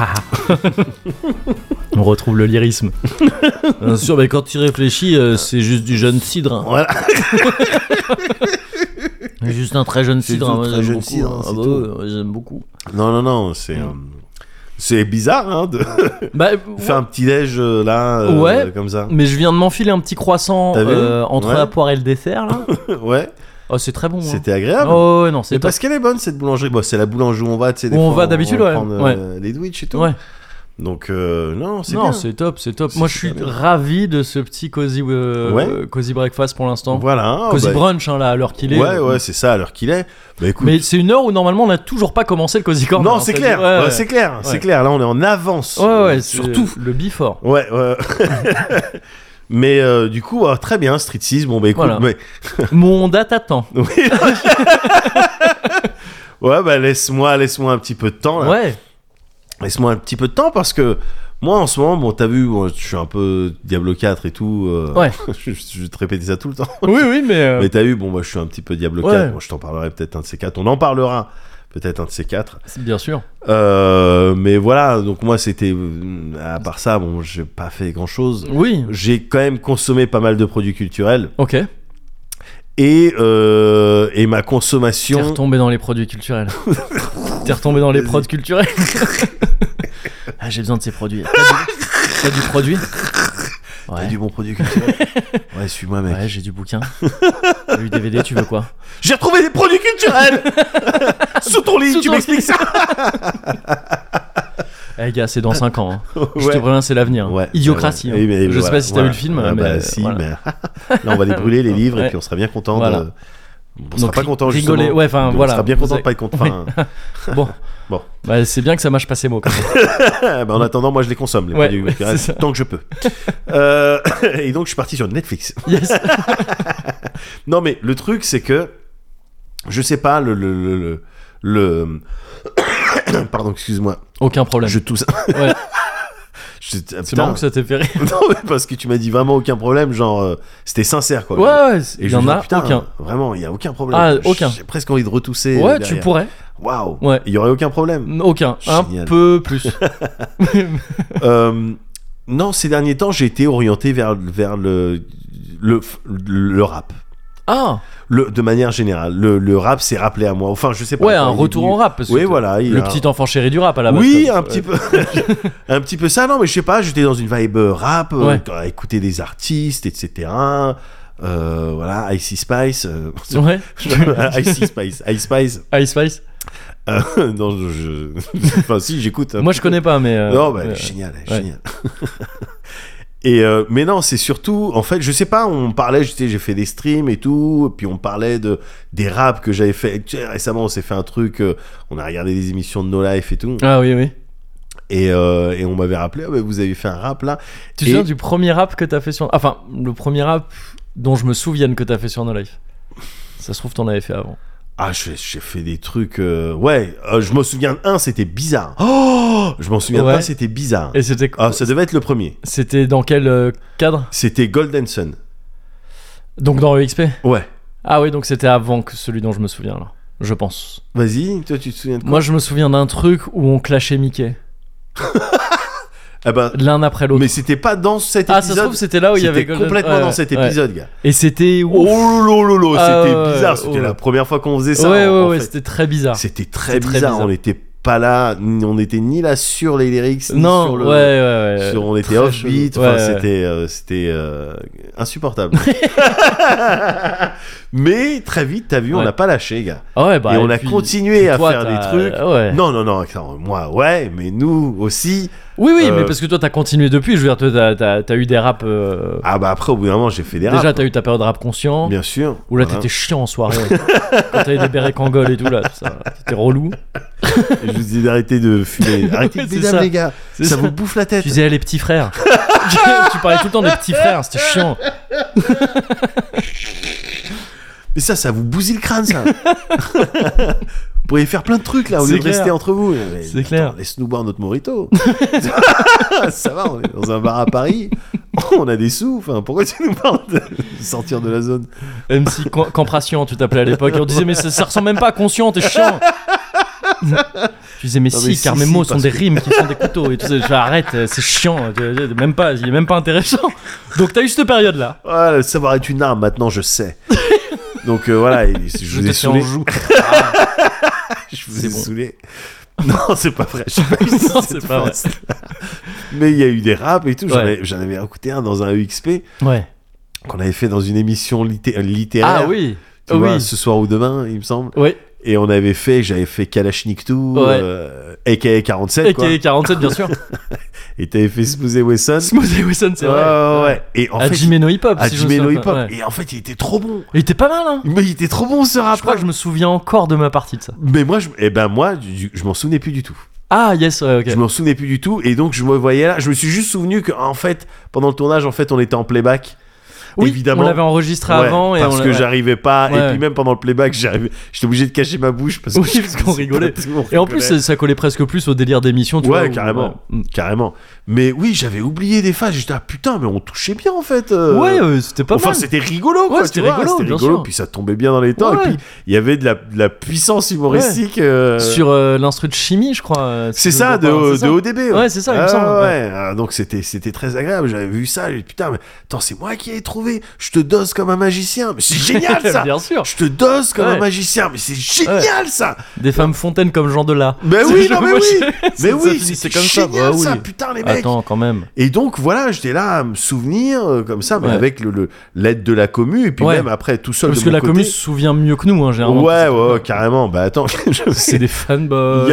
On retrouve le lyrisme. Bien sûr, mais quand tu réfléchis, c'est juste du jeune cidre. Hein. Voilà. C'est juste un très jeune C'est cidre. tout, hein. Moi, très j'aime jeune beaucoup. cidre, Hein. c'est Ah bah tout. ouais, j'aime beaucoup. Non, c'est bizarre hein, de Bah, faire un petit déj là, Ouais. comme ça. mais je viens de m'enfiler un petit croissant T'as vu entre Ouais. la poire et le dessert là. Ouais, Oh, c'est très bon. Hein. c'était agréable. Oh ouais, non, c'est Mais top. parce qu'elle est bonne cette boulangerie. Bon, c'est la boulangerie où on va, tu sais. des Où on fois, va d'habitude, ouais. prendre, Ouais. les Twitch et tout. Ouais. Donc non, c'est Non, bien. c'est top, c'est top. C'est Moi, je suis super bien. ravi de ce petit cozy, Ouais. cozy breakfast pour l'instant. Voilà. Cozy bah, brunch, hein, là, à l'heure qu'il est. Ouais, c'est ça à l'heure qu'il est. Bah écoute. Mais c'est une heure où normalement on n'a toujours pas commencé le cozy corner. non, hein, c'est ça clair. dit- ouais, Ouais, ouais. c'est clair. Ouais. C'est clair. Là, on est en avance. Ouais, c'est surtout. le before. Ouais. Mais du coup, très bien, Street 6. Bon, bah écoute, Voilà. mais Mon Honda t'attend. oui. Ouais, bah laisse-moi un petit peu de temps là. Ouais. Laisse-moi un petit peu de temps parce que moi en ce moment, bon, t'as vu, bon, je suis un peu Diablo 4 et tout. Ouais. je vais te répéter ça tout le temps. Oui, mais. Mais t'as vu, bon, moi je suis un petit peu Diablo Ouais. 4. Bon, je t'en parlerai peut-être un de ces quatre. On en parlera peut-être un de ces 4. Bien sûr. Mais voilà, donc moi c'était à part ça, bon, j'ai pas fait grand chose. Oui. J'ai quand même consommé pas mal de produits culturels Ok. et ma T'es consommation. retombé dans les produits culturels. T'es retombé dans les prods culturels. Ah, j'ai besoin de ces produits. T'as du produit? T'as Ouais. du bon produit culturel. Ouais, suis-moi, mec. Ouais, j'ai du bouquin. T'as du DVD, tu veux quoi? J'ai retrouvé des produits culturels sous ton lit. Sous Tu ton m'expliques ça? Eh gars, c'est dans 5 ans. Hein. Je Ouais. te préviens, c'est l'avenir. Ouais, Idiocratie. ouais. Hein. Mais Je sais voilà, pas si t'as voilà. vu le film, Ah, mais bah, si, voilà. mais là on va les brûler les livres et Ouais. puis on sera bien content Voilà. de. On sera Donc, pas content rigoler, justement. ouais, enfin, on voilà. sera bien Vous content de avez- pas être content. Enfin, Bon. Bon. Bah, c'est bien que ça mâche pas ses mots quand même. bah, en attendant, moi je les consomme les Ouais, produits ouais, culturels, c'est ça. tant que je peux. Et donc je suis parti sur Netflix. Yes. Non mais le truc c'est que je sais pas le pardon, excuse-moi. Aucun problème. Je tousse. Ouais. C'est C'est marrant que ça t'ait fait rire. Non mais parce que tu m'as dit vraiment aucun problème, genre c'était sincère quoi. Ouais, Et il je y en me dis, a putain, aucun. Vraiment, il y a aucun problème. Ah, aucun. J'ai presque envie de retousser. Ouais, derrière. tu pourrais. Waouh. Ouais. Il y aurait aucun problème. Aucun. Un Génial. peu plus. Non, ces derniers temps, j'ai été orienté vers le rap. Ah, De manière générale, le rap s'est rappelé à moi. Enfin, je sais pas. ouais, quoi, un il est retour venu- en rap. Parce que Oui, voilà. il Le a- petit enfant chéri du rap à la base. Oui, quoi. un petit peu, un petit peu ça. Non, mais je sais pas. J'étais dans une vibe rap, Ouais. à écouter des artistes, etc. Voilà, Icy Spice. Ouais. Icy Spice. Ice Spice. Ice Spice. Non, enfin, si, j'écoute. Moi, je connais pas, mais. Non, bah, elle est géniale, elle est ouais. géniale. Et mais non, c'est surtout, en fait, je sais pas, on parlait, j'ai fait des streams et tout, puis on parlait des raps que j'avais fait. Tu sais, récemment, on s'est fait un truc, on a regardé des émissions de No Life et tout, Ah oui, oui. et on m'avait rappelé, ah, bah, vous avez fait un rap là. Tu te Et- souviens du premier rap que t'as fait sur. Enfin, le premier rap dont je me souvienne que t'as fait sur No Life. Ça se trouve, t'en avais fait avant. Ah, j'ai fait des trucs, ouais, je me souviens d'un, c'était bizarre. Oh, je m'en souviens Ouais. pas, c'était bizarre. Et c'était Ah, ça devait être le premier. C'était dans quel cadre? C'était Golden Sun. Donc dans EXP? Ouais. Ah oui, donc c'était avant que celui dont je me souviens, là. Je pense. Vas-y, toi, tu te souviens de quoi? Moi, je me souviens d'un truc où on clashait Mickey. Ah ben, L'un après l'autre. mais c'était pas dans cet Ah, épisode. ça se trouve, c'était là où il y avait C'était Golden- complètement ouais, dans cet ouais. épisode, gars. Et c'était. Oh lolo, Ah, c'était ouais, bizarre. ouais, C'était ouais. la première fois qu'on faisait ça. Ouais, en ouais, fait. c'était très bizarre. C'était très C'est très bizarre. bizarre. On n'était pas là. On n'était ni là sur les lyrics, ni Non, sur le. ouais. on était très offbeat. chelou. Enfin, Ouais, c'était insupportable. Mais très vite, t'as vu, on Ouais. n'a pas lâché, gars. Ah ouais, bah, et on a puis- continué puis à toi, faire des t'as- trucs. Ouais. Non, attends, moi, ouais, mais nous aussi. Oui, mais parce que toi, t'as continué depuis. Je veux dire, toi, t'as eu des raps. Ah bah après, au bout d'un moment, j'ai fait des Déjà, raps. t'as eu ta période rap conscient. Bien sûr. Où là, Voilà. t'étais chiant en soirée. Quand t'avais des bérets Kangol et tout, là. Tout ça. T'étais relou. Je vous dis d'arrêter de fumer. Arrêtez de C'est bédame, ça. les gars. C'est Ça ça. vous bouffe la tête. Tu disais, les petits frères. Tu parlais tout le temps des petits frères. C'était chiant. Mais ça vous bousille le crâne, ça. Vous pourriez faire plein de trucs là, au C'est lieu de clair. rester entre vous. Mais C'est clair. Laisse-nous boire notre mojito. Ça va, on est dans un bar à Paris. On a des sous. Enfin, pourquoi tu nous parles de sortir de la zone? MC Campration, tu t'appelais à l'époque. Et on disait, mais ça ressemble même pas à conscient, t'es chiant. Tu disais, mais Non, si, mais car si, mes si, mots sont parce des que- rimes qui sont des couteaux. Et tout ça. Je fais, arrête, c'est chiant. Même pas, il est même pas intéressant. Donc t'as eu cette période-là. Ouais, le savoir est une arme, maintenant je sais. Donc voilà, je vous ai te fais en saoulé. joue. Je vous C'est ai bon. saoulé. Non, c'est pas vrai. Je sais pas si Non, cette c'est pas vrai. phrase. Mais il y a eu des raps et tout. Ouais. J'en avais écouté un dans un EXP Ouais. qu'on avait fait dans une émission littéraire. Ah oui. Tu vois, Oui. ce soir ou demain, il me semble. Oui. Et j'avais fait Kalashnikov, Ouais. aka 47, quoi. Et 47, bien sûr. Et t'avais fait Smoothie Wesson. Smoothie Wesson, c'est Ouais, vrai. ouais. Et en À fait, Jimeno Hip Hop. à si je me Jimeno souviens Hip Hop. pas. Ouais. Et en fait, il était trop bon. Il était pas mal, hein. Mais il était trop bon ce rap. Je crois que je me souviens encore de ma partie de ça. Mais moi, je m'en souvenais plus du tout. Ah, yes, ouais, ok. Je m'en souvenais plus du tout. Et donc, je me voyais là. Je me suis juste souvenu que, en fait, pendant le tournage, en fait, on était en playback. Oui, évidemment. on l'avait enregistré Ouais, avant et parce que j'arrivais pas, Ouais. et puis même pendant le playback, j'étais obligé de cacher ma bouche parce Oui, parce qu'on rigolait. Et en plus, ça collait presque plus au délire d'émission, tu vois. ouais, où- carrément, ouais. carrément. Mais oui, j'avais oublié des phases. J'étais putain, mais on touchait bien en fait. Ouais, c'était pas Enfin, mal. c'était rigolo, quoi. Ouais, c'était tu vois, rigolo, c'était bien rigolo. sûr. Puis ça tombait bien dans les temps. Ouais. Et puis il y avait de la puissance humoristique. Sur l'instru de chimie, je crois. C'est si ça, je me trompe pas, c'est de ODB. Ouais, c'est ça, il me Ah, semble. Ouais. Ouais. Ah, donc c'était très agréable. J'avais vu ça. J'ai dit, putain, mais attends, c'est moi qui ai trouvé. Je te dose comme un magicien. Mais c'est génial ça. Bien sûr. Je te dose comme Ouais. un magicien. Mais c'est génial ça. Des femmes fontaines comme Jean Delas. Ben oui, non, mais Moi, oui. Mais oui, c'est c'est comme ça. génial Bah ça. oui. Putain, les mecs. Attends, quand même. Et donc voilà, j'étais là à me souvenir comme ça, mais Ouais. avec l'aide de la commu, et puis Ouais. même après tout seul Parce de que mon la côté. commu se souvient mieux que nous, hein, généralement. Ouais, carrément. Bah attends, C'est des fanboys.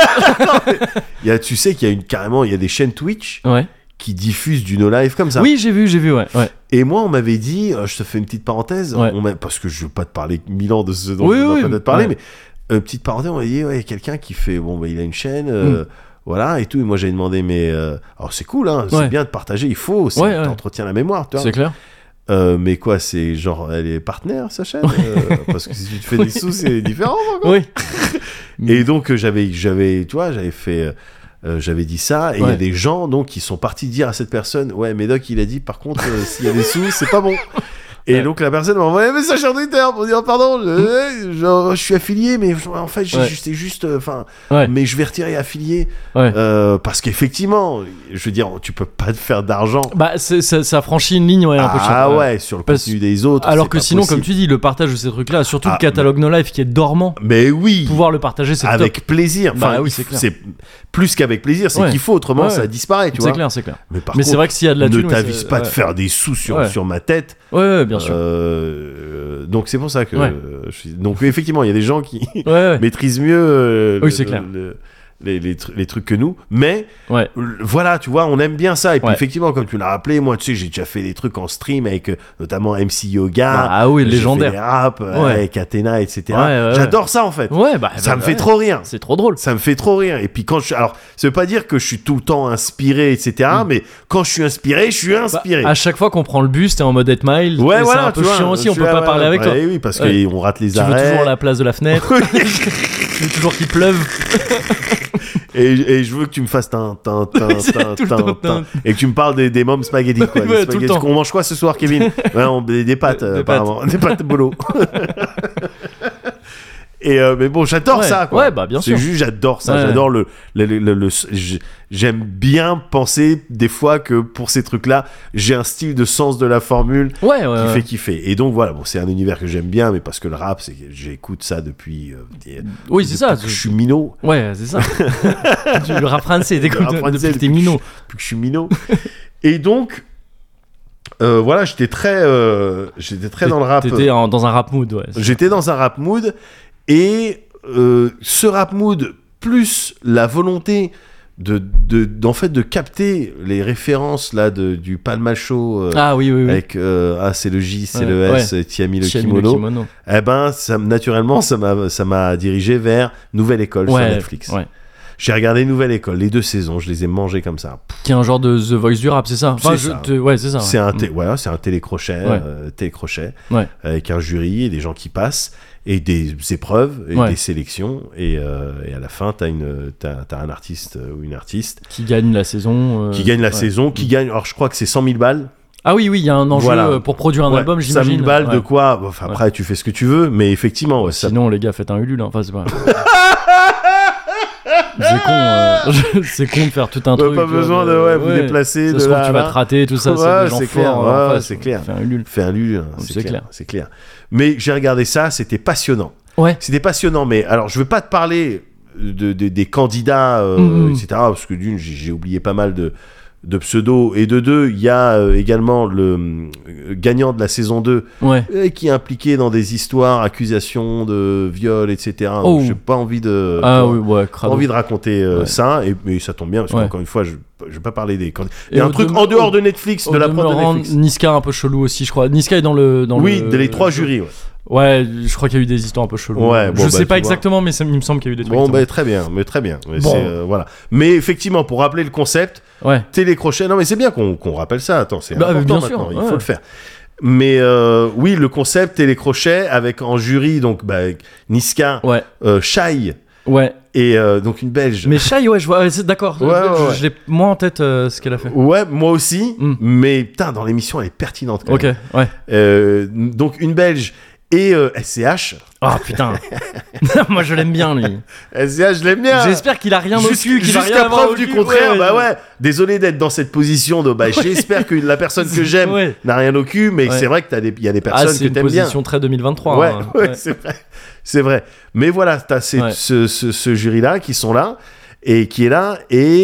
tu sais qu'il y a carrément, il y a des chaînes Twitch Ouais. qui diffusent du no live comme ça. Oui, j'ai vu, ouais. Et moi, on m'avait dit, je te fais une petite parenthèse, Ouais. parce que je veux pas te parler 1000 ans de ce dont Oui, on va oui, peut-être parler, ouais. mais petite parenthèse, on m'a dit, ouais, il y a quelqu'un qui fait, bon, bah, il a une chaîne. Voilà, et tout. Et moi, j'avais demandé, mais. Alors, c'est cool, hein, c'est Ouais. bien de partager, il faut, ça Ouais, ouais. t'entretient la mémoire, tu vois. C'est clair. Mais quoi, c'est genre, elle est partenaire, sa chaîne parce que si tu te fais des sous, c'est différent. Quoi. Oui. Et donc, j'avais, tu vois, j'avais fait. J'avais dit ça, et il y a Ouais. des gens donc qui sont partis dire à cette personne, ouais, Médoc, il a dit, par contre, s'il y a des sous, c'est pas bon. Et Ouais. donc la personne m'a envoyé un message sur Twitter pour dire pardon, je suis affilié, mais en fait Ouais. c'est juste, enfin, Ouais. mais je vais retirer affilié Ouais. parce qu'effectivement, je veux dire, tu peux pas te faire d'argent. Bah, ça franchit une ligne, ouais, un peu chiant. Ah ouais, sur le Parce- contenu des autres. Alors c'est que pas sinon, possible. comme tu dis, le partage de ces trucs-là, surtout Ah, le catalogue No Life qui est dormant, Mais oui, pouvoir le partager, c'est avec top. plaisir. Bah Enfin, oui, c'est clair. c'est plus qu'avec plaisir, c'est Ouais. qu'il faut, autrement Ouais. ça disparaît, tu C'est vois. clair, c'est clair. Mais par Mais contre, c'est vrai que s'il y a de la ne thune, ouais, t'avise c'est- pas de ouais. faire des sous Ouais. sur ma tête. Ouais, bien sûr. Donc c'est pour ça que Ouais. donc effectivement il y a des gens qui Ouais. maîtrisent mieux Oui, c'est clair. les trucs que nous, mais Ouais. voilà, tu vois, on aime bien ça. Et puis Ouais. effectivement, comme tu l'as rappelé, moi tu sais, j'ai déjà fait des trucs en stream avec notamment MC Yoga. Ah oui, j'ai légendaire. fait des rap Ouais. avec Athéna, etc. Ouais, ouais, J'adore ça en fait. Ouais, bah. Ça me fait ouais. trop rire. C'est trop drôle. Ça me fait trop rire. Et puis alors, ça veut pas dire que je suis tout le temps inspiré, etc. Mais quand je suis inspiré, je suis inspiré. Bah, à chaque fois qu'on prend le bus, t'es en mode 8 Mile. Ouais, et voilà, c'est un peu tu vois, chiant aussi, on je peut suis pas là, parler avec toi. ouais, oui, parce Ouais. qu'on rate les Tu veux arrêts. toujours la place de la fenêtre. Tu veux toujours qu'il pleuve. Et je veux que tu me fasses c'est tout le temps. et que tu me parles des mômes spaghetti, quoi. Ouais, Des tout le spaghettis. temps. On mange quoi ce soir, Kevin? Ouais, des pâtes, Des apparemment. Des pâtes bolo. Et mais bon, j'adore Ouais. ça, quoi. Ouais, bah, bien C'est sûr. juste, j'adore ça. Ouais. J'adore j'aime bien penser des fois que pour ces trucs-là, j'ai un style de sens de la formule Ouais, qui ouais. fait kiffer. Et donc voilà, bon, c'est un univers que j'aime bien, mais parce que le rap, j'écoute ça depuis. Oui, c'est ça. depuis que je suis minot. Ouais, c'est ça. Le rap français, Le rap français, depuis que t'es minot. Depuis que je suis minot. Et donc, voilà, j'étais très dans le rap. T'étais dans un rap mood, ouais. J'étais dans un rap mood, et ce rap mood plus la volonté en fait de capter les références là du Palma Show Ah oui, oui, oui. avec c'est le J, c'est Ouais, le S, ouais. Tiami le Chiami, kimono. Eh ben, naturellement, ça m'a dirigé vers Nouvelle École sur Ouais, Netflix. ouais. J'ai regardé Nouvelle École, les 2 saisons, je les ai mangées comme ça. Qui est un genre de The Voice du rap, c'est ça? C'est ça. Ouais, c'est ça. C'est ouais. voilà, c'est un télécrochet, Ouais. télécrochet Ouais. avec un jury et des gens qui passent et des épreuves et Ouais. des sélections, et à la fin t'as un artiste ou une artiste Qui gagne la saison. qui gagne la ouais. saison, qui gagne, alors je crois que c'est 100 000 balles. Ah oui, oui, il y a un enjeu Voilà. pour produire un Ouais, album, 100 j'imagine. 000 balles de Ouais. quoi, enfin après tu fais ce que tu veux, mais effectivement ouais, ça. Sinon, les gars, faites un Ulule. Hein. Enfin, c'est pas. C'est con de faire tout un truc. Pas besoin de vous déplacer Ça de se trouve, là à tu vas là. te rater, tout ça. Ouais, c'est des gens c'est clair, forts. ouais, en face, c'est clair. Fais un Ulule. Fais un Lulu, c'est clair. Mais j'ai regardé ça, c'était passionnant. Ouais. C'était passionnant, mais alors je veux pas te parler des candidats, etc. Parce que d'une, j'ai oublié pas mal de pseudos, et de deux, il y a également le gagnant de la saison 2 Ouais. qui est impliqué dans des histoires, accusations de viol, etc. Oh. Donc, j'ai pas envie de Ah oui, ouais, pas crado. envie de raconter Ouais. ça, mais ça tombe bien parce Ouais. qu'encore une fois, je vais pas parler des candidats. Il Et y a un au truc demeure- en dehors de Netflix, de la prod de demeurant, Netflix. Niska un peu chelou aussi, je crois. Niska est dans le. Oui, les 3 jurys. Ouais. Ouais, je crois qu'il y a eu des histoires un peu cheloues. Ouais, bon, je bah, sais tu pas vois. exactement, mais il me semble qu'il y a eu des trucs. Bon, comme bah, très bien. Mais Bon. c'est, voilà. Mais effectivement, pour rappeler le concept, ça. Ouais. télécrochet. Non, mais c'est bien qu'on rappelle ça. Attends, c'est Bah, important bien sûr, maintenant. Il ouais. faut le faire. Mais oui, le concept et les crochets avec en jury donc Niska, Ouais. Shai Ouais. et donc une Belge. Mais Shai, ouais, je vois, c'est d'accord. Ouais, ouais. Je l'ai moins en tête ce qu'elle a fait. Ouais, moi aussi. Mm. Mais putain, dans l'émission, elle est pertinente. Quand Ok, même. ouais. Donc une Belge et SCH. Ah putain. Moi je l'aime bien lui. SCH, je l'aime bien. J'espère qu'il a rien au cul, qu'il va rien Jusqu'à avoir preuve au du cul. contraire, ouais. Désolé d'être dans cette position de. J'espère que la personne que j'aime Ouais. n'a rien au cul, mais Ouais. c'est vrai que il y a des Ah, personnes c'est que une t'aimes bien. position très 2023. Ouais, hein. ouais, c'est vrai. Mais voilà, t'as Ouais. ce jury-là qui sont là et qui est là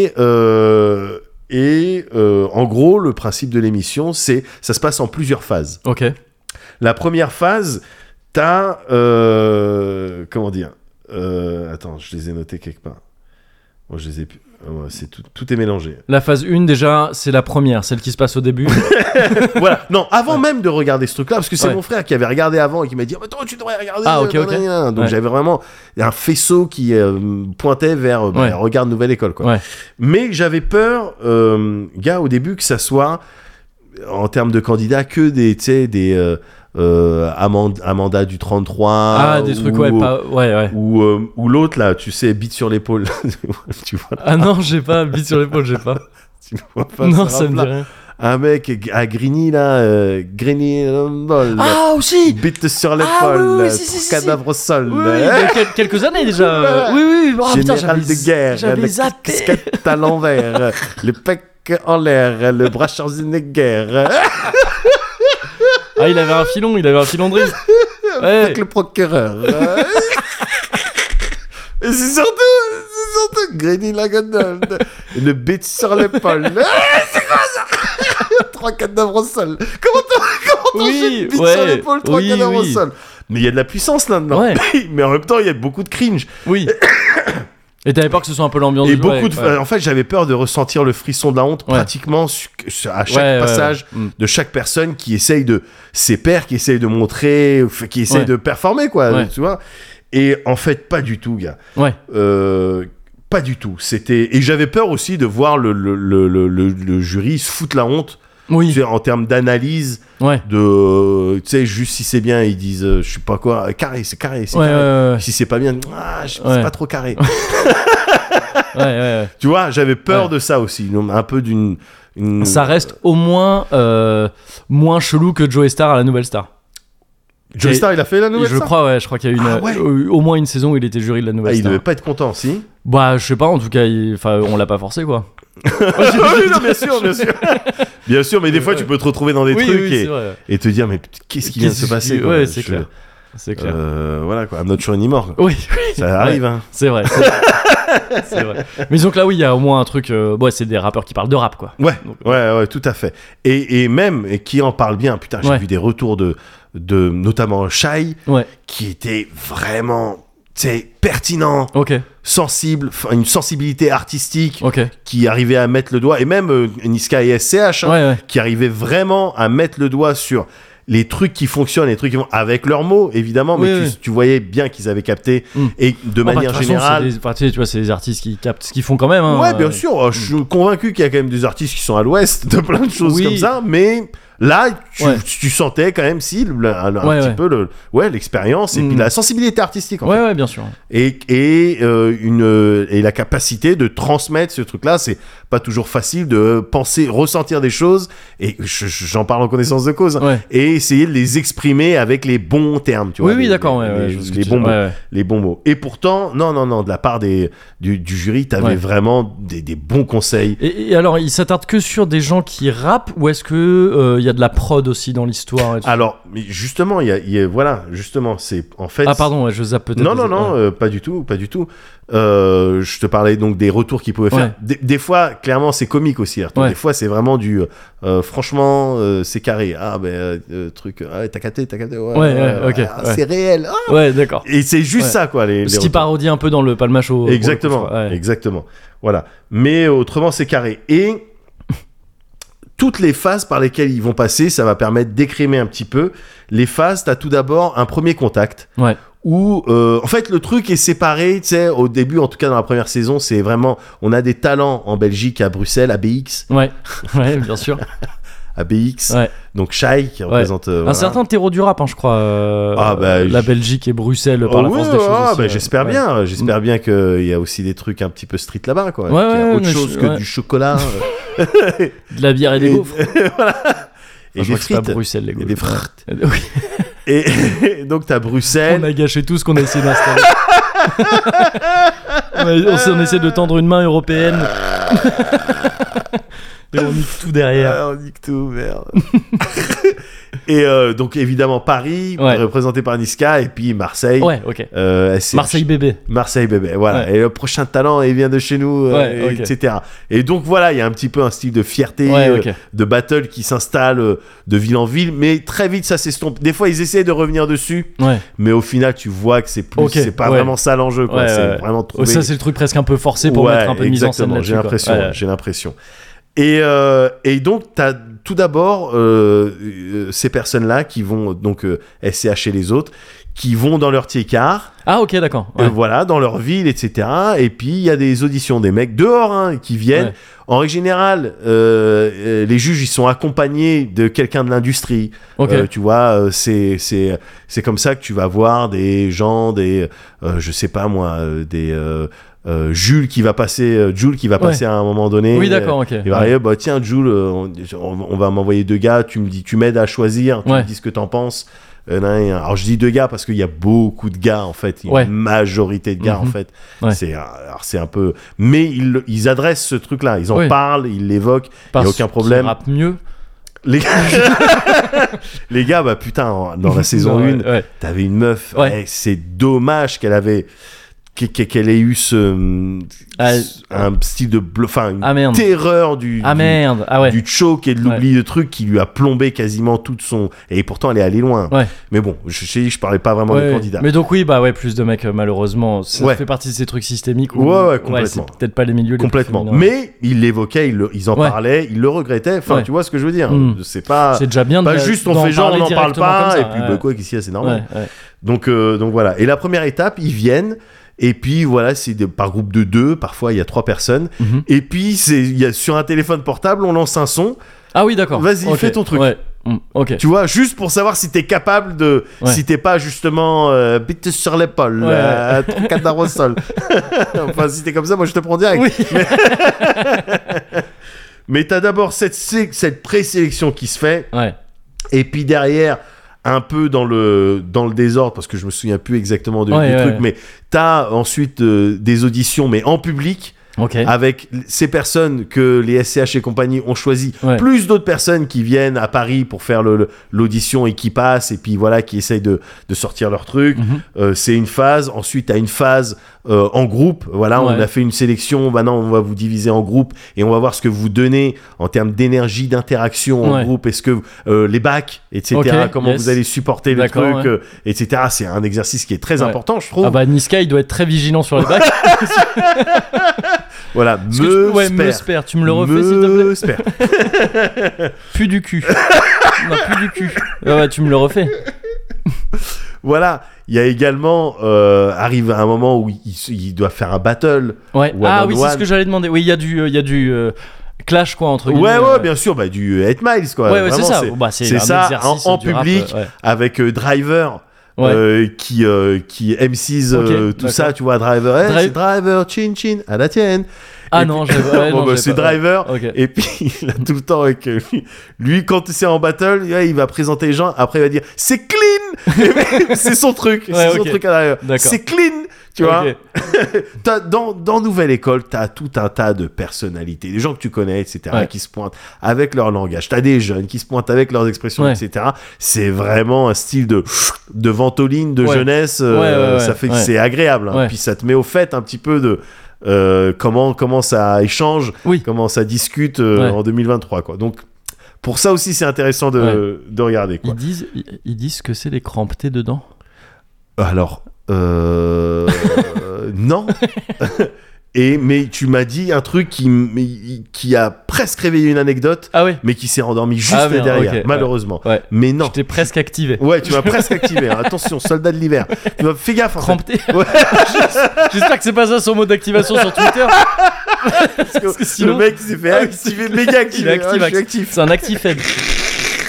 et en gros, le principe de l'émission, ça se passe en plusieurs phases. Ok. La première phase, t'as comment dire attends, je les ai notés quelque part. Bon, je les ai plus. Ouais, c'est tout est mélangé. La phase 1 déjà, c'est la première, celle qui se passe au début. Voilà. Non, avant même de regarder ce truc-là, parce que c'est Ouais. mon frère qui avait regardé avant et qui m'a dit attends, tu devrais regarder. Ah, ok. Donc Ouais. j'avais vraiment un faisceau qui pointait vers Ouais. regarde Nouvelle École, quoi. Ouais. Mais j'avais peur, gars, au début que ça soit en termes de candidats que des Amanda du 33. Ah, des trucs, ouais, pas. Ouais, ouais. Ou l'autre là, tu sais, bite sur l'épaule. Tu vois, Ah non, j'ai pas, bite sur l'épaule, j'ai pas. tu le vois pas. Non, ce ça me dit rap-là. rien. Un mec à Grigny là, Grigny Ah, aussi! bite sur Ah, l'épaule, oui, si. cadavre au sol. Oui, il y a quelques années déjà. Voilà. Oui. Oh, putain, Général de guerre, j'avais la zappé. casquette à l'envers, le pec en l'air, le bras Schwarzenegger, Ah, il avait un filon de riz. Ouais. avec le procureur. Et c'est surtout Grigny la gondole, une bite sur l'épaule. C'est quoi ça? 3 cadavres au sol. Comment t'en Oui, jettes une bite ouais, sur l'épaule, 3 oui, cadavres au oui. sol? Mais il y a de la puissance là-dedans. Ouais. Mais en même temps, il y a beaucoup de cringe. Oui. Et t'avais peur que ce soit un peu l'ambiance Et du beaucoup de. ouais. En fait, j'avais peur de ressentir le frisson de la honte Ouais. pratiquement à chaque Ouais, passage ouais. de chaque personne qui essaye de. Ses pairs, qui essaye de montrer, qui essaye Ouais. de performer, quoi. Ouais. Tu vois. Et en fait, pas du tout, gars. Ouais. Pas du tout. C'était. Et j'avais peur aussi de voir le jury se foutre la honte. Tu Oui. sais, en termes d'analyse, Ouais. tu sais, juste si c'est bien, ils disent, je sais pas quoi, carré, c'est carré, c'est Ouais, carré. ouais. Si c'est pas bien, c'est Ouais. pas trop carré. Ouais. Tu vois, j'avais peur Ouais. de ça aussi, un peu d'une. Ça reste au moins moins chelou que Joey Star à la Nouvelle Star. Joey Star, il a fait la nouvelle Je Star crois, ouais. Je crois qu'il y a eu Ah, ouais. au moins une saison où il était jury de la Nouvelle Il Star. devait pas être content, si. Bah, je sais pas. En tout cas, on l'a pas forcé, quoi. Ah oui, non, bien sûr. Bien sûr, mais des fois, tu peux te retrouver dans des Oui, trucs oui, c'est vrai. et te dire, mais qu'est-ce qui vient de se passer, quoi. Ouais, c'est clair. C'est clair. Voilà, quoi. I'm not sure anymore. Oui, Ça arrive, hein. c'est vrai. C'est vrai. Mais donc là, oui, il y a au moins un truc. Ouais, c'est des rappeurs qui parlent de rap, quoi. Ouais, Donc, ouais, tout à fait. Et même, et qui en parle bien, putain, j'ai Ouais. vu des retours de notamment Shai, Ouais. qui était vraiment, tu sais, pertinent, Ok. sensible, une sensibilité artistique, Ok. qui arrivait à mettre le doigt, et même Niska et SCH, hein, Ouais. qui arrivaient vraiment à mettre le doigt sur les trucs qui fonctionnent, les trucs qui vont avec leurs mots, évidemment, mais Oui. tu voyais bien qu'ils avaient capté, et de manière générale... Tu vois, c'est des artistes qui captent ce qu'ils font quand même. Hein. Ouais, bien sûr. Je suis convaincu qu'il y a quand même des artistes qui sont à l'ouest de plein de choses Oui. comme ça, mais là, Ouais. tu sentais quand même un Ouais, petit ouais. peu l'expérience et puis la sensibilité artistique. En fait. Ouais, bien sûr. Et la capacité de transmettre ce truc-là, c'est pas toujours facile de penser, ressentir des choses, et j'en parle en connaissance de cause, Ouais. et essayer de les exprimer avec les bons termes, tu vois. Oui, les- d'accord. les- Ouais, les- je vois ce que les tu bons dis. mots. Ouais. Les bons mots. Et pourtant, non, de la part du jury, t'avais Ouais. vraiment des bons conseils. Et alors, il s'attarde que sur des gens qui rappent, ou est-ce que il y a de la prod aussi dans l'histoire et tout Alors, mais justement, voilà, justement, c'est en fait. Ah, pardon, ouais, je zappe peut-être. Non, Ouais. pas du tout. Je te parlais donc des retours qu'ils pouvaient faire. Des fois, clairement, c'est comique aussi. Arthur. Ouais. Des fois, c'est vraiment du. Franchement, c'est carré. Ah, ben, truc. Ah, t'as capté. Ouais, ok, ah, ouais. C'est réel. Ah. Ouais, d'accord. Et c'est juste Ouais. ça, quoi. Les Ce qui retours. parodie un peu dans le Palmacho. Exactement, Ouais. exactement. Voilà. Mais autrement, c'est carré. Et toutes les phases par lesquelles ils vont passer, ça va permettre d'écrémer un petit peu. Les phases, t'as tout d'abord un premier contact. Ouais. Où, en fait, le truc est séparé, tu sais, au début, en tout cas dans la première saison, c'est vraiment, on a des talents en Belgique, à Bruxelles, à BX, Ouais, bien sûr. ABX. Ouais. Donc Shai qui représente. Un voilà. certain terreau du rap, hein, je crois. Bah, la Belgique et Bruxelles par la ouais, force des choses. ouais, aussi, bah, j'espère ouais. bien. J'espère bien qu'il y a aussi des trucs un petit peu street là-bas, quoi. Ouais, Qu'il y a ouais, autre mais chose je- que ouais. du chocolat. De la bière et des gaufres. Voilà. Et Enfin, je des crois que c'est pas frites. Bruxelles, les Et gaufres. des frites. Oui. Et donc t'as Bruxelles. On a gâché tout ce qu'on a essayé d'installer. on essaie de tendre une main européenne. Et on nique tout derrière. Ah, on nique tout, merde. Et donc évidemment Paris, Ouais. représenté par Niska, et puis Marseille. Ouais, ok. SCH. Marseille bébé. Marseille bébé, voilà. Ouais. Et le prochain talent, il vient de chez nous, Ouais, ok. etc. Et donc voilà, il y a un petit peu un style de fierté, Ouais, ok. de battle qui s'installe de ville en ville, mais très vite ça s'estompe. Des fois ils essaient de revenir dessus, Ouais. mais au final tu vois que c'est plus, Ok, c'est pas ouais. vraiment ça l'enjeu, quoi. Ouais, c'est ouais. vraiment Oh, trouver. ça, c'est le truc presque un peu forcé pour Ouais, mettre un peu de mise en scène exactement, là-dessus. j'ai l'impression, quoi. Ouais. j'ai l'impression. Et donc, tu as tout d'abord ces personnes-là qui vont, donc SCH et les autres, qui vont dans leur tiers-car, Ah, ok, d'accord. Ouais. voilà, dans leur ville, etc. Et puis, il y a des auditions, des mecs dehors hein, qui viennent. Ouais. En règle générale, les juges, ils sont accompagnés de quelqu'un de l'industrie. Ok. Tu vois, c'est comme ça que tu vas voir des gens, je sais pas moi, Jules qui va passer, Ouais. à un moment donné. Oui, d'accord, ok. Il va arriver, bah tiens Jules, on va m'envoyer 2 gars, tu m'aides à choisir, tu Ouais. me dis ce que t'en penses. Alors je dis 2 gars parce qu'il y a beaucoup de gars en fait, Ouais. une majorité de gars en Mhm. fait. Ouais. C'est un peu, mais ils adressent ce truc-là, ils en Oui. parlent, ils l'évoquent, il y Parce a aucun problème. qu'il rappe mieux. Les gars, les gars, bah putain, dans la saison 1, Ouais. t'avais une meuf, Ouais. c'est dommage qu'elle ait eu un style de enfin une Ah, merde. terreur du Merde. Ah ouais. du choke et de l'oubli de trucs qui lui a plombé quasiment toute son, et pourtant elle est allée loin. Ouais. Mais bon, je parlais pas vraiment Ouais. des candidats. Mais donc oui, bah ouais, plus de mecs malheureusement, ça Ouais. fait partie de ces trucs systémiques. Où, Ouais, complètement. c'est peut-être pas les milieux les plus Complètement. féminins. Mais ils l'évoquaient, ils en Ouais. parlaient, ils le regrettaient. Enfin, Ouais. tu vois ce que je veux dire. Mm. C'est pas c'est déjà bien. pas de juste on d'en fait genre on parler n'en parle directement pas comme ça, et puis ouais. bah quoi qu'est-ce qu'il y a, c'est normal. Ouais, ouais. Donc voilà. Et la première étape, ils viennent. Et puis voilà, par groupe de 2, parfois il y a 3 personnes. Mhm. Et puis sur un téléphone portable, on lance un son. Ah oui, d'accord. Vas-y, Ok. fais ton truc. Ouais. Ok. Tu vois, juste pour savoir si t'es capable de, Ouais. si t'es pas justement bite sur l'épaule, Ouais. cadavre au sol. Enfin, si t'es comme ça, moi je te prends direct. Oui. Mais t'as d'abord cette présélection qui se fait, Ouais. et puis derrière, un peu dans le désordre, parce que je me souviens plus exactement du Ouais, truc, ouais. mais t'as ensuite des auditions, mais en public. Ok. Avec ces personnes que les SCH et compagnie ont choisi, Ouais. plus d'autres personnes qui viennent à Paris pour faire l'audition et qui passent, et puis voilà, qui essayent de sortir leur truc. Mhm. C'est une phase. Ensuite, tu as une phase en groupe. Voilà, on Ouais. a fait une sélection. Maintenant, on va vous diviser en groupe et on va voir ce que vous donnez en termes d'énergie, d'interaction en Ouais. groupe. Est-ce que les bacs, etc., Ok, comment yes. vous allez supporter le D'accord, truc, ouais. etc. C'est un exercice qui est très Ouais. important, je trouve. Ah bah Niska, il doit être très vigilant sur les bacs. Voilà, Est-ce que me spère, tu me le refais s'il te plaît. me spère. Plus du cul. Non, plus du cul. Ouais, tu me le refais. Voilà, il y a également arrive un moment où il doit faire un battle. Ouais. One Ah on oui, one. c'est ce que j'allais demander. Oui, il y a du clash quoi entre Ouais, guillemets. ouais, bien sûr, bah, du 8 Miles quoi. Ouais, c'est Vraiment, ça. Bah, c'est un ça exercice en du rap, public ouais. avec Driver. Ouais. Qui M6 Ok, tout d'accord. ça, tu vois, Driver, hey, Drive- c'est Driver, chin chin, à la tienne. Ah Et non, puis- ouais, Bon, non, bah, j'ai c'est pas- Driver. Ok. Et puis il a tout le temps avec lui quand c'est en battle, ouais, il va présenter les gens. Après il va dire c'est clean. Et c'est son truc, Ouais, c'est son ok. truc à l'arrière. D'accord. C'est clean, tu vois. Ok. Dans Nouvelle École, t'as tout un tas de personnalités, des gens que tu connais, etc., Ouais. qui se pointent avec leur langage. T'as des jeunes qui se pointent avec leurs expressions, Ouais. etc. C'est vraiment un style de ventoline, de Ouais. jeunesse. Ouais, ça fait, ouais. c'est agréable. Hein. Ouais. Puis ça te met au fait un petit peu de comment ça échange, Oui. comment ça discute Ouais. en 2023, quoi. Donc pour ça aussi, c'est intéressant de regarder, quoi. Ils disent que c'est les crampetés dedans. Alors, non. Mais tu m'as dit un truc qui a presque réveillé une anecdote, Ah ouais. mais qui s'est endormi juste Ah, merde, derrière, ok, malheureusement. Ouais. Mais non. Je t'ai presque activé. Ouais, tu m'as presque activé. Hein. Attention, soldat de l'hiver. Fais gaffe. En fait. Crampeté. Ouais. J'espère que c'est pas ça son mot d'activation sur Twitter. Parce que que sinon- le mec il s'est fait Ah oui, activer, méga activé. Il est actif, Ah, je suis actif. C'est un actif faible.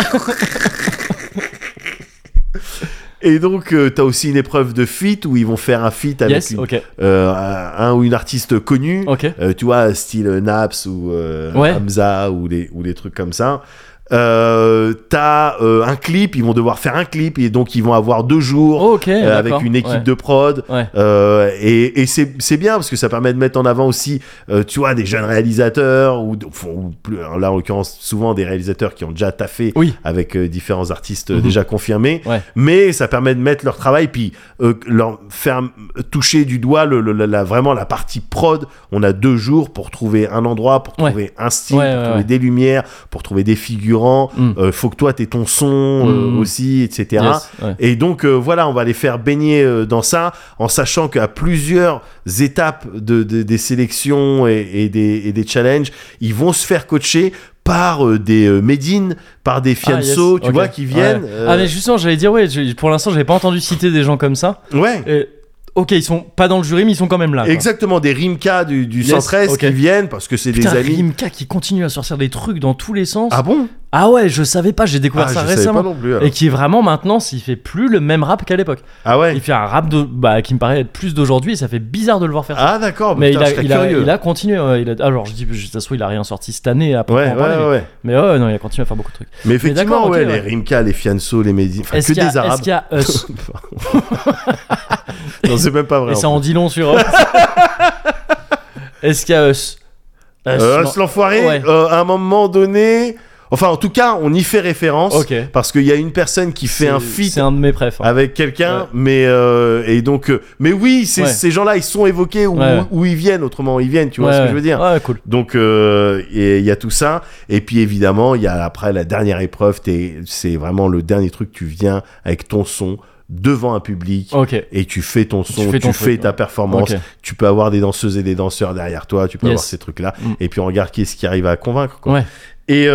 Et donc, t'as aussi une épreuve de feat où ils vont faire un feat avec un ou une artiste connue. Ok. Tu vois, style Naps ou Ouais. Hamza ou des trucs comme ça. T'as un clip, ils vont devoir faire un clip et donc ils vont avoir 2 jours Ok. avec d'accord. une équipe Ouais. de prod. Ouais. Et c'est bien parce que ça permet de mettre en avant aussi, tu vois, des jeunes réalisateurs ou plus, là en l'occurrence souvent des réalisateurs qui ont déjà taffé Oui. avec différents artistes Mhm. déjà confirmés. Ouais. Mais ça permet de mettre leur travail puis leur faire toucher du doigt vraiment la partie prod. On a 2 jours pour trouver un endroit, pour Ouais. trouver un style, Ouais, pour ouais, trouver ouais. des lumières, pour trouver des figurants. Faut que toi t'aies ton son aussi, etc. Yes. Ouais. Et donc voilà, on va les faire baigner dans ça, en sachant qu'à plusieurs étapes des sélections et des challenges, ils vont se faire coacher par des Medine, par des Fianso, yes. tu Ok. vois, qui viennent. Ouais. Ah mais justement, j'allais dire pour l'instant, j'avais pas entendu citer des gens comme ça. Ouais. Et, ok, ils sont pas dans le jury, mais ils sont quand même là. Quoi. Exactement, des Rimka du Yes, 113 ok. qui viennent parce que c'est Putain, des amis. Rimka qui continue à sortir des trucs dans tous les sens. Ah bon? Ah ouais, je savais pas, j'ai découvert Ah, ça je savais récemment. pas non plus. alors. Et qui est vraiment maintenant, s'il fait plus le même rap qu'à l'époque. Ah ouais. Il fait un rap qui me paraît être plus d'aujourd'hui et ça fait bizarre de le voir faire ça. Ah d'accord, Mais putain, je il serais curieux. a continué. Alors je dis, ça se trouve, il a rien sorti cette année à Ouais, proprement parler, ouais. mais ouais, non, il a continué à faire beaucoup de trucs. Mais effectivement, d'accord, ok, ouais, ouais. les Rimka, les Fianso, les Medine, enfin Est-ce que des Arabes. Est-ce qu'il y a Us Non, c'est même pas vrai. Et ça en dit long sur Us. Est-ce qu'il y a Us non. L'enfoiré, Ouais. à un moment donné, enfin en tout cas, on y fait référence Ok. parce qu'il y a une personne qui fait un feat C'est un de mes préfs. Hein. avec quelqu'un, Ouais. mais et donc, mais oui, Ouais. ces gens-là, ils sont évoqués Ouais. où ils viennent. Autrement, ils viennent. Tu vois Ouais, ce que ouais. je veux dire? Ouais, cool. Donc, et il y a tout ça. Et puis évidemment, il y a après la dernière épreuve. C'est vraiment le dernier truc. Tu viens avec ton son devant un public. Ok. Et tu fais ton son, fais ton tu fais truc, ta ouais. performance. Ok. Tu peux avoir des danseuses et des danseurs derrière toi. Tu peux Yes. avoir ces trucs-là. Mm. Et puis on regarde qui est-ce qui arrive à convaincre. Quoi. Ouais. Et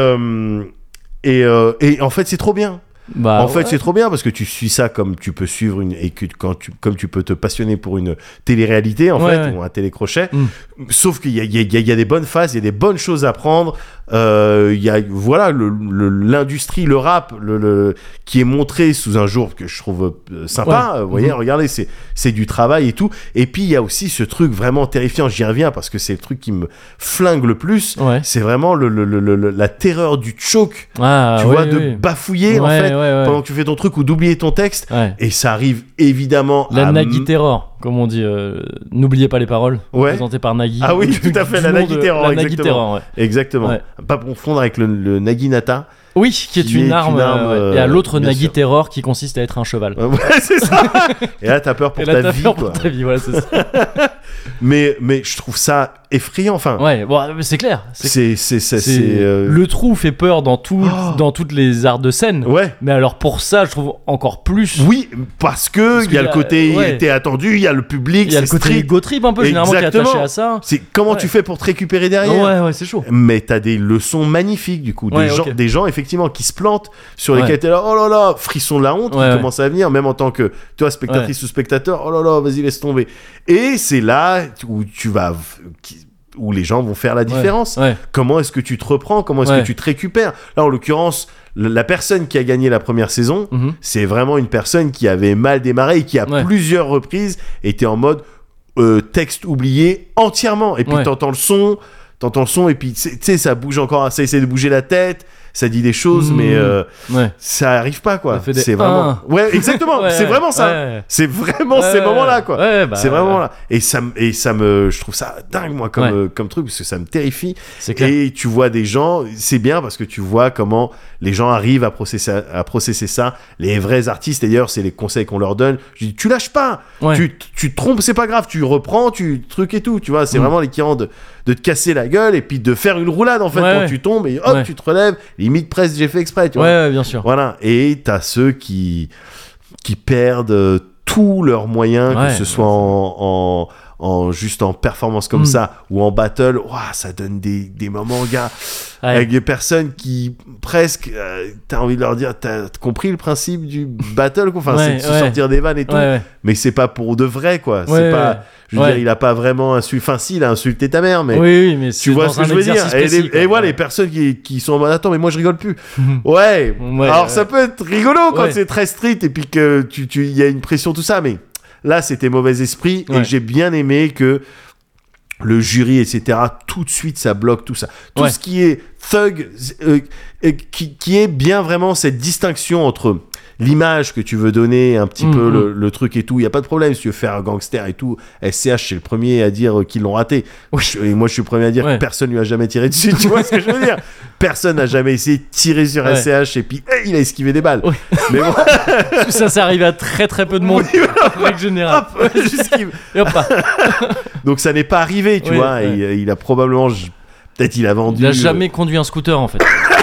en fait, c'est trop bien. Bah, En fait, ouais. c'est trop bien parce que tu suis ça comme tu peux suivre comme tu peux te passionner pour une télé-réalité en Ouais, fait, ouais. ou un télécrochet. Mm. Sauf qu'il y a des bonnes phases, il y a des bonnes choses à prendre. Il y a voilà l'industrie, le rap, qui est montré sous un jour que je trouve sympa. Ouais. Vous voyez, regardez, c'est du travail et tout. Et puis il y a aussi ce truc vraiment terrifiant. J'y reviens parce que c'est le truc qui me flingue le plus. Ouais. C'est vraiment la terreur du choke. Ah, Tu oui, vois, de oui. bafouiller en Ouais, fait ouais. pendant que tu fais ton truc ou d'oublier ton texte. Ouais. Et ça arrive évidemment La à Nagui Terror, comme on dit. N'oubliez pas les paroles. Ouais. Présenté par Nagui. Ah oui, tout à fait, la Du nom Nagui de- Terror, La Nagui exactement. Terror, ouais. Exactement. Ouais. Pas confondre avec le Naginata. Oui, qui est une arme. Ouais. Et à l'autre bien Nagui sûr. Terror qui consiste à être un cheval. Ouais, c'est ça. Et là, t'as peur pour Et là, ta t'as vie, peur quoi. pour ta vie, voilà, c'est ça. Mais je trouve ça effrayant. Enfin, Ouais, bon, mais c'est clair. c'est Le trou fait peur dans Oh. dans toutes les arts de scène. ouais. Mais alors pour ça, je trouve encore plus. Oui, parce que il y a le côté ouais. t'es attendu, il y a le public, Il y a le c'est côté strict. ego trip un peu généralement qui est Exactement. attaché à ça. C'est comment Ouais. tu fais pour te récupérer derrière. Ouais, c'est chaud. Mais t'as des leçons magnifiques du coup, Ouais, ok. des gens effectivement qui se plantent sur Ouais. lesquels t'es là, oh là là, frisson de la honte Ouais, qui ouais. commence à venir, même en tant que toi spectatrice ou spectateur, oh là là, vas-y laisse tomber. Et c'est là où où les gens vont faire la différence. Ouais. Comment est-ce que tu te reprends, comment est-ce Ouais. que tu te récupères. Là en l'occurrence, la personne qui a gagné la première saison, Mhm. c'est vraiment une personne qui avait mal démarré et qui à Ouais. plusieurs reprises était en mode texte oublié entièrement. Et puis Ouais. t'entends le son et puis tu sais ça bouge encore, ça essaie de bouger la tête, ça dit des choses Mmh. mais Ouais. ça arrive pas quoi. Ça fait des C'est vraiment ouais exactement, Ouais, c'est vraiment ça. ouais. C'est vraiment Ouais, ces moments-là quoi. Ouais, bah, C'est vraiment là et ça me je trouve ça dingue moi comme truc parce que ça me terrifie. C'est clair. Et tu vois des gens, c'est bien parce que tu vois comment les gens arrivent à processer ça. Les vrais artistes, d'ailleurs, c'est les conseils qu'on leur donne. Je dis, tu lâches pas, Ouais. tu te trompes, c'est pas grave, tu reprends, tu truc et tout. Tu vois, c'est vraiment l'équivalent de te casser la gueule et puis de faire une roulade en fait Ouais, quand ouais. tu tombes et hop, Ouais. tu te relèves. Limite presque, j'ai fait exprès, tu vois. Ouais, bien sûr. Voilà. Et t'as ceux qui perdent tous leurs moyens, Ouais, que ce soit en juste en performance comme ça ou en battle, ça donne des moments, gars, avec des personnes qui presque t'as envie de leur dire, t'as compris le principe du battle, quoi. Enfin, c'est de se sortir des vannes et tout, mais c'est pas pour de vrai, quoi. C'est pas, je veux dire, il a pas vraiment insulté, enfin si, il a insulté ta mère, mais mais tu vois ce que je veux dire. Et voilà, les personnes qui sont en mode attends, mais moi je rigole plus. Alors ça peut être rigolo quand c'est très street et puis que il y a une pression, tout ça, mais là c'était mauvais esprit et j'ai bien aimé que le jury, etc., tout de suite ça bloque tout ça, tout ce qui est thug, qui est bien vraiment cette distinction entre l'image que tu veux donner, un petit peu le truc et tout, il y a pas de problème si tu veux faire un gangster et tout. SCH, c'est le premier à dire qu'ils l'ont raté, et moi je suis le premier à dire que personne lui a jamais tiré dessus, tu vois ce que je veux dire. Personne n'a jamais essayé de tirer sur SCH et puis il a esquivé des balles, mais bon. ça arrive à très très peu de monde en règle générale. Hop, j'esquive. Et hop. Donc ça n'est pas arrivé, tu vois. Il a probablement peut-être il a vendu, il a jamais conduit un scooter en fait.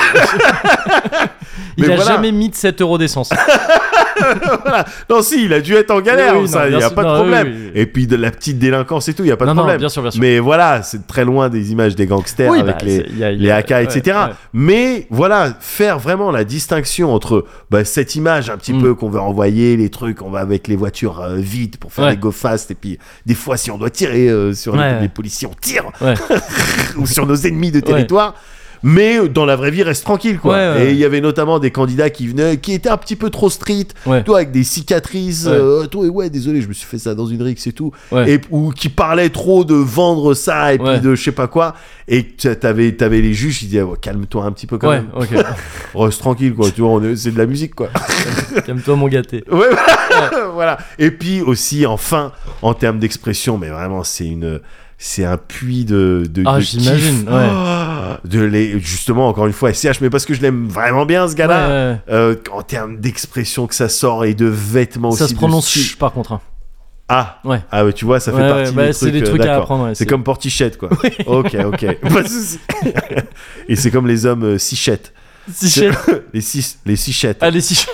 Il a jamais mis de 7 € d'essence. Voilà. Non, si, il a dû être en galère, ça, il n'y a pas de problème. Et puis de la petite délinquance et tout, il n'y a pas de problème. Bien sûr. Mais voilà, c'est très loin des images des gangsters avec les AK, etc. Mais voilà, faire vraiment la distinction entre cette image un petit peu qu'on veut envoyer, les trucs, on va avec les voitures vite pour faire des go fast, et puis des fois, si on doit tirer sur les policiers, on tire ou sur nos ennemis de territoire. Mais dans la vraie vie, reste tranquille, quoi. Et il y avait notamment des candidats qui étaient un petit peu trop street, toi, avec des cicatrices, désolé, je me suis fait ça dans une rixe et tout, ou qui parlaient trop de vendre ça et puis de je sais pas quoi, et t'avais les juges, ils disaient calme-toi un petit peu quand même. Reste tranquille, quoi, tu vois, c'est de la musique, quoi. Calme-toi, mon gâté. Voilà. Et puis aussi, enfin, en termes d'expression, mais vraiment, c'est un puits de j'imagine, justement, encore une fois, SCH, mais parce que je l'aime vraiment bien, ce gars-là. En termes d'expression que ça sort et de vêtements aussi. Ça se prononce par contre. Tu vois, ça fait partie des trucs. C'est des trucs à apprendre. C'est comme Portichette, quoi. Ok. Pas de souci. Et c'est comme les hommes Sichette. Les Sichettes. Ah, les Sichettes.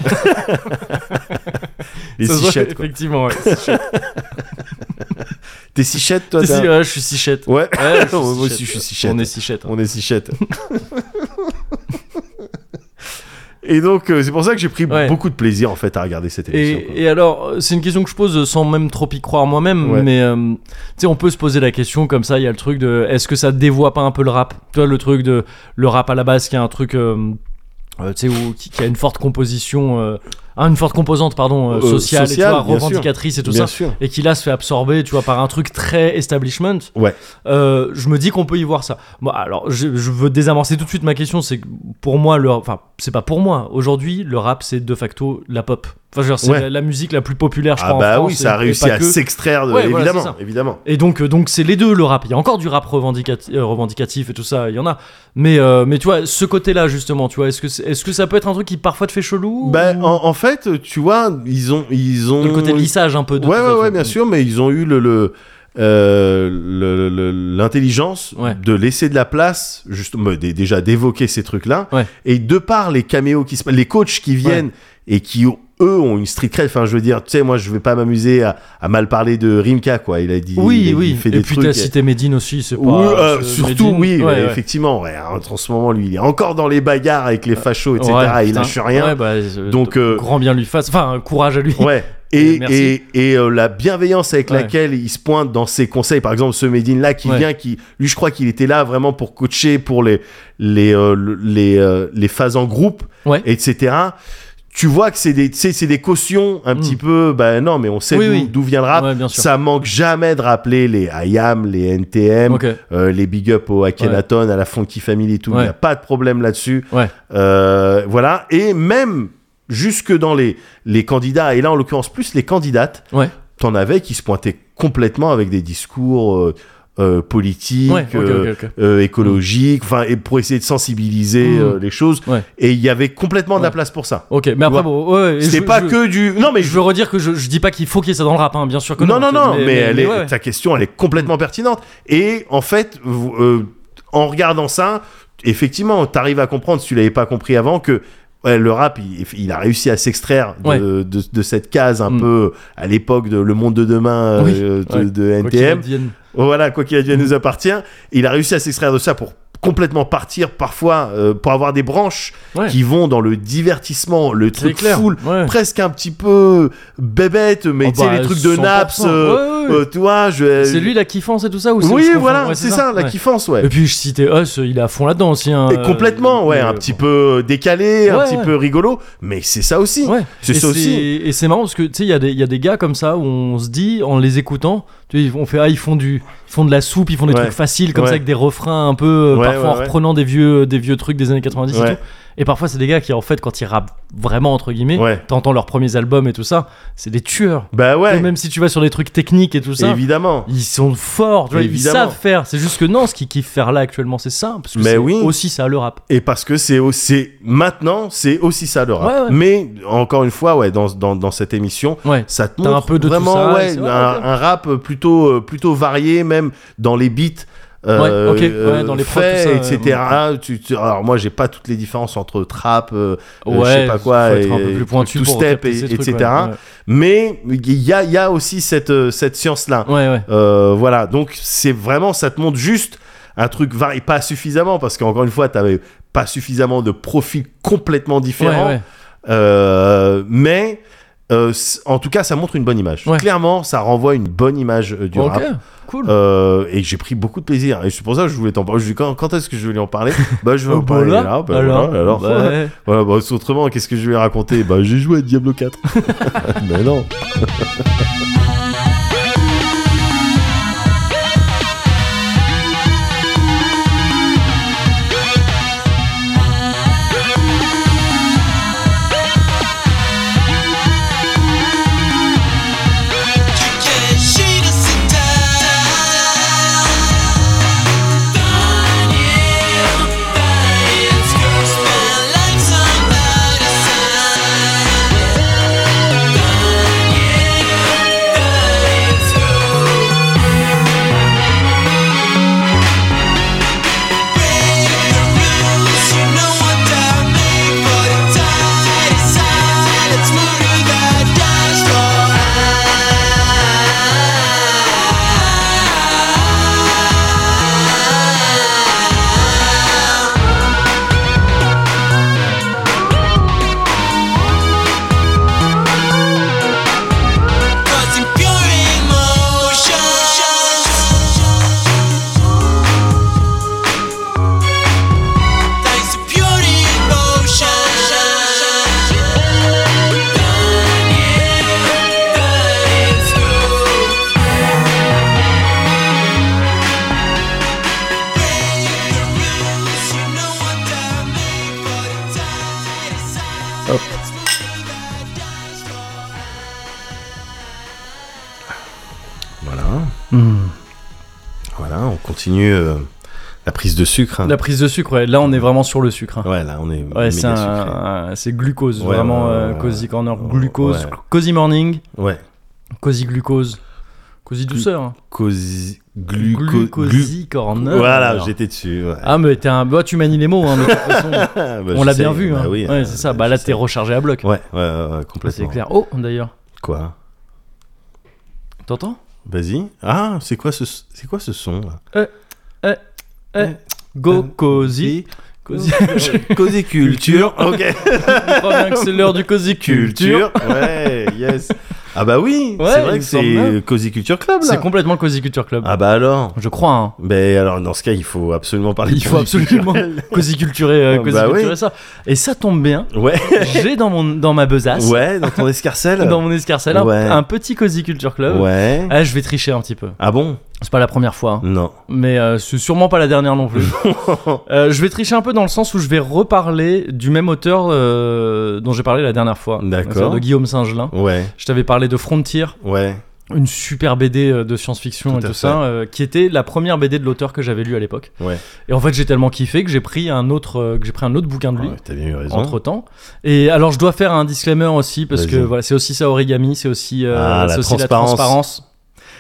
Les Sichettes, quoi. Effectivement, T'es Sichette, toi? Je suis Sichette. Ouais, moi aussi je suis Sichette. On est Sichette. Et donc c'est pour ça que j'ai pris beaucoup de plaisir en fait à regarder cette émission. Et alors c'est une question que je pose sans même trop y croire moi-même, mais tu sais, on peut se poser la question comme ça. Il y a le truc de est-ce que ça dévoie pas un peu le rap, tu vois, le truc de le rap à la base qui a un truc tu sais, qui a une forte composition, une forte composante sociale, et, tu vois, revendicatrice sûr. Et tout bien ça, sûr. et qui là se fait absorber, tu vois, par un truc très establishment. Je me dis qu'on peut y voir ça. Bon, alors je veux désamorcer tout de suite ma question. C'est que pour moi c'est pas pour moi. Aujourd'hui, le rap c'est de facto la pop. Enfin, genre, c'est la musique la plus populaire, je crois, en France. Oui, ça a réussi à s'extraire évidemment. Et donc c'est les deux, le rap. Il y a encore du rap revendicatif et tout ça, il y en a. Mais tu vois, ce côté-là, justement, tu vois, est-ce que ça peut être un truc qui parfoit te fait chelou en fait, tu vois, ils ont le côté lissage un peu de bien sûr, mais ils ont eu l'intelligence de laisser de la place, justement, déjà d'évoquer ces trucs-là, et de par les caméos les coachs qui viennent et qui eux ont une street cred. Enfin, je veux dire, tu sais, moi je vais pas m'amuser à mal parler de Rimka, quoi. Il a dit il fait des trucs. Et puis t'as cité Medine aussi, c'est pas surtout Medine, effectivement, en ce moment lui il est encore dans les bagarres avec les fachos, etc. Il lâche rien, donc grand bien lui fasse, enfin courage à lui. Et la bienveillance avec laquelle il se pointe dans ses conseils, par exemple ce Medine là qui vient, lui je crois qu'il était là vraiment pour coacher pour les phases en groupe, etc. Tu vois que c'est des cautions un petit peu, non, mais on sait d'où vient le rap. Ça manque jamais de rappeler les IAM, les NTM, les big up au Akhenaton, à la Funky Family et tout. Il n'y a pas de problème là-dessus. Voilà. Et même jusque dans les candidats, et là en l'occurrence plus les candidates, t'en avais qui se pointaient complètement avec des discours politique, écologique, enfin, et pour essayer de sensibiliser les choses. Et il y avait complètement de la place pour ça. Ok, mais après, c'était pas que du. Non, mais je veux redire que je dis pas qu'il faut qu'il y ait ça dans le rap, hein, bien sûr que non. Non, mais ta question, elle est complètement pertinente. Et en fait, en regardant ça, effectivement, t'arrives à comprendre, si tu l'avais pas compris avant, que Ouais, le rap, il a réussi à s'extraire de cette case un peu à l'époque de Le Monde de Demain de NTM. Voilà, quoi qu'il advienne nous appartient. Il a réussi à s'extraire de ça pour complètement partir parfois pour avoir des branches qui vont dans le divertissement, le truc full, presque un petit peu bébête, mais tu sais les trucs de Naps, tu vois, c'est lui la kiffance et tout ça ou c'est oui voilà, c'est ça la kiffance, et puis je citais Us, il est à fond là-dedans aussi hein, et complètement un petit peu décalé, un petit peu rigolo, mais c'est ça aussi, c'est ça aussi, et c'est marrant parce que tu sais il y a des gars comme ça où on se dit en les écoutant, tu sais, on fait ils font de la soupe, ils font des trucs faciles comme ça avec des refrains un peu parfois en reprenant des vieux trucs des années 90 et tout. Et parfois c'est des gars qui en fait quand ils rappent vraiment entre guillemets, t'entends leurs premiers albums et tout ça, c'est des tueurs. Bah ouais. Et même si tu vas sur des trucs techniques et tout ça, évidemment, ils sont forts, tu vois, ils savent faire. C'est juste que non, ce qu'ils kiffent faire là actuellement, c'est ça, parce que c'est aussi ça le rap. Et parce que c'est maintenant c'est aussi ça le rap. Mais encore une fois, dans cette émission, ça te montre un peu de vraiment tout ça, un rap plutôt varié, même dans les beats. Dans les faits, etc. Alors moi j'ai pas toutes les différences entre trap, je sais pas quoi, et two step, etc. Mais il y a aussi cette science là. Voilà, donc c'est vraiment, ça te montre juste un truc varié, pas suffisamment parce qu'encore une fois t'avais pas suffisamment de profils complètement différents, mais en tout cas ça montre une bonne image. Clairement ça renvoie une bonne image du rap. Cool. Et j'ai pris beaucoup de plaisir et c'est pour ça que je voulais t'en parler. Je dis quand est-ce que je vais lui en parler? Je vais en parler là. Voilà. Autrement, qu'est-ce que je vais raconter? J'ai joué à Diablo 4. Mais non. Voilà, on continue la prise de sucre. La prise de sucre, là on est vraiment sur le sucre. Là on est méga sucré. C'est glucose, vraiment Cozy Corner, glucose, Cozy Morning. Cozy glucose, Cozy douceur. Cozy Corner. Voilà, j'étais dessus. Ah mais tu manies les mots, hein, de toute façon. On l'a bien vu. C'est ça. Là t'es rechargé à bloc. Complètement. C'est clair. Oh d'ailleurs. Quoi? T'entends? Vas-y. Ah, c'est quoi ce son là? Go Cozy. Cozy Culture. Ok. Je crois bien que c'est l'heure du Cozy Culture. Yes. Ah bah oui, c'est vrai que c'est Cozy Culture Club là. C'est complètement le Cozy Culture Club. Ah bah alors. Je crois. Hein. Mais alors dans ce cas, il faut absolument parler. Il faut absolument Cozy Culturer ça. Et ça tombe bien. J'ai dans ma besace. Dans ton escarcelle. Dans mon escarcelle, un petit Cozy Culture Club. Je vais tricher un petit peu. Ah bon? C'est pas la première fois. Hein. Non. Mais c'est sûrement pas la dernière non plus. Je vais tricher un peu dans le sens où je vais reparler du même auteur dont j'ai parlé la dernière fois. D'accord. De Guillaume Singelin. Je t'avais parlé de Frontier. Une super BD de science-fiction et tout ça, qui était la première BD de l'auteur que j'avais lu à l'époque. Et en fait, j'ai tellement kiffé que j'ai pris un autre bouquin de lui. T'as bien eu raison. Entre temps. Et alors, je dois faire un disclaimer aussi parce que voilà, c'est aussi ça Origami, c'est aussi la transparence.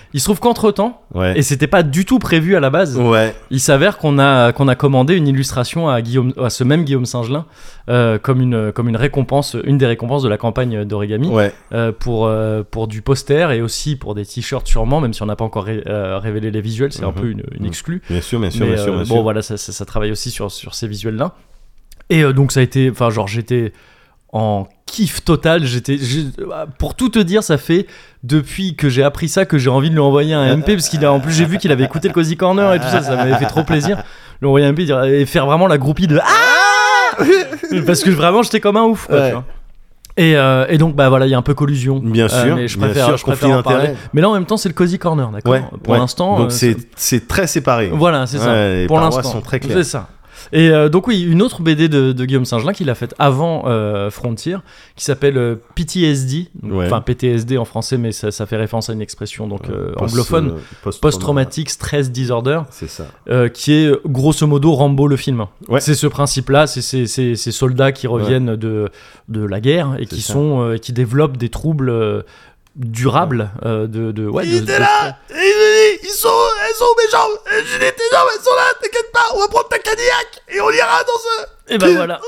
Il se trouve qu'entre-temps, Ouais. et c'était pas du tout prévu à la base, Ouais. il s'avère qu'on a commandé une illustration à ce même Guillaume Singelin comme une récompense, une des récompenses de la campagne d'Origami, Ouais. pour du poster et aussi pour des t-shirts sûrement, même si on n'a pas encore révélé les visuels, c'est un peu une exclue. Bien sûr, bien sûr, Mais, bien sûr, bien bon sûr. voilà, ça travaille aussi sur ces visuels là. Et donc ça a été, enfin genre j'étais en kiff total. Pour tout te dire, ça fait depuis que j'ai appris ça que j'ai envie de lui envoyer un MP, parce en plus j'ai vu qu'il avait écouté le Cozy Corner et tout ça m'avait fait trop plaisir. Lui envoyer un MP et faire vraiment la groupie de parce que vraiment j'étais comme un ouf quoi, Ouais. tu vois. Et donc bah voilà, il y a un peu collusion. Bien sûr, mais je bien préfère, sûr, je préfère conflit en parler. d'intérêt. Mais là en même temps c'est le Cozy Corner, d'accord. Ouais. Pour ouais. l'instant. Donc c'est très séparé. Voilà, c'est ça. Ouais, les pour parois l'instant, sont très claires. c'est ça. Et donc oui, une autre BD de Guillaume Singelin qu'il a faite avant Frontier, qui s'appelle PTSD, Ouais. enfin PTSD en français, mais ça fait référence à une expression donc anglophone, post-traumatic stress disorder, C'est ça. qui est grosso modo Rambo le film. Ouais. C'est ce principe-là, c'est ces soldats qui reviennent de la guerre et qui ça. qui développent des troubles durables Il était là. Et il me dit, elles sont où mes jambes? J'ai dit, tes jambes, elles sont là. T'inquiète pas, on va prendre ta Cadillac et on ira dans ce. Et ben voilà.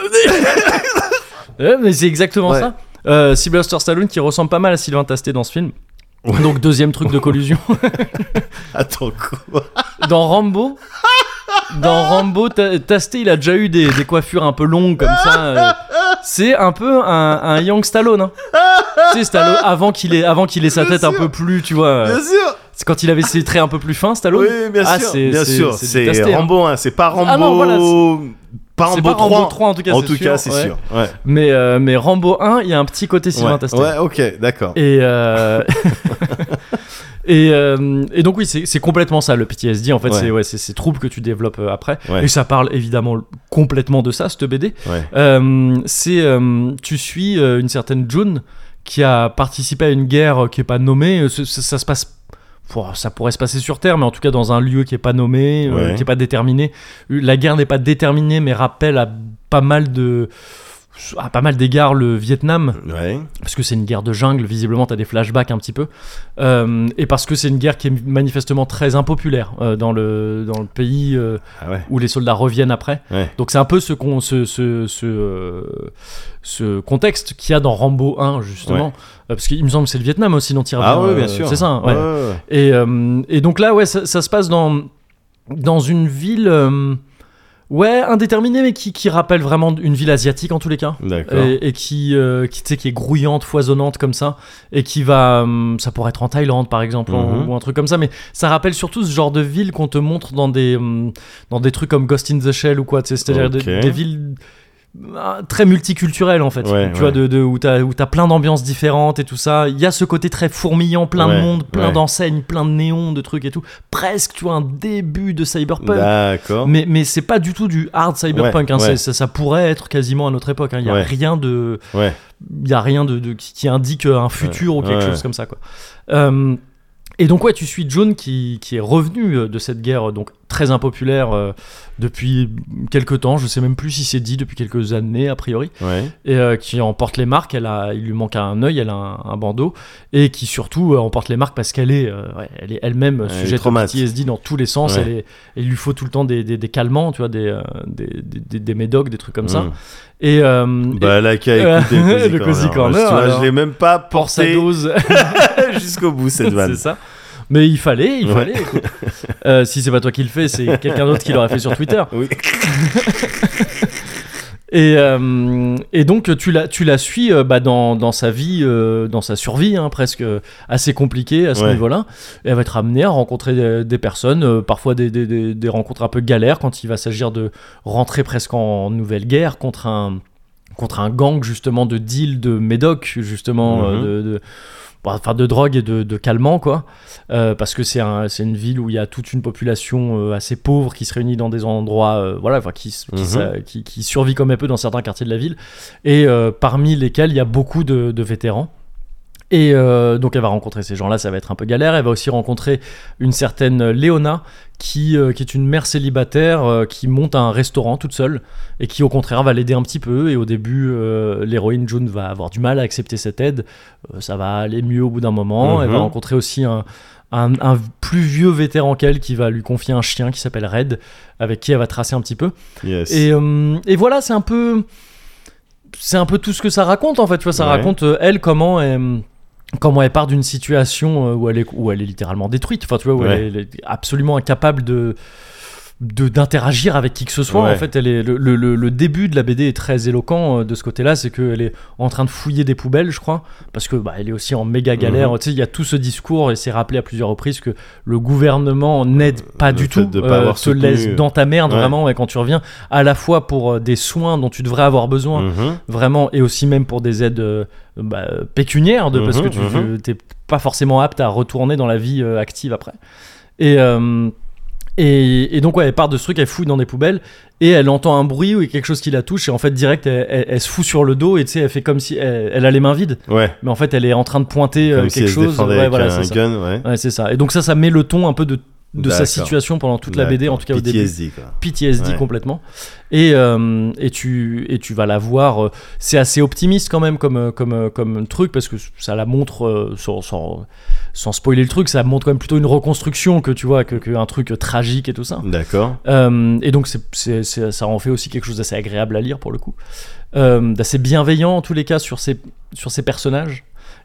Mais c'est exactement Ouais. ça. Sylvester Stallone qui ressemble pas mal à Sylvain Tastet dans ce film. Ouais. Donc deuxième truc de collusion. Attends quoi? Dans Rambo, Tastet il a déjà eu des coiffures un peu longues comme ça. C'est un peu un young Stallone. Hein. Tu sais, Stallone avant qu'il ait sa Bien tête un sûr. peu plus, tu vois. Bien sûr. C'est quand il avait ses traits un peu plus fins, Stallone. Oui, bien sûr. Bien sûr. du C'est Tastet, hein. Rambo 1, c'est pas Rambo. Ah non, voilà, Pas C'est Rambo pas 3. Rambo 3 en tout cas. En tout cas, c'est ouais. sûr. Ouais. Mais Rambo 1, il y a un petit côté Sylvain Tastet. Ouais, ok, d'accord. Et et donc oui, c'est complètement ça le PTSD en fait. Ouais. C'est ces troubles que tu développes après. Ouais. Et ça parle évidemment complètement de ça, cette BD. Ouais. Tu suis une certaine June qui a participé à une guerre qui est pas nommée. Ça se passe. Ça pourrait se passer sur Terre, mais en tout cas dans un lieu qui est pas nommé, Ouais. qui est pas déterminé. La guerre n'est pas déterminée, mais rappelle à pas mal d'égards le Vietnam. Ouais. Parce que c'est une guerre de jungle, visiblement t'as des flashbacks un petit peu, et parce que c'est une guerre qui est manifestement très impopulaire dans le pays Ah ouais. où les soldats reviennent après. Ouais. Donc c'est un peu ce contexte qu'il y a dans Rambo 1 justement, Ouais. parce qu'il me semble que c'est le Vietnam aussi dont il revient. Ah ouais, bien sûr. C'est ça. Ouais, Ouais. ouais, ouais. Et donc là, ouais, ça se passe dans une ville, ouais, indéterminée, mais qui rappelle vraiment une ville asiatique en tous les cas. D'accord. Et qui tu sais, qui est grouillante, foisonnante comme ça, et qui va, ça pourrait être en Thaïlande par exemple, Mhm. ou un truc comme ça, mais ça rappelle surtout ce genre de ville qu'on te montre dans des trucs comme Ghost in the Shell ou quoi, tu sais, c'est-à-dire Ok. des villes très multiculturelles en fait, Ouais, tu ouais. vois, où t'as plein d'ambiances différentes et tout ça. Il y a ce côté très fourmillant, plein de Ouais, monde, plein ouais. d'enseignes, plein de néons, de trucs et tout, presque, tu vois, un début de cyberpunk. D'accord. Mais c'est pas du tout du hard cyberpunk, Ouais, hein, ouais. ça pourrait être quasiment à notre époque. Il y a Ouais. rien de, Ouais. y a rien qui indique un futur ou quelque Ouais. chose comme ça, quoi. Et donc ouais, tu suis June qui est revenu de cette guerre donc très impopulaire depuis quelques temps, je sais même plus si c'est dit, depuis quelques années a priori, Ouais. et qui en porte les marques. Il lui manque un œil, elle a un bandeau, et qui surtout en porte les marques parce qu'elle est elle-même Elle est sujette au traumate. PTSD dans tous les sens. Ouais. Il lui faut tout le temps des calmants, tu vois, des médocs, des trucs comme ça. Mm. Et Bah là, qui a écouté le Cozy Corner, Tu vois, alors. je l'ai même pas pour sa porté dose. jusqu'au bout cette vanne. C'est ça. Mais il fallait. Ouais. Écoute. Si c'est pas toi qui le fais, c'est quelqu'un d'autre qui l'aurait fait sur Twitter. Oui. Et donc tu la suis dans sa vie, dans sa survie, hein, presque assez compliquée à ce Ouais. niveau-là. Et elle va être amenée à rencontrer des personnes, parfois des rencontres un peu galères quand il va s'agir de rentrer presque en nouvelle guerre contre un gang justement de deal de médoc justement, Mhm. de drogue et de calmants, quoi, parce que c'est une ville où il y a toute une population assez pauvre qui se réunit dans des endroits qui survit comme elle peut dans certains quartiers de la ville, et parmi lesquels il y a beaucoup de vétérans. Et donc elle va rencontrer ces gens-là, ça va être un peu galère. Elle va aussi rencontrer une certaine Léona qui est une mère célibataire qui monte un restaurant toute seule et qui au contraire va l'aider un petit peu. Et au début, l'héroïne June va avoir du mal à accepter cette aide. Ça va aller mieux au bout d'un moment. Elle va rencontrer aussi un plus vieux vétéran qu'elle qui va lui confier un chien qui s'appelle Red, avec qui elle va tracer un petit peu. Yes. Et voilà, c'est un peu tout ce que ça raconte en fait. Tu vois, ça Ouais. raconte elle comment elle part d'une situation où elle est littéralement détruite. Enfin, tu vois, où Ouais. elle est absolument incapable d'interagir avec qui que ce soit. Ouais. En fait, le début de la BD est très éloquent de ce côté-là, c'est qu'elle est en train de fouiller des poubelles, je crois, parce que elle est aussi en méga galère. Tu sais, il y a tout ce discours et c'est rappelé à plusieurs reprises que le gouvernement n'aide pas Le du fait tout, de pas avoir te soutenu. laisse dans ta merde Ouais. vraiment, et quand tu reviens, à la fois pour des soins dont tu devrais avoir besoin, Mhm. vraiment, et aussi même pour des aides pécuniaires, parce que tu t'es pas forcément apte à retourner dans la vie active après. Et donc elle part de ce truc, elle fouille dans des poubelles et elle entend un bruit ou quelque chose qui la touche et en fait direct elle se fout sur le dos et tu sais elle fait comme si elle a les mains vides, Ouais. mais en fait elle est en train de pointer Comme si quelque elle se chose. défendait Ouais, avec voilà, un c'est ça. gun, ouais. Ouais, c'est ça. Et donc ça met le ton un peu de sa D'accord. situation pendant toute la BD, en tout cas au début. PTSD, quoi. PTSD Ouais. complètement. Et tu vas la voir. C'est assez optimiste quand même comme truc parce que ça la montre sans spoiler le truc, ça montre quand même plutôt une reconstruction que tu vois que un truc tragique et tout ça. D'accord. Et donc ça en fait aussi quelque chose d'assez agréable à lire pour le coup, d'assez bienveillant en tous les cas sur ces personnages.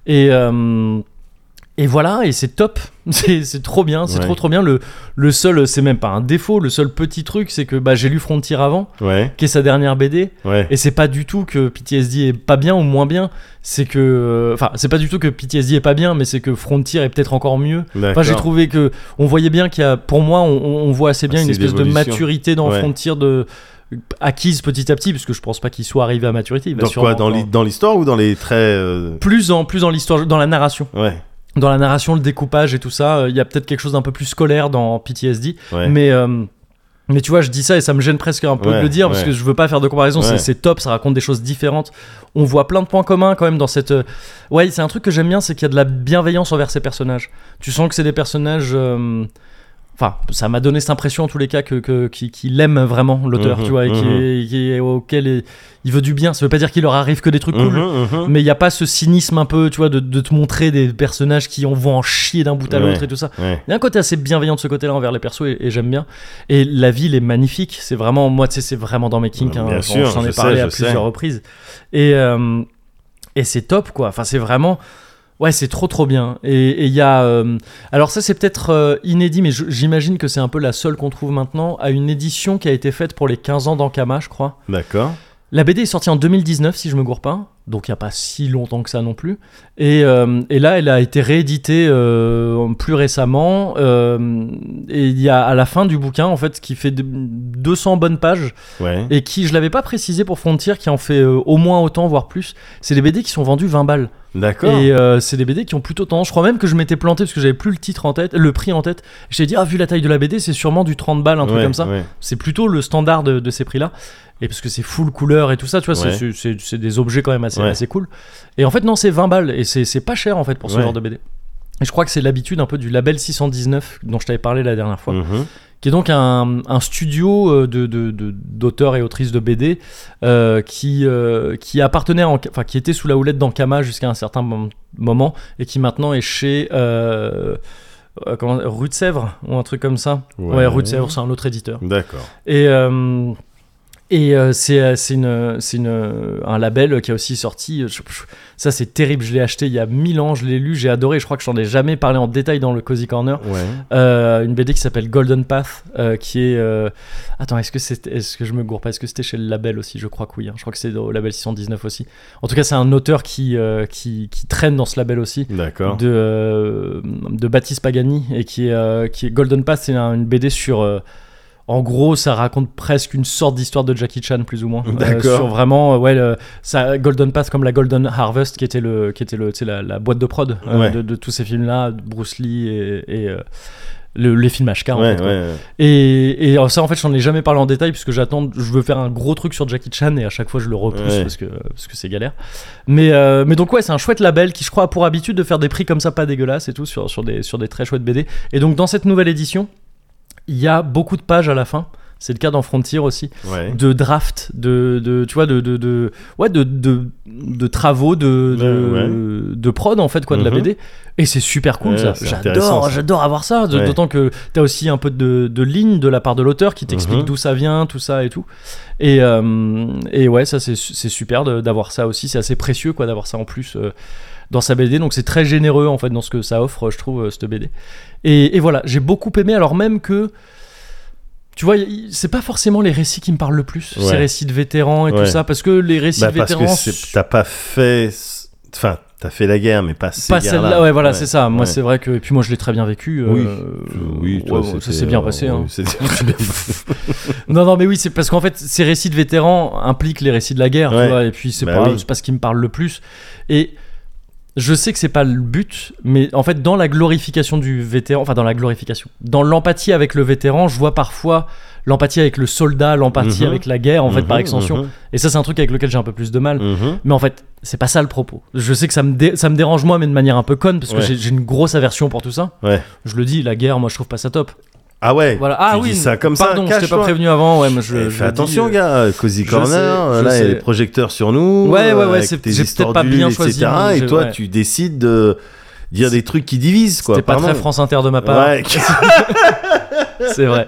Et voilà, et c'est top, c'est trop bien, c'est Ouais. trop bien. Le seul, c'est même pas un défaut, le seul petit truc, c'est que j'ai lu Frontier avant, Ouais. qui est sa dernière BD, Ouais. et c'est pas du tout que PTSD est pas bien ou moins bien, c'est que, enfin, c'est pas du tout que PTSD est pas bien, mais c'est que Frontier est peut-être encore mieux. D'accord. Enfin, j'ai trouvé que on voyait bien qu'il y a, pour moi, on voit assez bien Assez une espèce de d'évolution. maturité dans Ouais. Frontier acquise petit à petit, parce que je pense pas qu'il soit arrivé à maturité. Il va Dans quoi? sûrement Dans l'histoire ou dans les traits plus en l'histoire, dans la narration. Ouais. Dans la narration, le découpage et tout ça, il y a peut-être quelque chose d'un peu plus scolaire dans PTSD. Ouais. Mais tu vois, je dis ça et ça me gêne presque un peu de Ouais, le dire parce ouais. que je veux pas faire de comparaison. Ouais. C'est top, ça raconte des choses différentes. On voit plein de points communs quand même dans cette. Ouais, c'est un truc que j'aime bien, c'est qu'il y a de la bienveillance envers ces personnages. Tu sens que c'est des personnages. Enfin, ça m'a donné cette impression en tous les cas qu'il aime vraiment l'auteur, tu vois, et auquel il veut du bien. Ça veut pas dire qu'il leur arrive que des trucs cool. Mais il n'y a pas ce cynisme un peu, tu vois, de te montrer des personnages qui vont en chier d'un bout à l'autre et tout ça. Ouais. Il y a un côté assez bienveillant de ce côté-là envers les persos et j'aime bien. Et la ville est magnifique. C'est vraiment, moi, tu sais, c'est vraiment dans mes kinks. Bien sûr, j'en ai je parlé sais, à je sais. plusieurs reprises. Et c'est top, quoi. Enfin, c'est vraiment. Ouais, c'est trop bien. Et il y a. Alors, ça, c'est peut-être inédit, mais j'imagine que c'est un peu la seule qu'on trouve maintenant, à une édition qui a été faite pour les 15 ans d'Ankama, je crois. D'accord. La BD est sortie en 2019, si je me gourre pas, donc il n'y a pas si longtemps que ça non plus. Et là, elle a été rééditée plus récemment. Et il y a à la fin du bouquin, en fait, qui fait 200 bonnes pages, Ouais. et qui, je l'avais pas précisé pour Frontier, qui en fait au moins autant, voire plus. C'est des BD qui sont vendus 20 balles. D'accord. Et c'est des BD qui ont plutôt tendance. Je crois même que je m'étais planté parce que j'avais plus le prix en tête. Je t'ai dit, vu la taille de la BD, c'est sûrement du 30 balles, un truc Ouais, comme ça. ouais. C'est plutôt le standard de ces prix-là. Et parce que c'est full couleur et tout ça, tu vois, Ouais. c'est des objets quand même Ouais. assez cool. Et en fait, non, c'est 20 balles. Et c'est pas cher en fait pour ce Ouais. genre de BD. Et je crois que c'est l'habitude un peu du label 619 dont je t'avais parlé la dernière fois, Mhm. qui est donc un studio d'auteurs et autrices de BD qui appartenait, enfin qui était sous la houlette d'Ankama jusqu'à un certain moment et qui maintenant est chez Rue de Sèvres ou un truc comme ça. Ouais, Rue de Sèvres, c'est un autre éditeur. D'accord. Et c'est un label qui a aussi sorti. Ça, c'est terrible. Je l'ai acheté il y a 1000 ans. Je l'ai lu, j'ai adoré. Je crois que je n'en ai jamais parlé en détail dans le Cozy Corner. Ouais. Une BD qui s'appelle Golden Path, qui est. Attends, est-ce que je me gourre pas? Est-ce que c'était chez le label aussi? Je crois que oui. Je crois que c'est au label 619 aussi. En tout cas, c'est un auteur qui traîne dans ce label aussi. D'accord. De Baptiste Pagani et qui est Golden Path. C'est une BD sur. En gros, ça raconte presque une sorte d'histoire de Jackie Chan, plus ou moins. D'accord. Sur vraiment, ça, Golden Path comme la Golden Harvest, qui était tu sais, la boîte de prod Ouais. de tous ces films-là, Bruce Lee et les films HK. En Ouais, fait, quoi. ouais. Et ça, en fait, j'en ai jamais parlé en détail, puisque je veux faire un gros truc sur Jackie Chan, et à chaque fois, je le repousse Ouais. parce que c'est galère. Mais donc, ouais, c'est un chouette label qui, je crois, a pour habitude de faire des prix comme ça, pas dégueulasses et tout, sur des très chouettes BD. Et donc, dans cette nouvelle édition, il y a beaucoup de pages à la fin, C'est le cas dans Frontier aussi. Ouais. De draft, tu vois, de travaux, de prod en fait, quoi, de la Mhm. BD. Et c'est super cool, Ouais, ça. c'est intéressant, ça. J'adore avoir ça. Ouais. D'autant que t'as aussi un peu de lignes de la part de l'auteur qui t'explique Mhm. d'où ça vient, tout ça et tout. Et ouais, ça c'est super d'avoir ça aussi. C'est assez précieux, quoi, d'avoir ça en plus dans sa BD. Donc c'est très généreux en fait dans ce que ça offre, je trouve, cette BD. Et voilà, j'ai beaucoup aimé, alors même que. Tu vois, c'est pas forcément les récits qui me parlent le plus, Ouais. ces récits de vétérans et Ouais. tout ça, parce que les récits de Parce que vétérans. t'as pas fait. Enfin, t'as fait la guerre, mais pas ces Pas guerres-là. celle-là, ouais, voilà, c'est ça. Moi, ouais. c'est vrai que. Et puis moi, je l'ai très bien vécu. Oui, toi, ouais, ça c'était, s'est bien passé. Hein. oui, c'était très bien. Non, mais oui, c'est parce qu'en fait, ces récits de vétérans impliquent les récits de la guerre, Ouais. tu vois, et puis c'est Bah pas, oui. c'est pas ce qui me parle le plus. Et je sais que c'est pas le but, mais en fait, dans la glorification du vétéran, enfin, dans l'empathie avec le vétéran, je vois parfois l'empathie avec le soldat, l'empathie Mhm. avec la guerre, en fait, par Mhm, extension. mhm, Et ça, c'est un truc avec lequel j'ai un peu plus de mal. mhm. Mais en fait, c'est pas ça le propos. Je sais que ça me dérange moi, mais de manière un peu conne, parce que Ouais. j'ai une grosse aversion pour tout ça. Ouais. Je le dis, la guerre, moi, je trouve pas ça top. Ah ouais. Voilà. Ah tu oui. dis ça comme pardon, ça. je t'ai pas cache-toi. prévenu avant. Ouais, mais je Fais le attention, dis, gars. Cozy je Corner. sais, Là, il y a sais. des projecteurs sur nous. Ouais, avec c'est- tes j'ai histoires peut-être pas d'Ulule, bien etc. choisi, hein, Et toi, ouais. tu décides de dire des trucs qui divisent, quoi. C'était pas Pardon. très France Inter de ma part. Ouais. C'est vrai.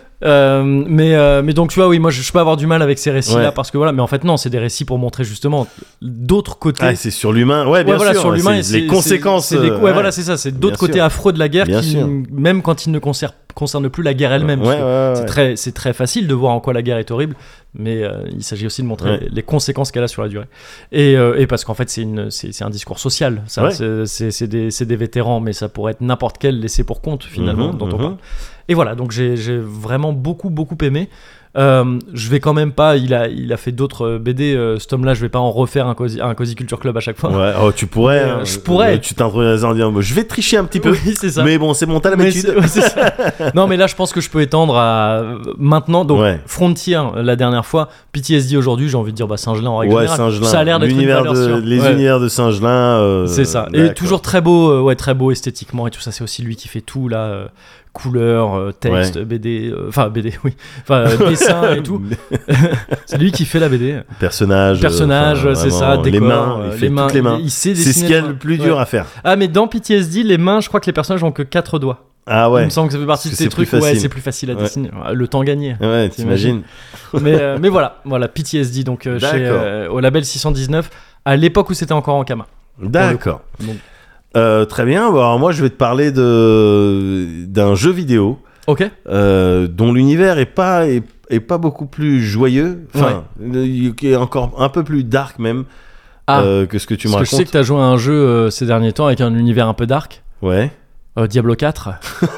Mais donc tu vois, oui, moi je peux avoir du mal avec ces récits-là Ouais. parce que voilà, mais en fait non, c'est des récits pour montrer justement d'autres côtés. Ah, c'est sur l'humain. Ouais, bien Ouais, voilà, sûr. sur l'humain, c'est les conséquences. c'est ouais, voilà, c'est ça, c'est d'autres Bien côtés sûr. affreux de la guerre Bien qui, sûr. même quand ils ne concernent plus la guerre elle-même. Ouais, parce que ouais, ouais. c'est très facile de voir en quoi la guerre est horrible, mais il s'agit aussi de montrer Ouais. les conséquences qu'elle a sur la durée. Et parce qu'en fait, c'est un discours social. Ça, Ouais. c'est des vétérans, mais ça pourrait être n'importe quel laissé pour compte finalement Mhm, dont on mhm. parle. Et voilà, donc j'ai vraiment beaucoup aimé. Je vais quand même pas. Il a fait d'autres BD. Cet homme-là, je vais pas en refaire un Cozy Culture Club à chaque fois. Ouais, oh, tu pourrais. Mais, hein. je pourrais. Tu t'introduis en disant, je vais tricher un petit peu. Oui, c'est ça. Mais bon, c'est mon talent Mais d'habitude. ouais, c'est ça. Non, mais là, je pense que je peux étendre à maintenant. Donc, Ouais. Frontier la dernière fois, PTSD aujourd'hui, j'ai envie de dire Saint-Gelin en règle Ouais, générale. Saint-Gelin. Ça a l'air d'être une L'univers valeur de- sûre. Les Ouais. univers de Saint-Gelin. C'est ça. Et d'accord. toujours très beau esthétiquement et tout ça. C'est aussi lui qui fait tout là. Couleurs, texte, BD, BD, oui, dessin et tout. C'est lui qui fait la BD. Personnage, C'est ça, vraiment, les décor, mains, il fait toutes les mains. Il sait C'est dessiner ce qu'il y a les le mains. plus dur Ouais. à faire. Ah, mais dans PTSD, les mains, je crois que les personnages ont que 4 doigts. Ah Il ouais. me semble que ça fait partie de Parce ces que c'est plus trucs où facile. c'est plus facile à Ouais. dessiner. Le temps gagné. Ouais, t'imagines. Mais voilà, PTSD, donc chez, D'accord. au label 619, à l'époque où c'était encore en Kama. D'accord. Donc, Très bien. Bon, alors moi, je vais te parler d'un jeu vidéo ok. dont l'univers est pas beaucoup plus joyeux. Enfin, qui est encore un peu plus dark même que ce que tu me Parce que je sais racontes. que tu as joué à un jeu ces derniers temps avec un univers un peu dark. Ouais. Diablo 4.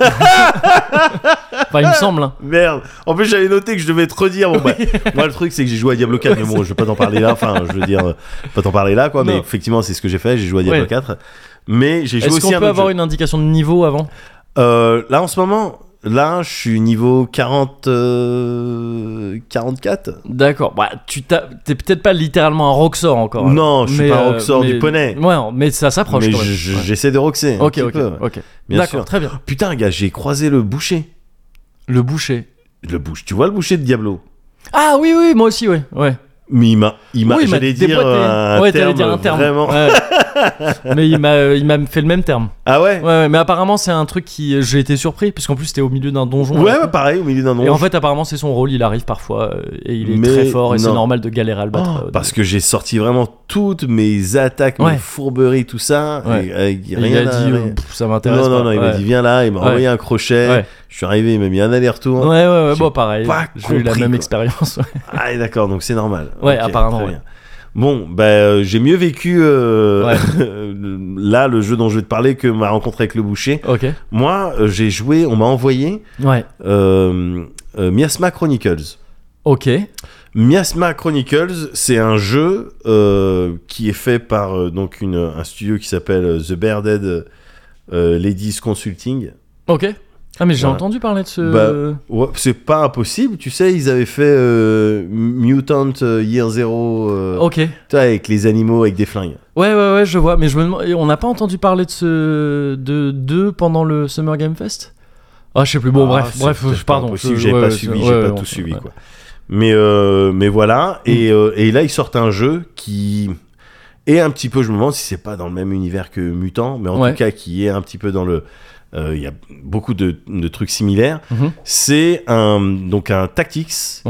Enfin, il me semble. Hein. Merde. En plus, j'avais noté que je devais te redire. Bon, bah, moi, le truc, c'est que j'ai joué à Diablo 4, mais bon, je vais pas t'en parler là. Enfin, je veux dire, pas t'en parler là, quoi. Non. Mais effectivement, c'est ce que j'ai fait. J'ai joué à Diablo Ouais. 4. Mais j'ai joué Est-ce aussi qu'on à un peut autre avoir jeu. une indication de niveau avant? Là, en ce moment, je suis niveau 44. D'accord. Bah, t'es peut-être pas littéralement un Roxor encore. hein. Non, je suis Mais, pas un Roxor du mais- poney. Ouais, mais ça s'approche Mais quand même. Ouais. j'essaie de roxer. un Ok, petit peu. ok. Bien D'accord, sûr. très bien. Putain, gars, j'ai croisé le boucher. Le boucher. Tu vois le boucher de Diablo? Ah oui, moi aussi, ouais. Mais il m'a, Oui, j'allais dire déboîté. Ouais, t'allais dire un terme. vraiment. Ouais. Mais il m'a fait le même terme. Ah ouais? Ouais, mais apparemment c'est un truc qui j'ai été surpris puisqu'en plus c'était au milieu d'un donjon. Ouais, pareil, au milieu d'un Et donjon. en fait apparemment c'est son rôle, il arrive parfois et il est Mais très fort et c'est non. normal de galérer à le battre. Parce que j'ai sorti vraiment toutes mes attaques, Ouais. mes fourberies, tout ça. Ouais. Et avec Et rien il a à- dit rien. ça m'intéresse Non, pas. il m'a dit viens là, il m'a Ouais. envoyé un crochet. Ouais. Je suis arrivé, il m'a mis un aller-retour. Ouais, J'ai bon pareil. pas J'ai eu la compris, même quoi. expérience. Ouais. Ah, d'accord, donc c'est normal. Ouais, Ok, apparemment, très ouais. bien. Bon, j'ai mieux vécu là le jeu dont je vais te parler que ma rencontre avec le boucher. Ok. Moi, j'ai joué, on m'a envoyé Ouais. Miasma Chronicles. Ok. Miasma Chronicles, c'est un jeu qui est fait par donc un studio qui s'appelle The Bearded Ladies Consulting. Ok. Ah mais j'ai Voilà. entendu parler de ce. Ouais, c'est pas impossible, tu sais, ils avaient fait Mutant Year Zero, Ok. tu vois, avec les animaux avec des flingues. Ouais, je vois. Mais je me demande, on n'a pas entendu parler de ce de pendant le Summer Game Fest? Ah, je sais plus. Bon, bref, c'est peut-être pardon. pas possible, j'ai pas suivi, j'ai pas tout suivi, quoi. Mais voilà, et là ils sortent un jeu qui est un petit peu, je me demande si c'est pas dans le même univers que Mutant, mais en tout cas qui est un petit peu dans le, il y a beaucoup de trucs similaires. C'est donc un Tactics,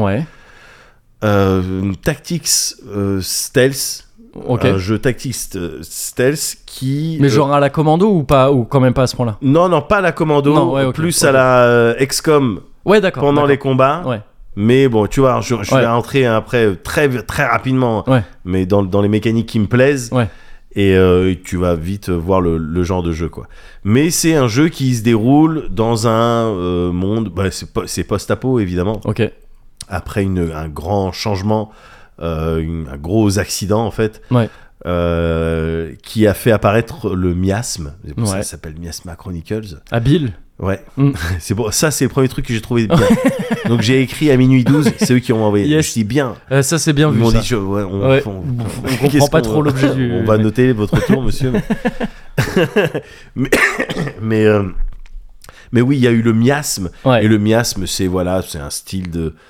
Tactics stealth. Un jeu Tactics stealth qui... Mais genre à la commando ou pas, ou quand même pas à ce point-là? Non, pas à la commando, plus à la XCOM pendant les combats. Mais bon, tu vois, je vais rentrer après très, très rapidement, mais dans les mécaniques qui me plaisent. Et tu vas vite voir le genre de jeu, quoi. Mais c'est un jeu qui se déroule dans un monde... c'est post-apo, évidemment. Après un grand changement, un gros accident, en fait. Qui a fait apparaître le miasme. C'est pour ça que ça s'appelle Miasma Chronicles. Habile. C'est bon, ça c'est le premier truc que j'ai trouvé bien. Donc j'ai écrit à minuit 12, c'est eux qui ont envoyé. Je dis bien. Ça c'est bien Ils vu. m'ont ça. dit, on comprend pas trop l'objet du. On va noter votre tour, monsieur. Mais oui, il y a eu le miasme. Et le miasme, c'est un style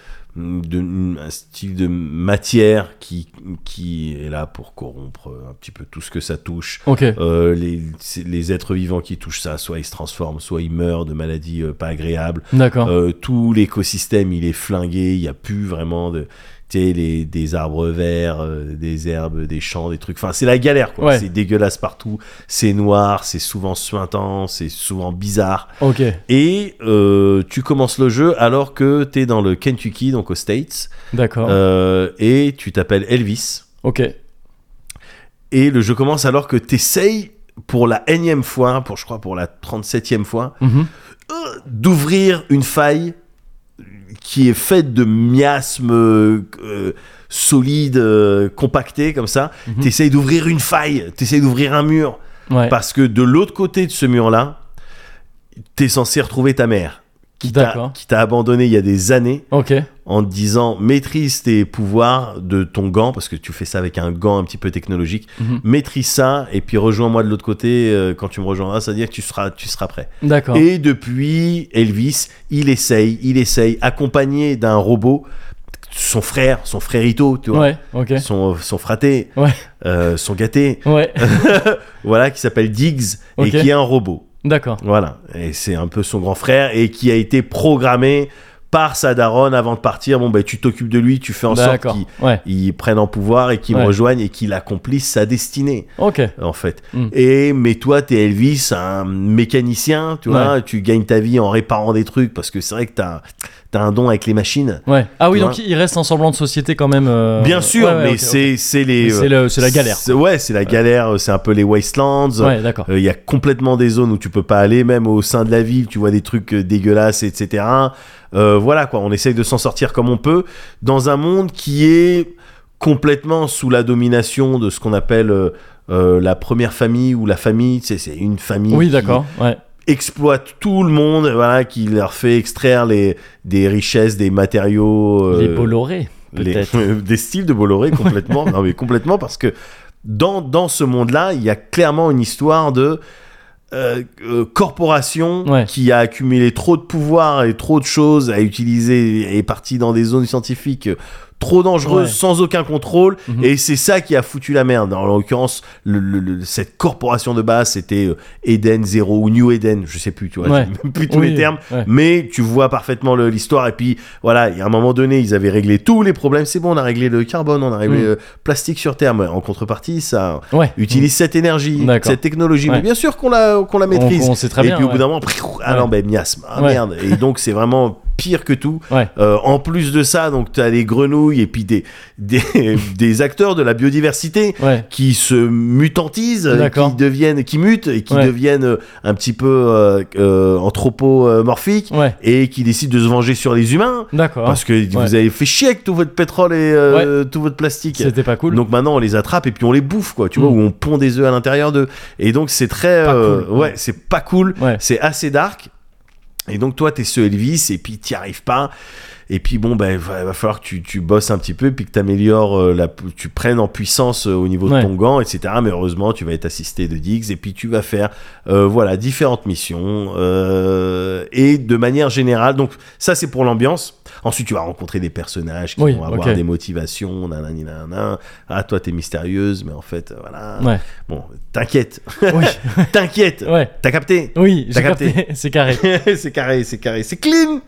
un style de matière qui est là pour corrompre un petit peu tout ce que ça touche. Les êtres vivants qui touchent ça, soit ils se transforment, soit ils meurent de maladies pas agréables. Tout l'écosystème il est flingué, il n'y a plus vraiment des arbres verts, des herbes, des champs, des trucs. Enfin, c'est la galère, quoi. C'est dégueulasse partout. C'est noir, c'est souvent suintant, c'est souvent bizarre. Et tu commences le jeu alors que t'es dans le Kentucky, donc aux States. Et tu t'appelles Elvis. Et le jeu commence alors que t'essayes pour la énième fois, je crois pour la 37e fois, d'ouvrir une faille qui est faite de miasmes solides, compactés comme ça. T'essayes d'ouvrir une faille, t'essayes d'ouvrir un mur, parce que de l'autre côté de ce mur-là, t'es censé retrouver ta mère, qui t'a abandonné il y a des années, en te disant maîtrise tes pouvoirs de ton gant, parce que tu fais ça avec un gant un petit peu technologique, maîtrise ça, et puis rejoins-moi de l'autre côté quand tu me rejoindras, c'est-à-dire que tu seras prêt. Et depuis, Elvis, il essaye, accompagné d'un robot, son frérito, tu vois, son fraté, son gâté, voilà, qui s'appelle Diggs, et qui est un robot. Voilà, et c'est un peu son grand frère, et qui a été programmé par sa daronne avant de partir. Tu t'occupes de lui, tu fais en sorte qu'il prenne en pouvoir et qu'il me rejoigne et qu'il accomplisse sa destinée, en fait. Mais toi t'es Elvis, un mécanicien, tu vois, tu gagnes ta vie en réparant des trucs, parce que c'est vrai que t'as un don avec les machines. Donc il reste un semblant de société quand même. Bien sûr, mais c'est la galère. C'est la galère, c'est un peu les wastelands. Il y a complètement des zones où tu peux pas aller, même au sein de la ville, tu vois des trucs dégueulasses, etc. Voilà, quoi, on essaye de s'en sortir comme on peut dans un monde qui est complètement sous la domination de ce qu'on appelle la première famille, ou la famille, c'est une famille exploite tout le monde, voilà, qui leur fait extraire des richesses, des matériaux, les Bolloré peut-être. Des styles de Bolloré complètement. Non mais complètement, parce que dans ce monde-là, il y a clairement une histoire de corporation qui a accumulé trop de pouvoir et trop de choses à utiliser, et est partie dans des zones scientifiques trop dangereuse, sans aucun contrôle, et c'est ça qui a foutu la merde. En l'occurrence, cette corporation de base, c'était Eden Zero ou New Eden, je sais plus, tu vois, j'ai même plus tous les termes, mais tu vois parfaitement l'histoire. Et puis voilà, il y a un moment donné, ils avaient réglé tous les problèmes. C'est bon, on a réglé le carbone, on a réglé le plastique sur Terre. Mais en contrepartie, ça utilise cette énergie, cette technologie. Mais bien sûr qu'on la maîtrise. On sait très bien. Et puis au bout d'un moment, non, miasme, merde. Et donc c'est vraiment pire que tout. En plus de ça, donc tu as les grenouilles et puis des acteurs de la biodiversité qui se mutantisent, qui mutent et qui deviennent un petit peu anthropomorphiques, et qui décident de se venger sur les humains, parce que vous avez fait chier avec tout votre pétrole et tout votre plastique. C'était pas cool. Donc maintenant on les attrape et puis on les bouffe, quoi, tu vois, ou on pond des œufs à l'intérieur d'eux. Et donc c'est très cool. C'est pas cool, c'est assez dark. Et donc toi t'es ce Elvis et puis t'y arrives pas, Et puis bon, ben va falloir que tu bosses un petit peu, puis que t'améliores tu prennes en puissance au niveau de ton gant, etc. Mais heureusement, tu vas être assisté de Diggs, et puis tu vas faire voilà différentes missions et de manière générale. Donc ça, c'est pour l'ambiance. Ensuite, tu vas rencontrer des personnages qui vont avoir des motivations, nanana. Ah, toi, t'es mystérieuse, mais en fait, voilà. Ouais. Bon, t'inquiète. Oui. T'inquiète. Ouais. T'as capté? Oui, T'as j'ai capté. C'est carré. c'est carré, c'est clean.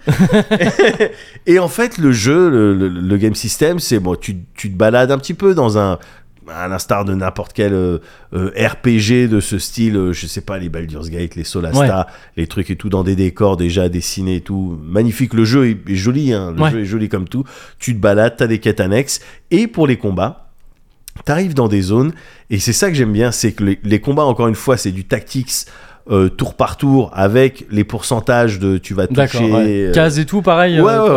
Et en fait, le jeu, le game system, c'est bon, tu te balades un petit peu dans à l'instar de n'importe quel RPG de ce style, je sais pas, les Baldur's Gate, les Solasta, les trucs et tout, dans des décors déjà dessinés et tout. Magnifique, le jeu est joli, hein, le jeu est joli comme tout. Tu te balades, t'as des quêtes annexes, et pour les combats, t'arrives dans des zones, et c'est ça que j'aime bien, c'est que les combats, encore une fois, c'est du tactics, tour par tour, avec les pourcentages de tu vas toucher cases et tout pareil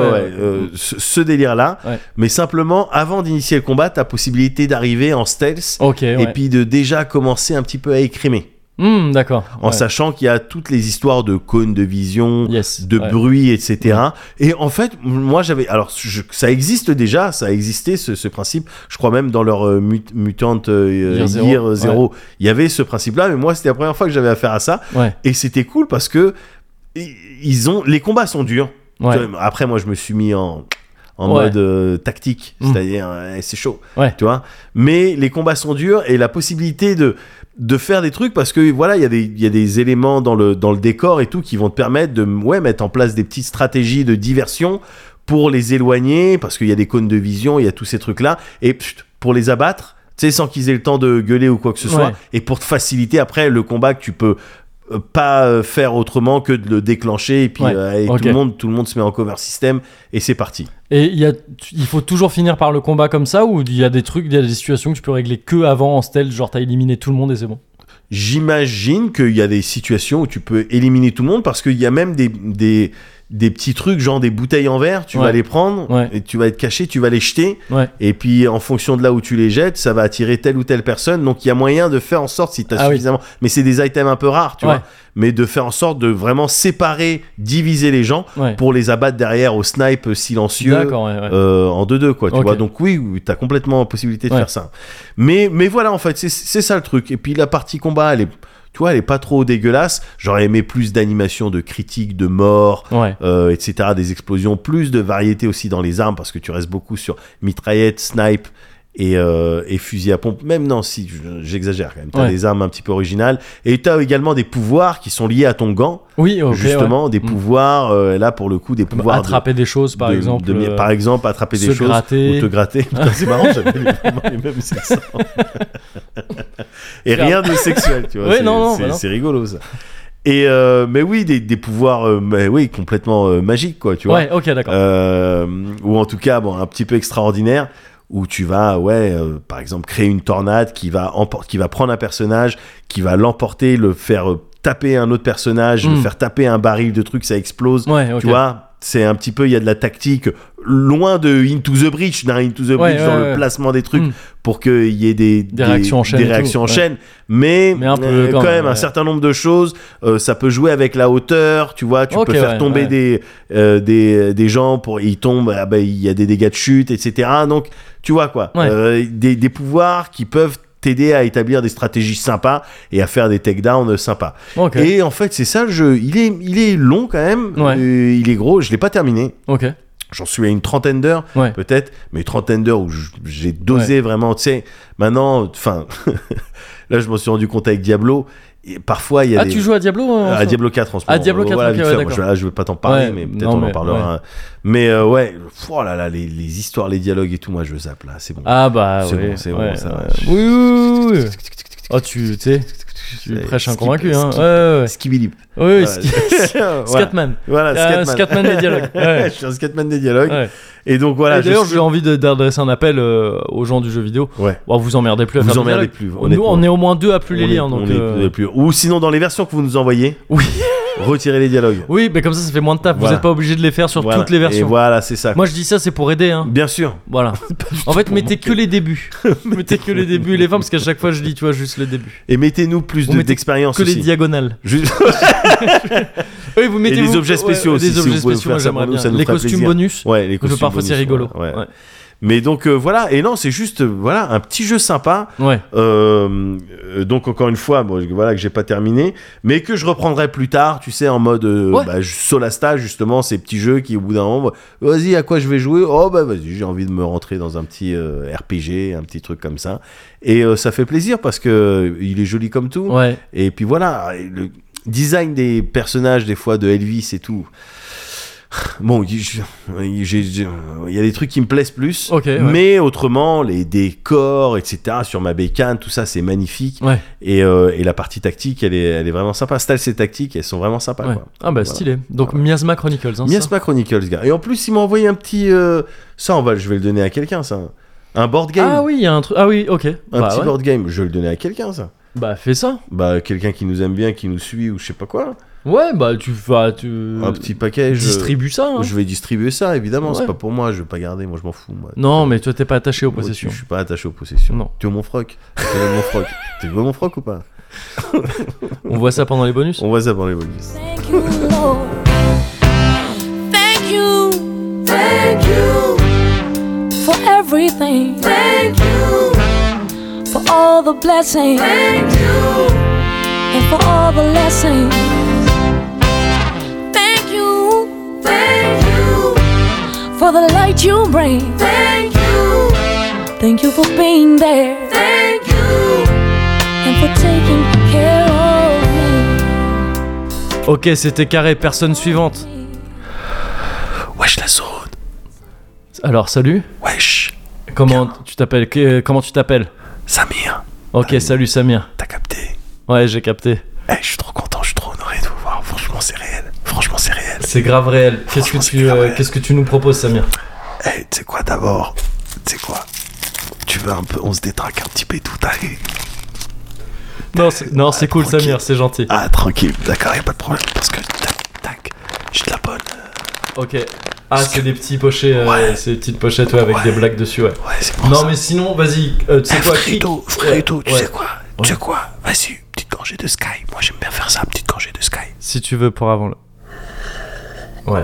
ce délire là, mais simplement avant d'initier le combat, t'as possibilité d'arriver en stealth, et puis de déjà commencer un petit peu à écrémer. D'accord. En sachant qu'il y a toutes les histoires de cônes de vision, de ouais. bruit, etc. Et en fait, moi j'avais... Alors, ça existe déjà, ça a existé ce principe. Je crois même dans leur Mutant Year Zero, il y avait ce principe-là. Mais moi, c'était la première fois que j'avais affaire à ça. Ouais. Et c'était cool parce que les combats sont durs. Après, moi, je me suis mis en mode tactique, c'est-à-dire c'est chaud, tu vois. Mais les combats sont durs, et la possibilité de faire des trucs, parce que voilà, il y a des éléments dans le décor et tout qui vont te permettre de mettre en place des petites stratégies de diversion pour les éloigner, parce qu'il y a des cônes de vision, il y a tous ces trucs là, et pour les abattre, tu sais, sans qu'ils aient le temps de gueuler ou quoi que ce soit, et pour te faciliter après le combat que tu peux pas faire autrement que de le déclencher, et puis tout le monde se met en cover system, et c'est parti. Et il faut toujours finir par le combat comme ça, ou il y a des situations que tu peux régler que avant en stealth, genre t'as éliminé tout le monde et c'est bon? J'imagine qu'il y a des situations où tu peux éliminer tout le monde, parce qu'il y a même des petits trucs, genre des bouteilles en verre, tu vas les prendre, et tu vas être caché, tu vas les jeter, et puis en fonction de là où tu les jettes, ça va attirer telle ou telle personne. Donc il y a moyen de faire en sorte, si tu as suffisamment, mais c'est des items un peu rares, tu vois, mais de faire en sorte de vraiment séparer, diviser les gens pour les abattre derrière au snipe silencieux, en 2-2, quoi, tu vois. Donc oui, t'as complètement la possibilité de faire ça. Mais voilà, en fait, c'est ça le truc. Et puis la partie combat, elle est pas trop dégueulasse. J'aurais aimé plus d'animation, de critiques, de morts, etc., des explosions, plus de variété aussi dans les armes, parce que tu restes beaucoup sur mitraillette, snipe et fusil à pompe. Même non, si j'exagère quand même. T'as des armes un petit peu originales, et t'as également des pouvoirs qui sont liés à ton gant. Justement, des pouvoirs. Là, pour le coup, des pouvoirs. Attraper des choses, par exemple. Par exemple, attraper des choses ou te gratter. Putain, c'est marrant, j'avais vraiment les mêmes accents. Et rien de sexuel, tu vois. C'est rigolo ça. Et mais oui, des pouvoirs complètement magiques, quoi, tu vois. D'accord. Ou en tout cas, un petit peu extraordinaire, où tu vas par exemple créer une tornade qui va prendre un personnage, qui va l'emporter, le faire taper un autre personnage, le faire taper un baril de trucs, ça explose, tu vois. C'est un petit peu, il y a de la tactique, loin de Into the Breach, dans le placement des trucs, pour qu'il y ait des réactions en chaîne, mais un peu, quand même un certain nombre de choses. Ça peut jouer avec la hauteur, tu vois, tu peux faire tomber des gens, ils tombent, il y a des dégâts de chute, etc. Donc tu vois quoi, des pouvoirs qui peuvent t'aider à établir des stratégies sympas et à faire des takedowns sympas. Et en fait, c'est ça le jeu. Il est long quand même. Il est gros. Je l'ai pas terminé. J'en suis à une trentaine d'heures, peut-être, mais une trentaine d'heures où j'ai dosé vraiment. Tu sais, maintenant, là, je m'en suis rendu compte avec Diablo. Et parfois, il y a tu joues à Diablo à Diablo 4 en ce moment. Diablo 4, d'accord. Je vais pas t'en parler, mais peut-être on en parlera. Mais oh là là, les histoires, les dialogues et tout, moi je zappe là, c'est bon. C'est bon, ça va. Oui. Oh, tu sais, tu prêches un convaincu, hein. Skibidi. Oui, Scatman. Voilà, Scatman des dialogues. Je suis un Scatman des dialogues. Et donc voilà. Et d'ailleurs, j'ai envie d'adresser un appel aux gens du jeu vidéo. Bon, vous emmerdez plus à faire des dialogues. Plus. Nous, on est au moins deux à plus les lire. Donc plus. Ou sinon, dans les versions que vous nous envoyez. Oui. Retirez les dialogues. Oui, mais comme ça fait moins de taf. Voilà. Vous n'êtes pas obligé de les faire sur Voilà. toutes les versions. Et voilà, c'est ça. Moi, je dis ça, c'est pour aider. Hein. Bien sûr. Voilà. En fait, mettez que les débuts. Mettez que les débuts et les fins, parce qu'à chaque fois, je dis, tu vois, juste les débuts. Et mettez-nous plus Vous mettez d'expérience Que aussi. les diagonales. Juste- Oui, vous mettez Et les objets spéciaux aussi, Des si objets vous pouvez spéciaux, faire moi ça j'aimerais pour nous, bien. ça nous Les fera costumes plaisir. bonus. Ouais, les Parce que costumes parfois c'est bonus, rigolo. ouais. Ouais. Mais donc voilà, et non, c'est juste voilà un petit jeu sympa. Ouais. Donc encore une fois, bon, voilà que j'ai pas terminé, mais que je reprendrai plus tard, tu sais, en mode Ouais. Solasta justement, ces petits jeux qui au bout d'un moment, vas-y, à quoi je vais jouer? Oh bah vas-y, j'ai envie de me rentrer dans un petit RPG, un petit truc comme ça, et ça fait plaisir parce que il est joli comme tout. Ouais. Et puis voilà, le design des personnages des fois de Elvis et tout. Bon, il y a des trucs qui me plaisent plus, Ok, ouais. mais autrement, les décors, etc., sur ma bécane, tout ça, c'est magnifique. Ouais. Et la partie tactique, elle est vraiment sympa. Stealth et tactique, elles sont vraiment sympas. Ouais. Quoi. Ah bah stylé. Donc Miasma Chronicles. Hein, Miasma Chronicles, gars. Et en plus, il m'a envoyé un petit. Ça, je vais le donner à quelqu'un, ça. Un board game. Ah oui, il y a un truc. Ah oui, ok. Un Bah petit ouais. board game. Je vais le donner à quelqu'un, ça. Bah fais ça. Bah, quelqu'un qui nous aime bien, qui nous suit, ou je sais pas quoi. Ouais, bah tu vas. Un petit package. Distribue ça. Hein. Je vais distribuer ça, évidemment. C'est Ouais. pas pour moi, je vais pas garder. Moi, je m'en fous. Moi. Non, mais toi t'es pas attaché aux Moi, possessions. Je suis pas attaché aux possessions. Non. Tu veux mon froc? Tu veux mon froc? Tu veux mon froc ou pas? On voit ça pendant les bonus. On voit ça pour les bonus. Thank you, Lord. Thank you. Thank you for everything. Thank you for all the blessings. Thank you and for all the lessons. Thank you. Thank you for the light you bring. Thank you. Thank you for being there. Thank you and for taking care of me. Ok, c'était carré. Personne suivante. Wesh la zone. Alors salut. Wesh. Comment tu t'appelles Comment tu t'appelles? Samir. Ok, salut Samir. T'as capté? Ouais, j'ai capté. Je suis trop content, je suis trop honoré de vous voir. Franchement, c'est réel. Franchement, c'est réel. C'est grave réel. Franchement, c'est grave réel. Qu'est-ce que tu nous proposes, Samir? Tu sais quoi d'abord? Tu sais quoi? Tu veux un peu, on se détraque un petit peu tout, allez. Non, c'est cool, tranquille. Samir, c'est gentil. Ah, tranquille, d'accord, y a pas de problème. Parce que, tac, j'ai de la bonne. Ok. Ah, c'est des petits pochets, Ouais. c'est des petites pochettes ouais, avec Ouais. des blagues dessus, ouais. Ouais, c'est pour Non, ça. mais sinon, vas-y, tu sais quoi, Frérito, clique. frérito, tu Ouais. sais quoi? Tu sais quoi? Vas-y, petite gorgée de Sky. Moi, j'aime bien faire ça, petite gorgée de Sky. Si tu veux, pour avant le. Ouais.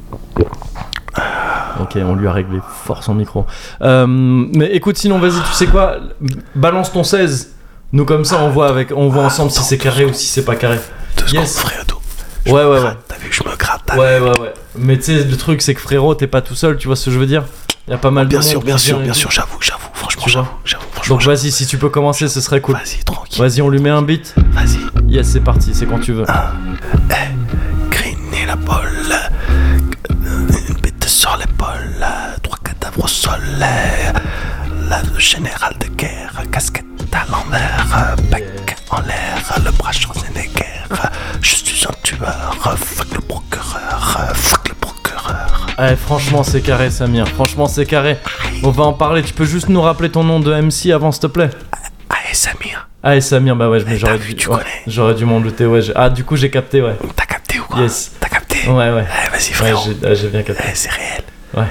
Ok, on lui a réglé fort son micro. Mais écoute, sinon, vas-y, tu sais quoi? Balance ton 16. Nous, comme ça, on voit ensemble si c'est carré ou si c'est pas carré. 2 secondes, Yes. frérito. Ouais. T'as vu que je me gratte, t'as Ouais. Mais tu sais, le truc, c'est que frérot, t'es pas tout seul, tu vois ce que je veux dire? Y a pas mal de Bien monde sûr, qui bien sûr, vient et bien tout. sûr, j'avoue, franchement, Tu vois. franchement. Donc vas-y, si tu peux commencer, ce serait cool. Vas-y, tranquille. Vas-y, on lui met un beat. Vas-y. Yes, c'est parti, c'est quand tu veux. Griner la bolle, une bête sur l'épaule, 3 cadavres au sol, la générale de guerre, casquette à l'envers, bec en l'air, le bras Schwarzenegger, je suis un tueur, fuck le procureur, fuck le procureur. Ouais, franchement, c'est carré, Samir. Franchement, c'est carré. On va en parler. Tu peux juste nous rappeler ton nom de MC avant, s'il te plaît? Allez Samir, Ah, et Samir, bah ouais, mais j'aurais vu, dû. tu ouais, connais. J'aurais dû m'en douter, ouais. Ah, du coup, j'ai capté, ouais. t'as capté ou quoi? Yes. T'as capté? Ouais. Allez, vas-y Ouais, frérot. j'ai bien capté. C'est réel. Ouais.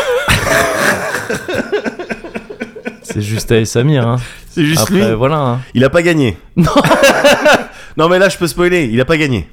C'est juste à Samir, hein. C'est juste Après, voilà, hein. Il a pas gagné. Non. Non mais là je peux spoiler, il a pas gagné.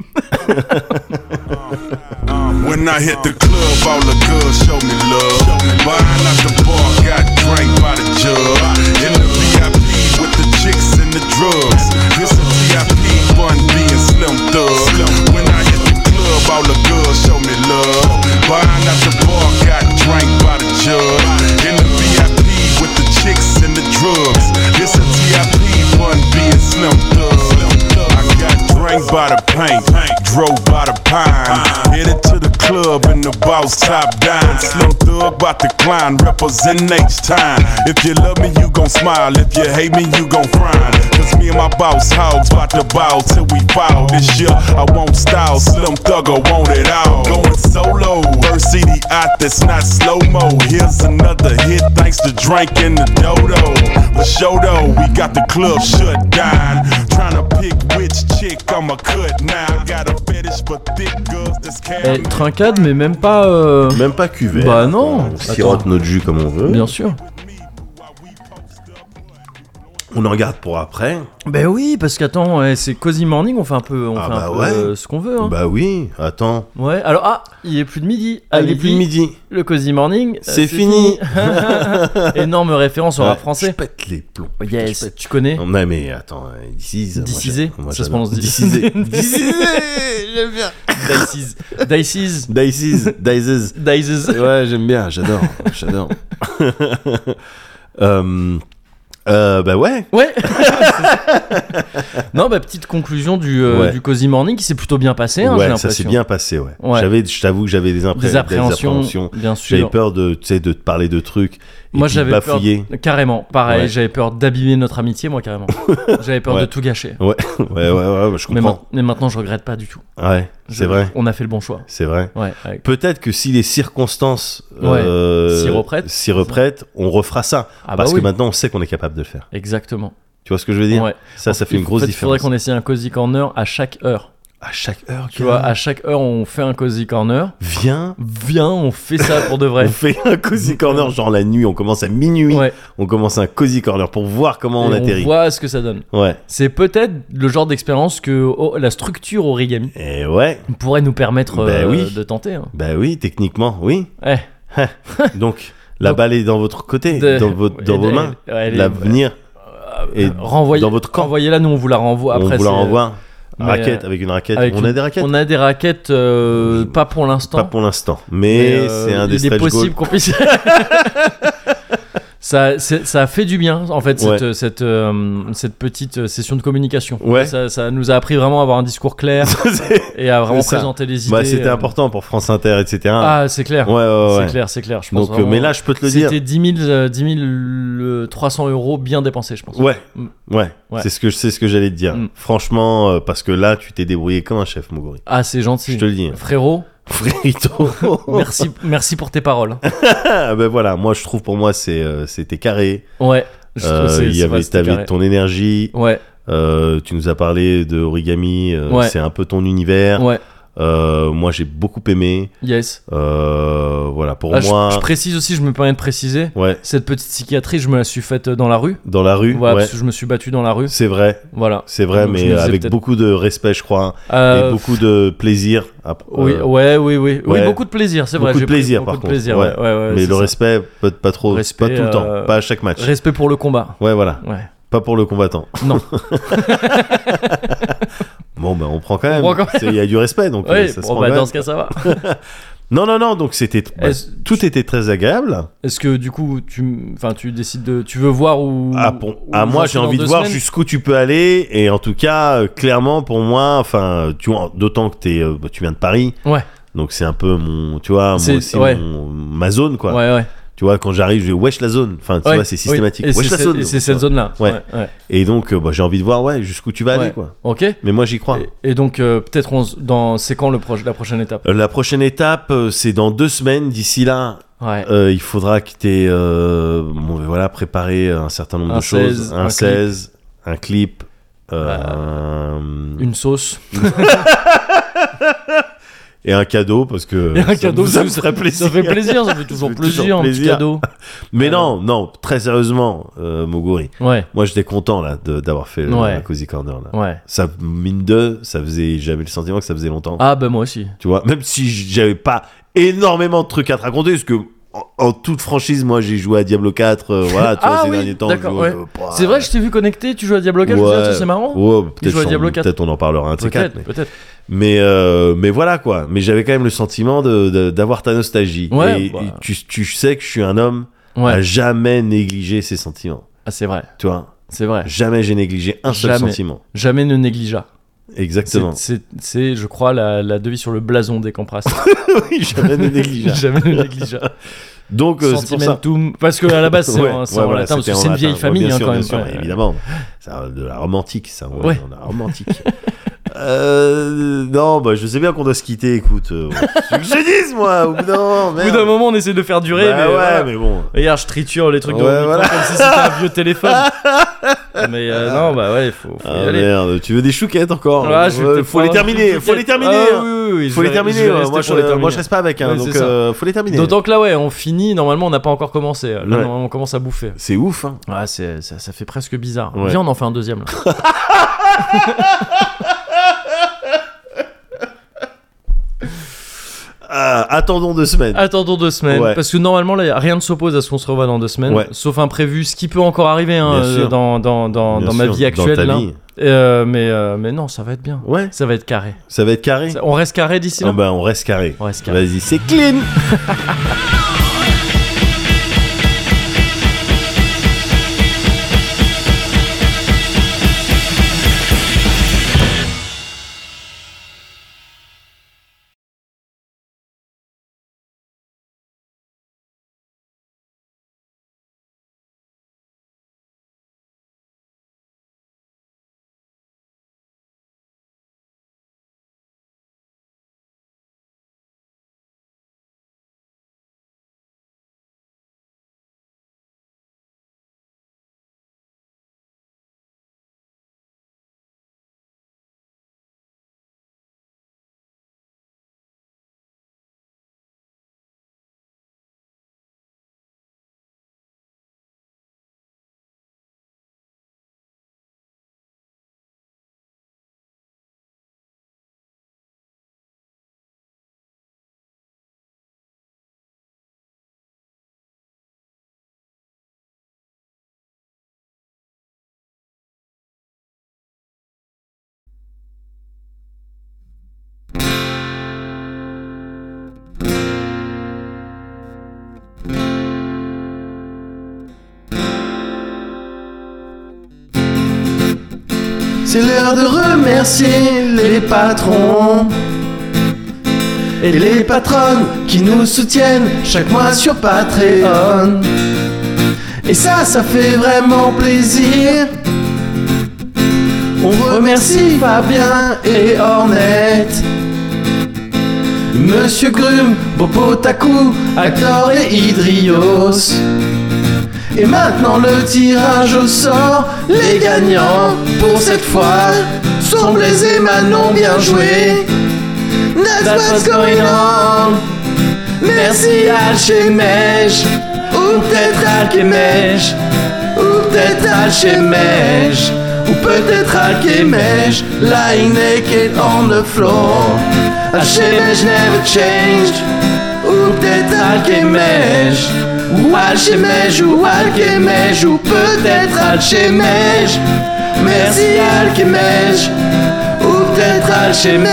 When I hit the club, all the girls show me love. Buying out the bar, got drank by the jug. In the VIP with the chicks and the drugs. This a VIP, Bun B and Slim Thug. When I hit the club, all the girls show me love. Buying out the bar, got drank by the jug. In the VIP with the chicks and the drugs. This a VIP, Bun B and Slim Thug. I got drank by the paint, drove by the pine. Headed to the club in the boss top down. Slim Thug bout to climb, represent H-Time. If you love me, you gon' smile. If you hate me, you gon' frown. Cause me and my boss hogs bout to bow till we fall. This year, I won't style. Slim Thug, I want it all. Going solo. First CD out that's not slow-mo. Here's another hit thanks to Drink and the Dodo. But show though, we got the club shut down. Tryna pick which chick I'ma cut now. Got a fetish for for thick goods that's carried. Trincade, mais même pas. Même pas cuvée. Bah non. On sirote notre jus comme on veut. Bien sûr. On en garde pour après. Ben oui, parce qu'attends, c'est Cozy Morning, on fait un peu, ce qu'on veut. Hein. Bah oui, attends. Ouais, alors, il est plus de midi. Il est plus de midi. Le Cozy Morning, C'est fini. Énorme référence au rap Je français. pète les plombs. Yes, tu connais. Non, mais attends, Dices. Dicisé, ça se prononce Dicisé. J'aime bien. Dices. Dices. Ouais, j'aime bien, j'adore. Bah ouais. Non, bah petite conclusion du Cozy Morning qui s'est plutôt bien passé, hein, j'ai Ouais, l'impression. ça s'est bien passé, ouais. Ouais. Je t'avoue que j'avais des appréhensions. Bien sûr. J'avais peur de te parler de trucs. Et Moi, puis j'avais bafouiller. peur. Carrément, pareil, Ouais. j'avais peur d'abîmer notre amitié, moi, carrément. J'avais peur Ouais. de tout gâcher. Ouais, je comprends. Mais maintenant, je regrette pas du tout. Ouais, c'est vrai. On a fait le bon choix. C'est vrai. Ouais. Peut-être que si les circonstances S'y reprêtent. on refera ça. Ah Parce bah oui. que maintenant, on sait qu'on est capable de le faire. Exactement. Tu vois ce que je veux dire? Ouais. Ça fait une grosse Il faudrait différence. qu'on essaie un Cozy Corner à chaque heure. À chaque heure, Tu vois, à chaque heure, on fait un Cozy Corner. Viens, Viens, on fait ça pour de vrai. on fait un cozy corner, genre la nuit, on commence à minuit, Ouais. on commence un cozy corner pour voir comment on Et atterrit. on voit ce que ça donne. Ouais. C'est peut-être le genre d'expérience que la structure origami Et ouais, pourrait nous permettre Ben oui. de tenter. Hein. bah oui, techniquement, oui. Ouais. Donc, la Donc, balle est dans votre côté, dans vos mains. L'avenir est dans votre camp. Renvoyez-la, nous on vous la renvoie. Après, on vous la c'est- renvoie. mais, Raquette, avec une raquette. avec On a des raquettes? On a des raquettes, pas pour l'instant. Pas pour l'instant. Mais c'est un des il est stretch possible goals. qu'on puisse. Ça a fait du bien, en fait, Ouais. cette petite session de communication. Ouais. Ça nous a appris vraiment à avoir un discours clair et à vraiment C'est ça. présenter les idées. Bah, c'était important pour France Inter, etc. Ah, c'est clair. Ouais. C'est clair. Je pense Donc, mais là, je peux te le dire. c'était 10 300 € bien dépensés, je pense. Ouais. Ouais. C'est ce que j'allais te dire. Mm. Franchement, parce que là, tu t'es débrouillé comme un chef, Moguri. Ah, c'est gentil. Je te le dis. Frérot, Frérito. merci pour tes paroles. Ben voilà, moi, je trouve pour moi, c'était carré. Ouais. Je trouve que Il y avait, c'était t'avais carré. ton énergie. Ouais. Tu nous as parlé de origami. Ouais. C'est un peu ton univers. Ouais. Moi, j'ai beaucoup aimé. Yes. Voilà, pour Ah, moi. je précise aussi, je me permets de préciser, Ouais, cette petite psychiatrie, je me la suis faite dans la rue. dans la rue. Voilà, Ouais. parce que je me suis battu dans la rue. C'est vrai, Voilà. c'est vrai, Donc, je mais me disais avec peut-être- beaucoup de respect, je crois, Euh, et beaucoup de plaisir. Oui, ouais. Oui, ouais. beaucoup de plaisir, c'est vrai. Beaucoup j'ai de plaisir, pris par beaucoup contre. de plaisir, Ouais. ouais, mais c'est le ça. respect, pas trop, Respect, pas tout le temps, pas à chaque match. Respect pour le combat. Ouais, voilà, Ouais. pas pour le combattant. Non. Bon, ben on prend quand même. On prend quand Il y a du respect, donc Ouais, ça se bon, prend bah, quand dans même. ce cas, ça va. Non, donc c'était, tout était très agréable. Est-ce que du coup, tu décides de. Tu veux voir où. Moi, j'ai envie de voir jusqu'où tu peux aller, et en tout cas, clairement, pour moi, enfin, tu vois, d'autant que tu viens de Paris. Ouais. Donc c'est un peu mon, tu vois, C'est- moi aussi, ouais. ma zone, quoi. Ouais. Tu vois, quand j'arrive, je vais wesh la zone. Enfin, tu Ouais, vois, c'est systématique. oui. Et Wesh la zone. Et c'est cette zone-là. Ouais. Ouais. Et donc, j'ai envie de voir, jusqu'où tu vas aller, Ouais. quoi. Ok. Mais moi, j'y crois. Et donc, peut-être, c'est quand la prochaine étape? La prochaine étape, c'est dans 2 semaines. D'ici là, Ouais. il faudra que tu aies préparé un certain nombre Un de choses. 16, Un un 16, un clip. Une sauce. Et un cadeau, parce que Et un cadeau, ça me ferait plaisir. Ça fait plaisir, ça fait toujours Ça fait plaisir, toujours un petit plaisir. cadeau. Mais non, très sérieusement, Moguri. Ouais. Moi, j'étais content là d'avoir fait Ouais. le Cozy Corner là. Ouais. Ça, j'avais le sentiment que ça faisait longtemps. Ah, bah, moi aussi. Tu vois, même si j'avais pas énormément de trucs à te raconter, parce que en toute franchise, moi j'ai joué à Diablo 4, voilà, tu vois, ces derniers temps. d'accord, je joue, ouais. C'est vrai, je t'ai vu connecté, tu joues à Diablo 4, je me disais, tiens, c'est marrant. Ouais, Tu joues à Diablo 4. peut-être on en parlera un de ces quatre. Peut-être. Mais voilà quoi. Mais j'avais quand même le sentiment d'avoir ta nostalgie. Ouais, et bah. tu sais que je suis un homme à Ouais. jamais négliger ses sentiments. Ah, c'est vrai. Tu vois, C'est vrai. jamais j'ai négligé un seul Jamais. sentiment. Jamais ne négligea. Exactement. C'est, je crois, la devise sur le blason des Campras. Oui, jamais ne négligea. Jamais ne négligea. Donc c'est pour ça. Sentimentum. Parce que à la base, c'est Ouais, en voilà, latin, parce c'était que en c'est une latin. vieille Ouais, famille, bien hein, sûr, quand même. bien sûr, Ouais. évidemment. C'est de la romantique, ça. Ouais. On a romantique. Non, bah je sais bien qu'on doit se quitter, écoute. C'est que je dise, moi. Au bout d'un moment, Au bout d'un moment, on essaie de le faire durer, bah mais ouais, voilà. mais bon. Regarde, je triture les trucs de Ouais, mon micro voilà. comme si c'était un vieux téléphone. Mais non, bah ouais, faut y Ah aller. merde, tu veux des chouquettes encore? Ouais, je vais peut-être Faut les prendre terminer, une faut les chouquette. terminer. Ah, oui, Faut les terminer. je vais rester Moi, pour les terminer. moi, je reste pas avec, hein, Ouais, donc c'est ça. faut les terminer. D'autant que là, ouais, on finit. Normalement, on n'a pas encore commencé. Là, Ouais. normalement, on commence à bouffer. C'est ouf, hein. Ouais, ça fait presque bizarre. Ouais. Viens, on en fait un deuxième là. Attendons 2 semaines. Attendons 2 semaines, Ouais. parce que normalement là, rien ne s'oppose à ce qu'on se revoit dans 2 semaines, Ouais. sauf imprévu, ce qui peut encore arriver hein, Bien sûr. dans Bien ma sûr, vie actuelle. Dans ta là. vie. Mais non, ça va être bien. Ouais. Ça va être carré. Ça va être carré. On reste carré d'ici là. Ah bah on reste carré. On reste carré. Vas-y, c'est clean. C'est l'heure de remercier les patrons et les patronnes qui nous soutiennent chaque mois sur Patreon. Et ça fait vraiment plaisir. On remercie Fabien et Ornette, Monsieur Grum, Bopotaku, Actor et Hydrios. Et maintenant le tirage au sort, les gagnants pour cette fois sont Blaise et Manon, bien joué. That's what's going on. Merci Alchemège, ou peut-être Alchemège, ou peut-être Alchemège, ou peut-être Alchemège, lying naked on the floor. Alchemège never changed, ou peut-être Alchemège. Ou Alchemège, ou peut-être Alchemège. Merci Alchemège, ou peut-être Alchemège.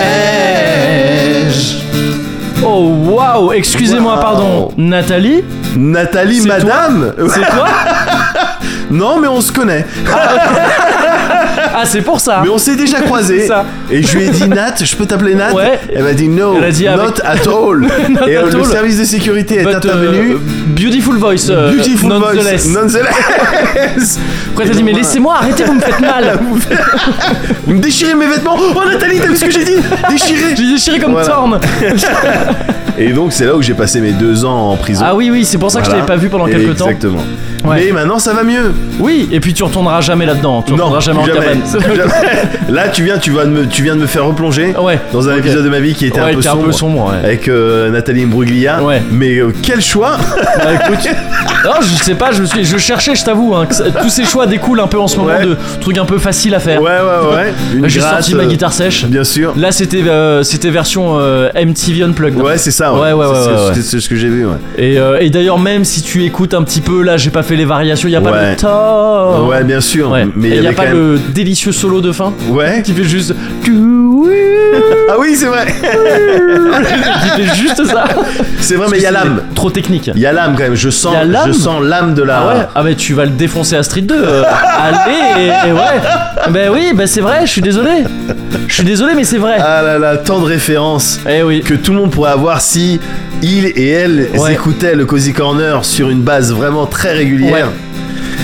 Oh waouh, excusez-moi, Wow. pardon. Nathalie, Nathalie, C'est madame. c'est toi? Non, mais on se connaît. Ah, c'est pour ça. Mais on s'est déjà croisés. C'est ça. Et je lui ai dit, Nat, je peux t'appeler Nat? Ouais. Elle m'a dit no, Elle a dit avec- not at all. Et at le all. service de sécurité est But, intervenu. beautiful voice. Beautiful voice. nonetheless. Nonetheless. Après, t'as dit, mais laissez-moi, arrêtez, vous me faites mal. Vous me déchirez mes vêtements. Oh Nathalie, t'as vu ce que j'ai dit? Déchiré. J'ai déchiré comme Voilà. Thorn. Et donc c'est là où j'ai passé mes 2 ans en prison. Ah oui, c'est pour ça que je Voilà. t'avais pas vu pendant quelques temps. Exactement. Ouais. Mais maintenant ça va mieux. Oui, et puis tu retourneras jamais là-dedans. Tu retourneras jamais en plus cabane. Plus jamais. Là tu viens de me faire replonger Ouais. dans un Ok. épisode de ma vie qui était Ouais, un peu t'es sombre. un peu sombre, ouais. Avec Nathalie Imbruglia. Ouais. Mais quel choix. Bah, écoute, non, je sais pas, je cherchais, je t'avoue, hein, que tous ces choix découlent un peu en ce moment Ouais. de trucs un peu faciles à faire. Ouais. Une Là, j'ai gratte, sorti ma guitare sèche. Bien sûr. Là, c'était version MTV Unplugged. Ouais, c'est ça. Ouais. C'est ce que j'ai vu. Ouais. Et d'ailleurs, même si tu écoutes un petit peu, là, j'ai pas fait les variations, y a pas Ouais. le top. Ouais, bien sûr. Ouais. Mais Et il y a avait pas quand même. le délicieux solo de fin Ouais. qui fait juste. Ah oui, c'est vrai. qui fait juste ça. C'est vrai, mais il y a l'âme. Trop technique. Il y a l'âme quand même. Je sens Y a l'âme l'âme de la. Ah ouais. Ah bah tu vas le défoncer à Street 2. Allez, et ouais. Ben oui, c'est vrai, je suis désolé. Je suis désolé, mais c'est vrai. Ah là là, tant de références Eh oui. que tout le monde pourrait avoir si il et elle Ouais. écoutaient le Cozy Corner sur une base vraiment très régulière.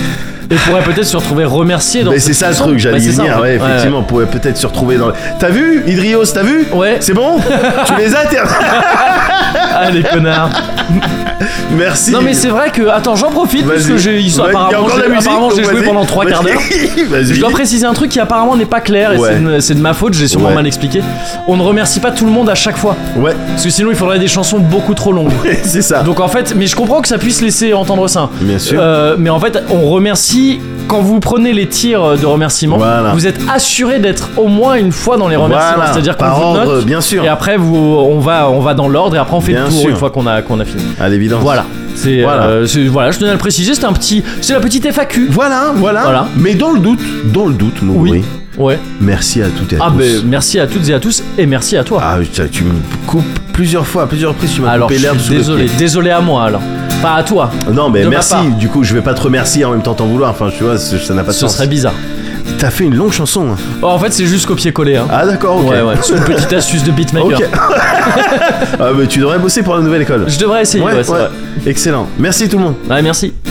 Et pourrait peut-être se retrouver remercié dans Mais cette c'est ça le chanson. truc, j'allais Bah, y c'est ça, venir, en fait. ouais, effectivement, on pourrait peut-être se retrouver dans. T'as vu, Idrios, t'as vu? Ouais. C'est bon? Tu les as, Ah les connards. Merci. Non mais c'est vrai que attends, j'en profite parce que il y a apparemment encore de la musique, j'ai donc joué vas-y. pendant 3 quarts d'heure. Vas-y. Je dois préciser un truc qui apparemment n'est pas clair et Ouais. c'est de ma faute, j'ai sûrement Ouais. mal expliqué. On ne remercie pas tout le monde à chaque fois Ouais, parce que sinon il faudrait des chansons beaucoup trop longues. c'est ça. Donc en fait, mais je comprends que ça puisse laisser entendre ça. Bien sûr. Mais en fait, on remercie quand vous prenez les tirs de remerciement. Voilà. Vous êtes assuré d'être au moins une fois dans les remerciements, Voilà. c'est-à-dire qu'on Par vous ordre, note. bien sûr. Et après, on va dans l'ordre et après on fait Bien le tour sûr. une fois qu'on a fini. À l'évidence. Voilà. Voilà. Voilà, je tenais à le préciser, c'est la petite FAQ. Voilà. Voilà. Mais dans le doute, Moguri, Oui. Ouais. merci à toutes et à Ah tous. ben merci à toutes et à tous et merci à toi. Ah, tu me coupes plusieurs fois, à plusieurs reprises, tu m'as Alors coupé je l'herbe suis sous le désolé, pied. désolé à moi alors. Pas à toi. Non, mais De ma merci. part. Du coup, je vais pas te remercier en même temps t'en vouloir. Enfin, tu vois, ça n'a pas de Ce sens. serait bizarre. T'as fait une longue chanson. Hein. Oh, en fait, c'est juste copier-coller. Hein. Ah, d'accord, ok. Ouais, c'est une petite astuce de beatmaker. Ok. Ah, mais tu devrais bosser pour la nouvelle école. Je devrais essayer, ouais, c'est vrai. Excellent. Merci tout le monde. Ouais, merci.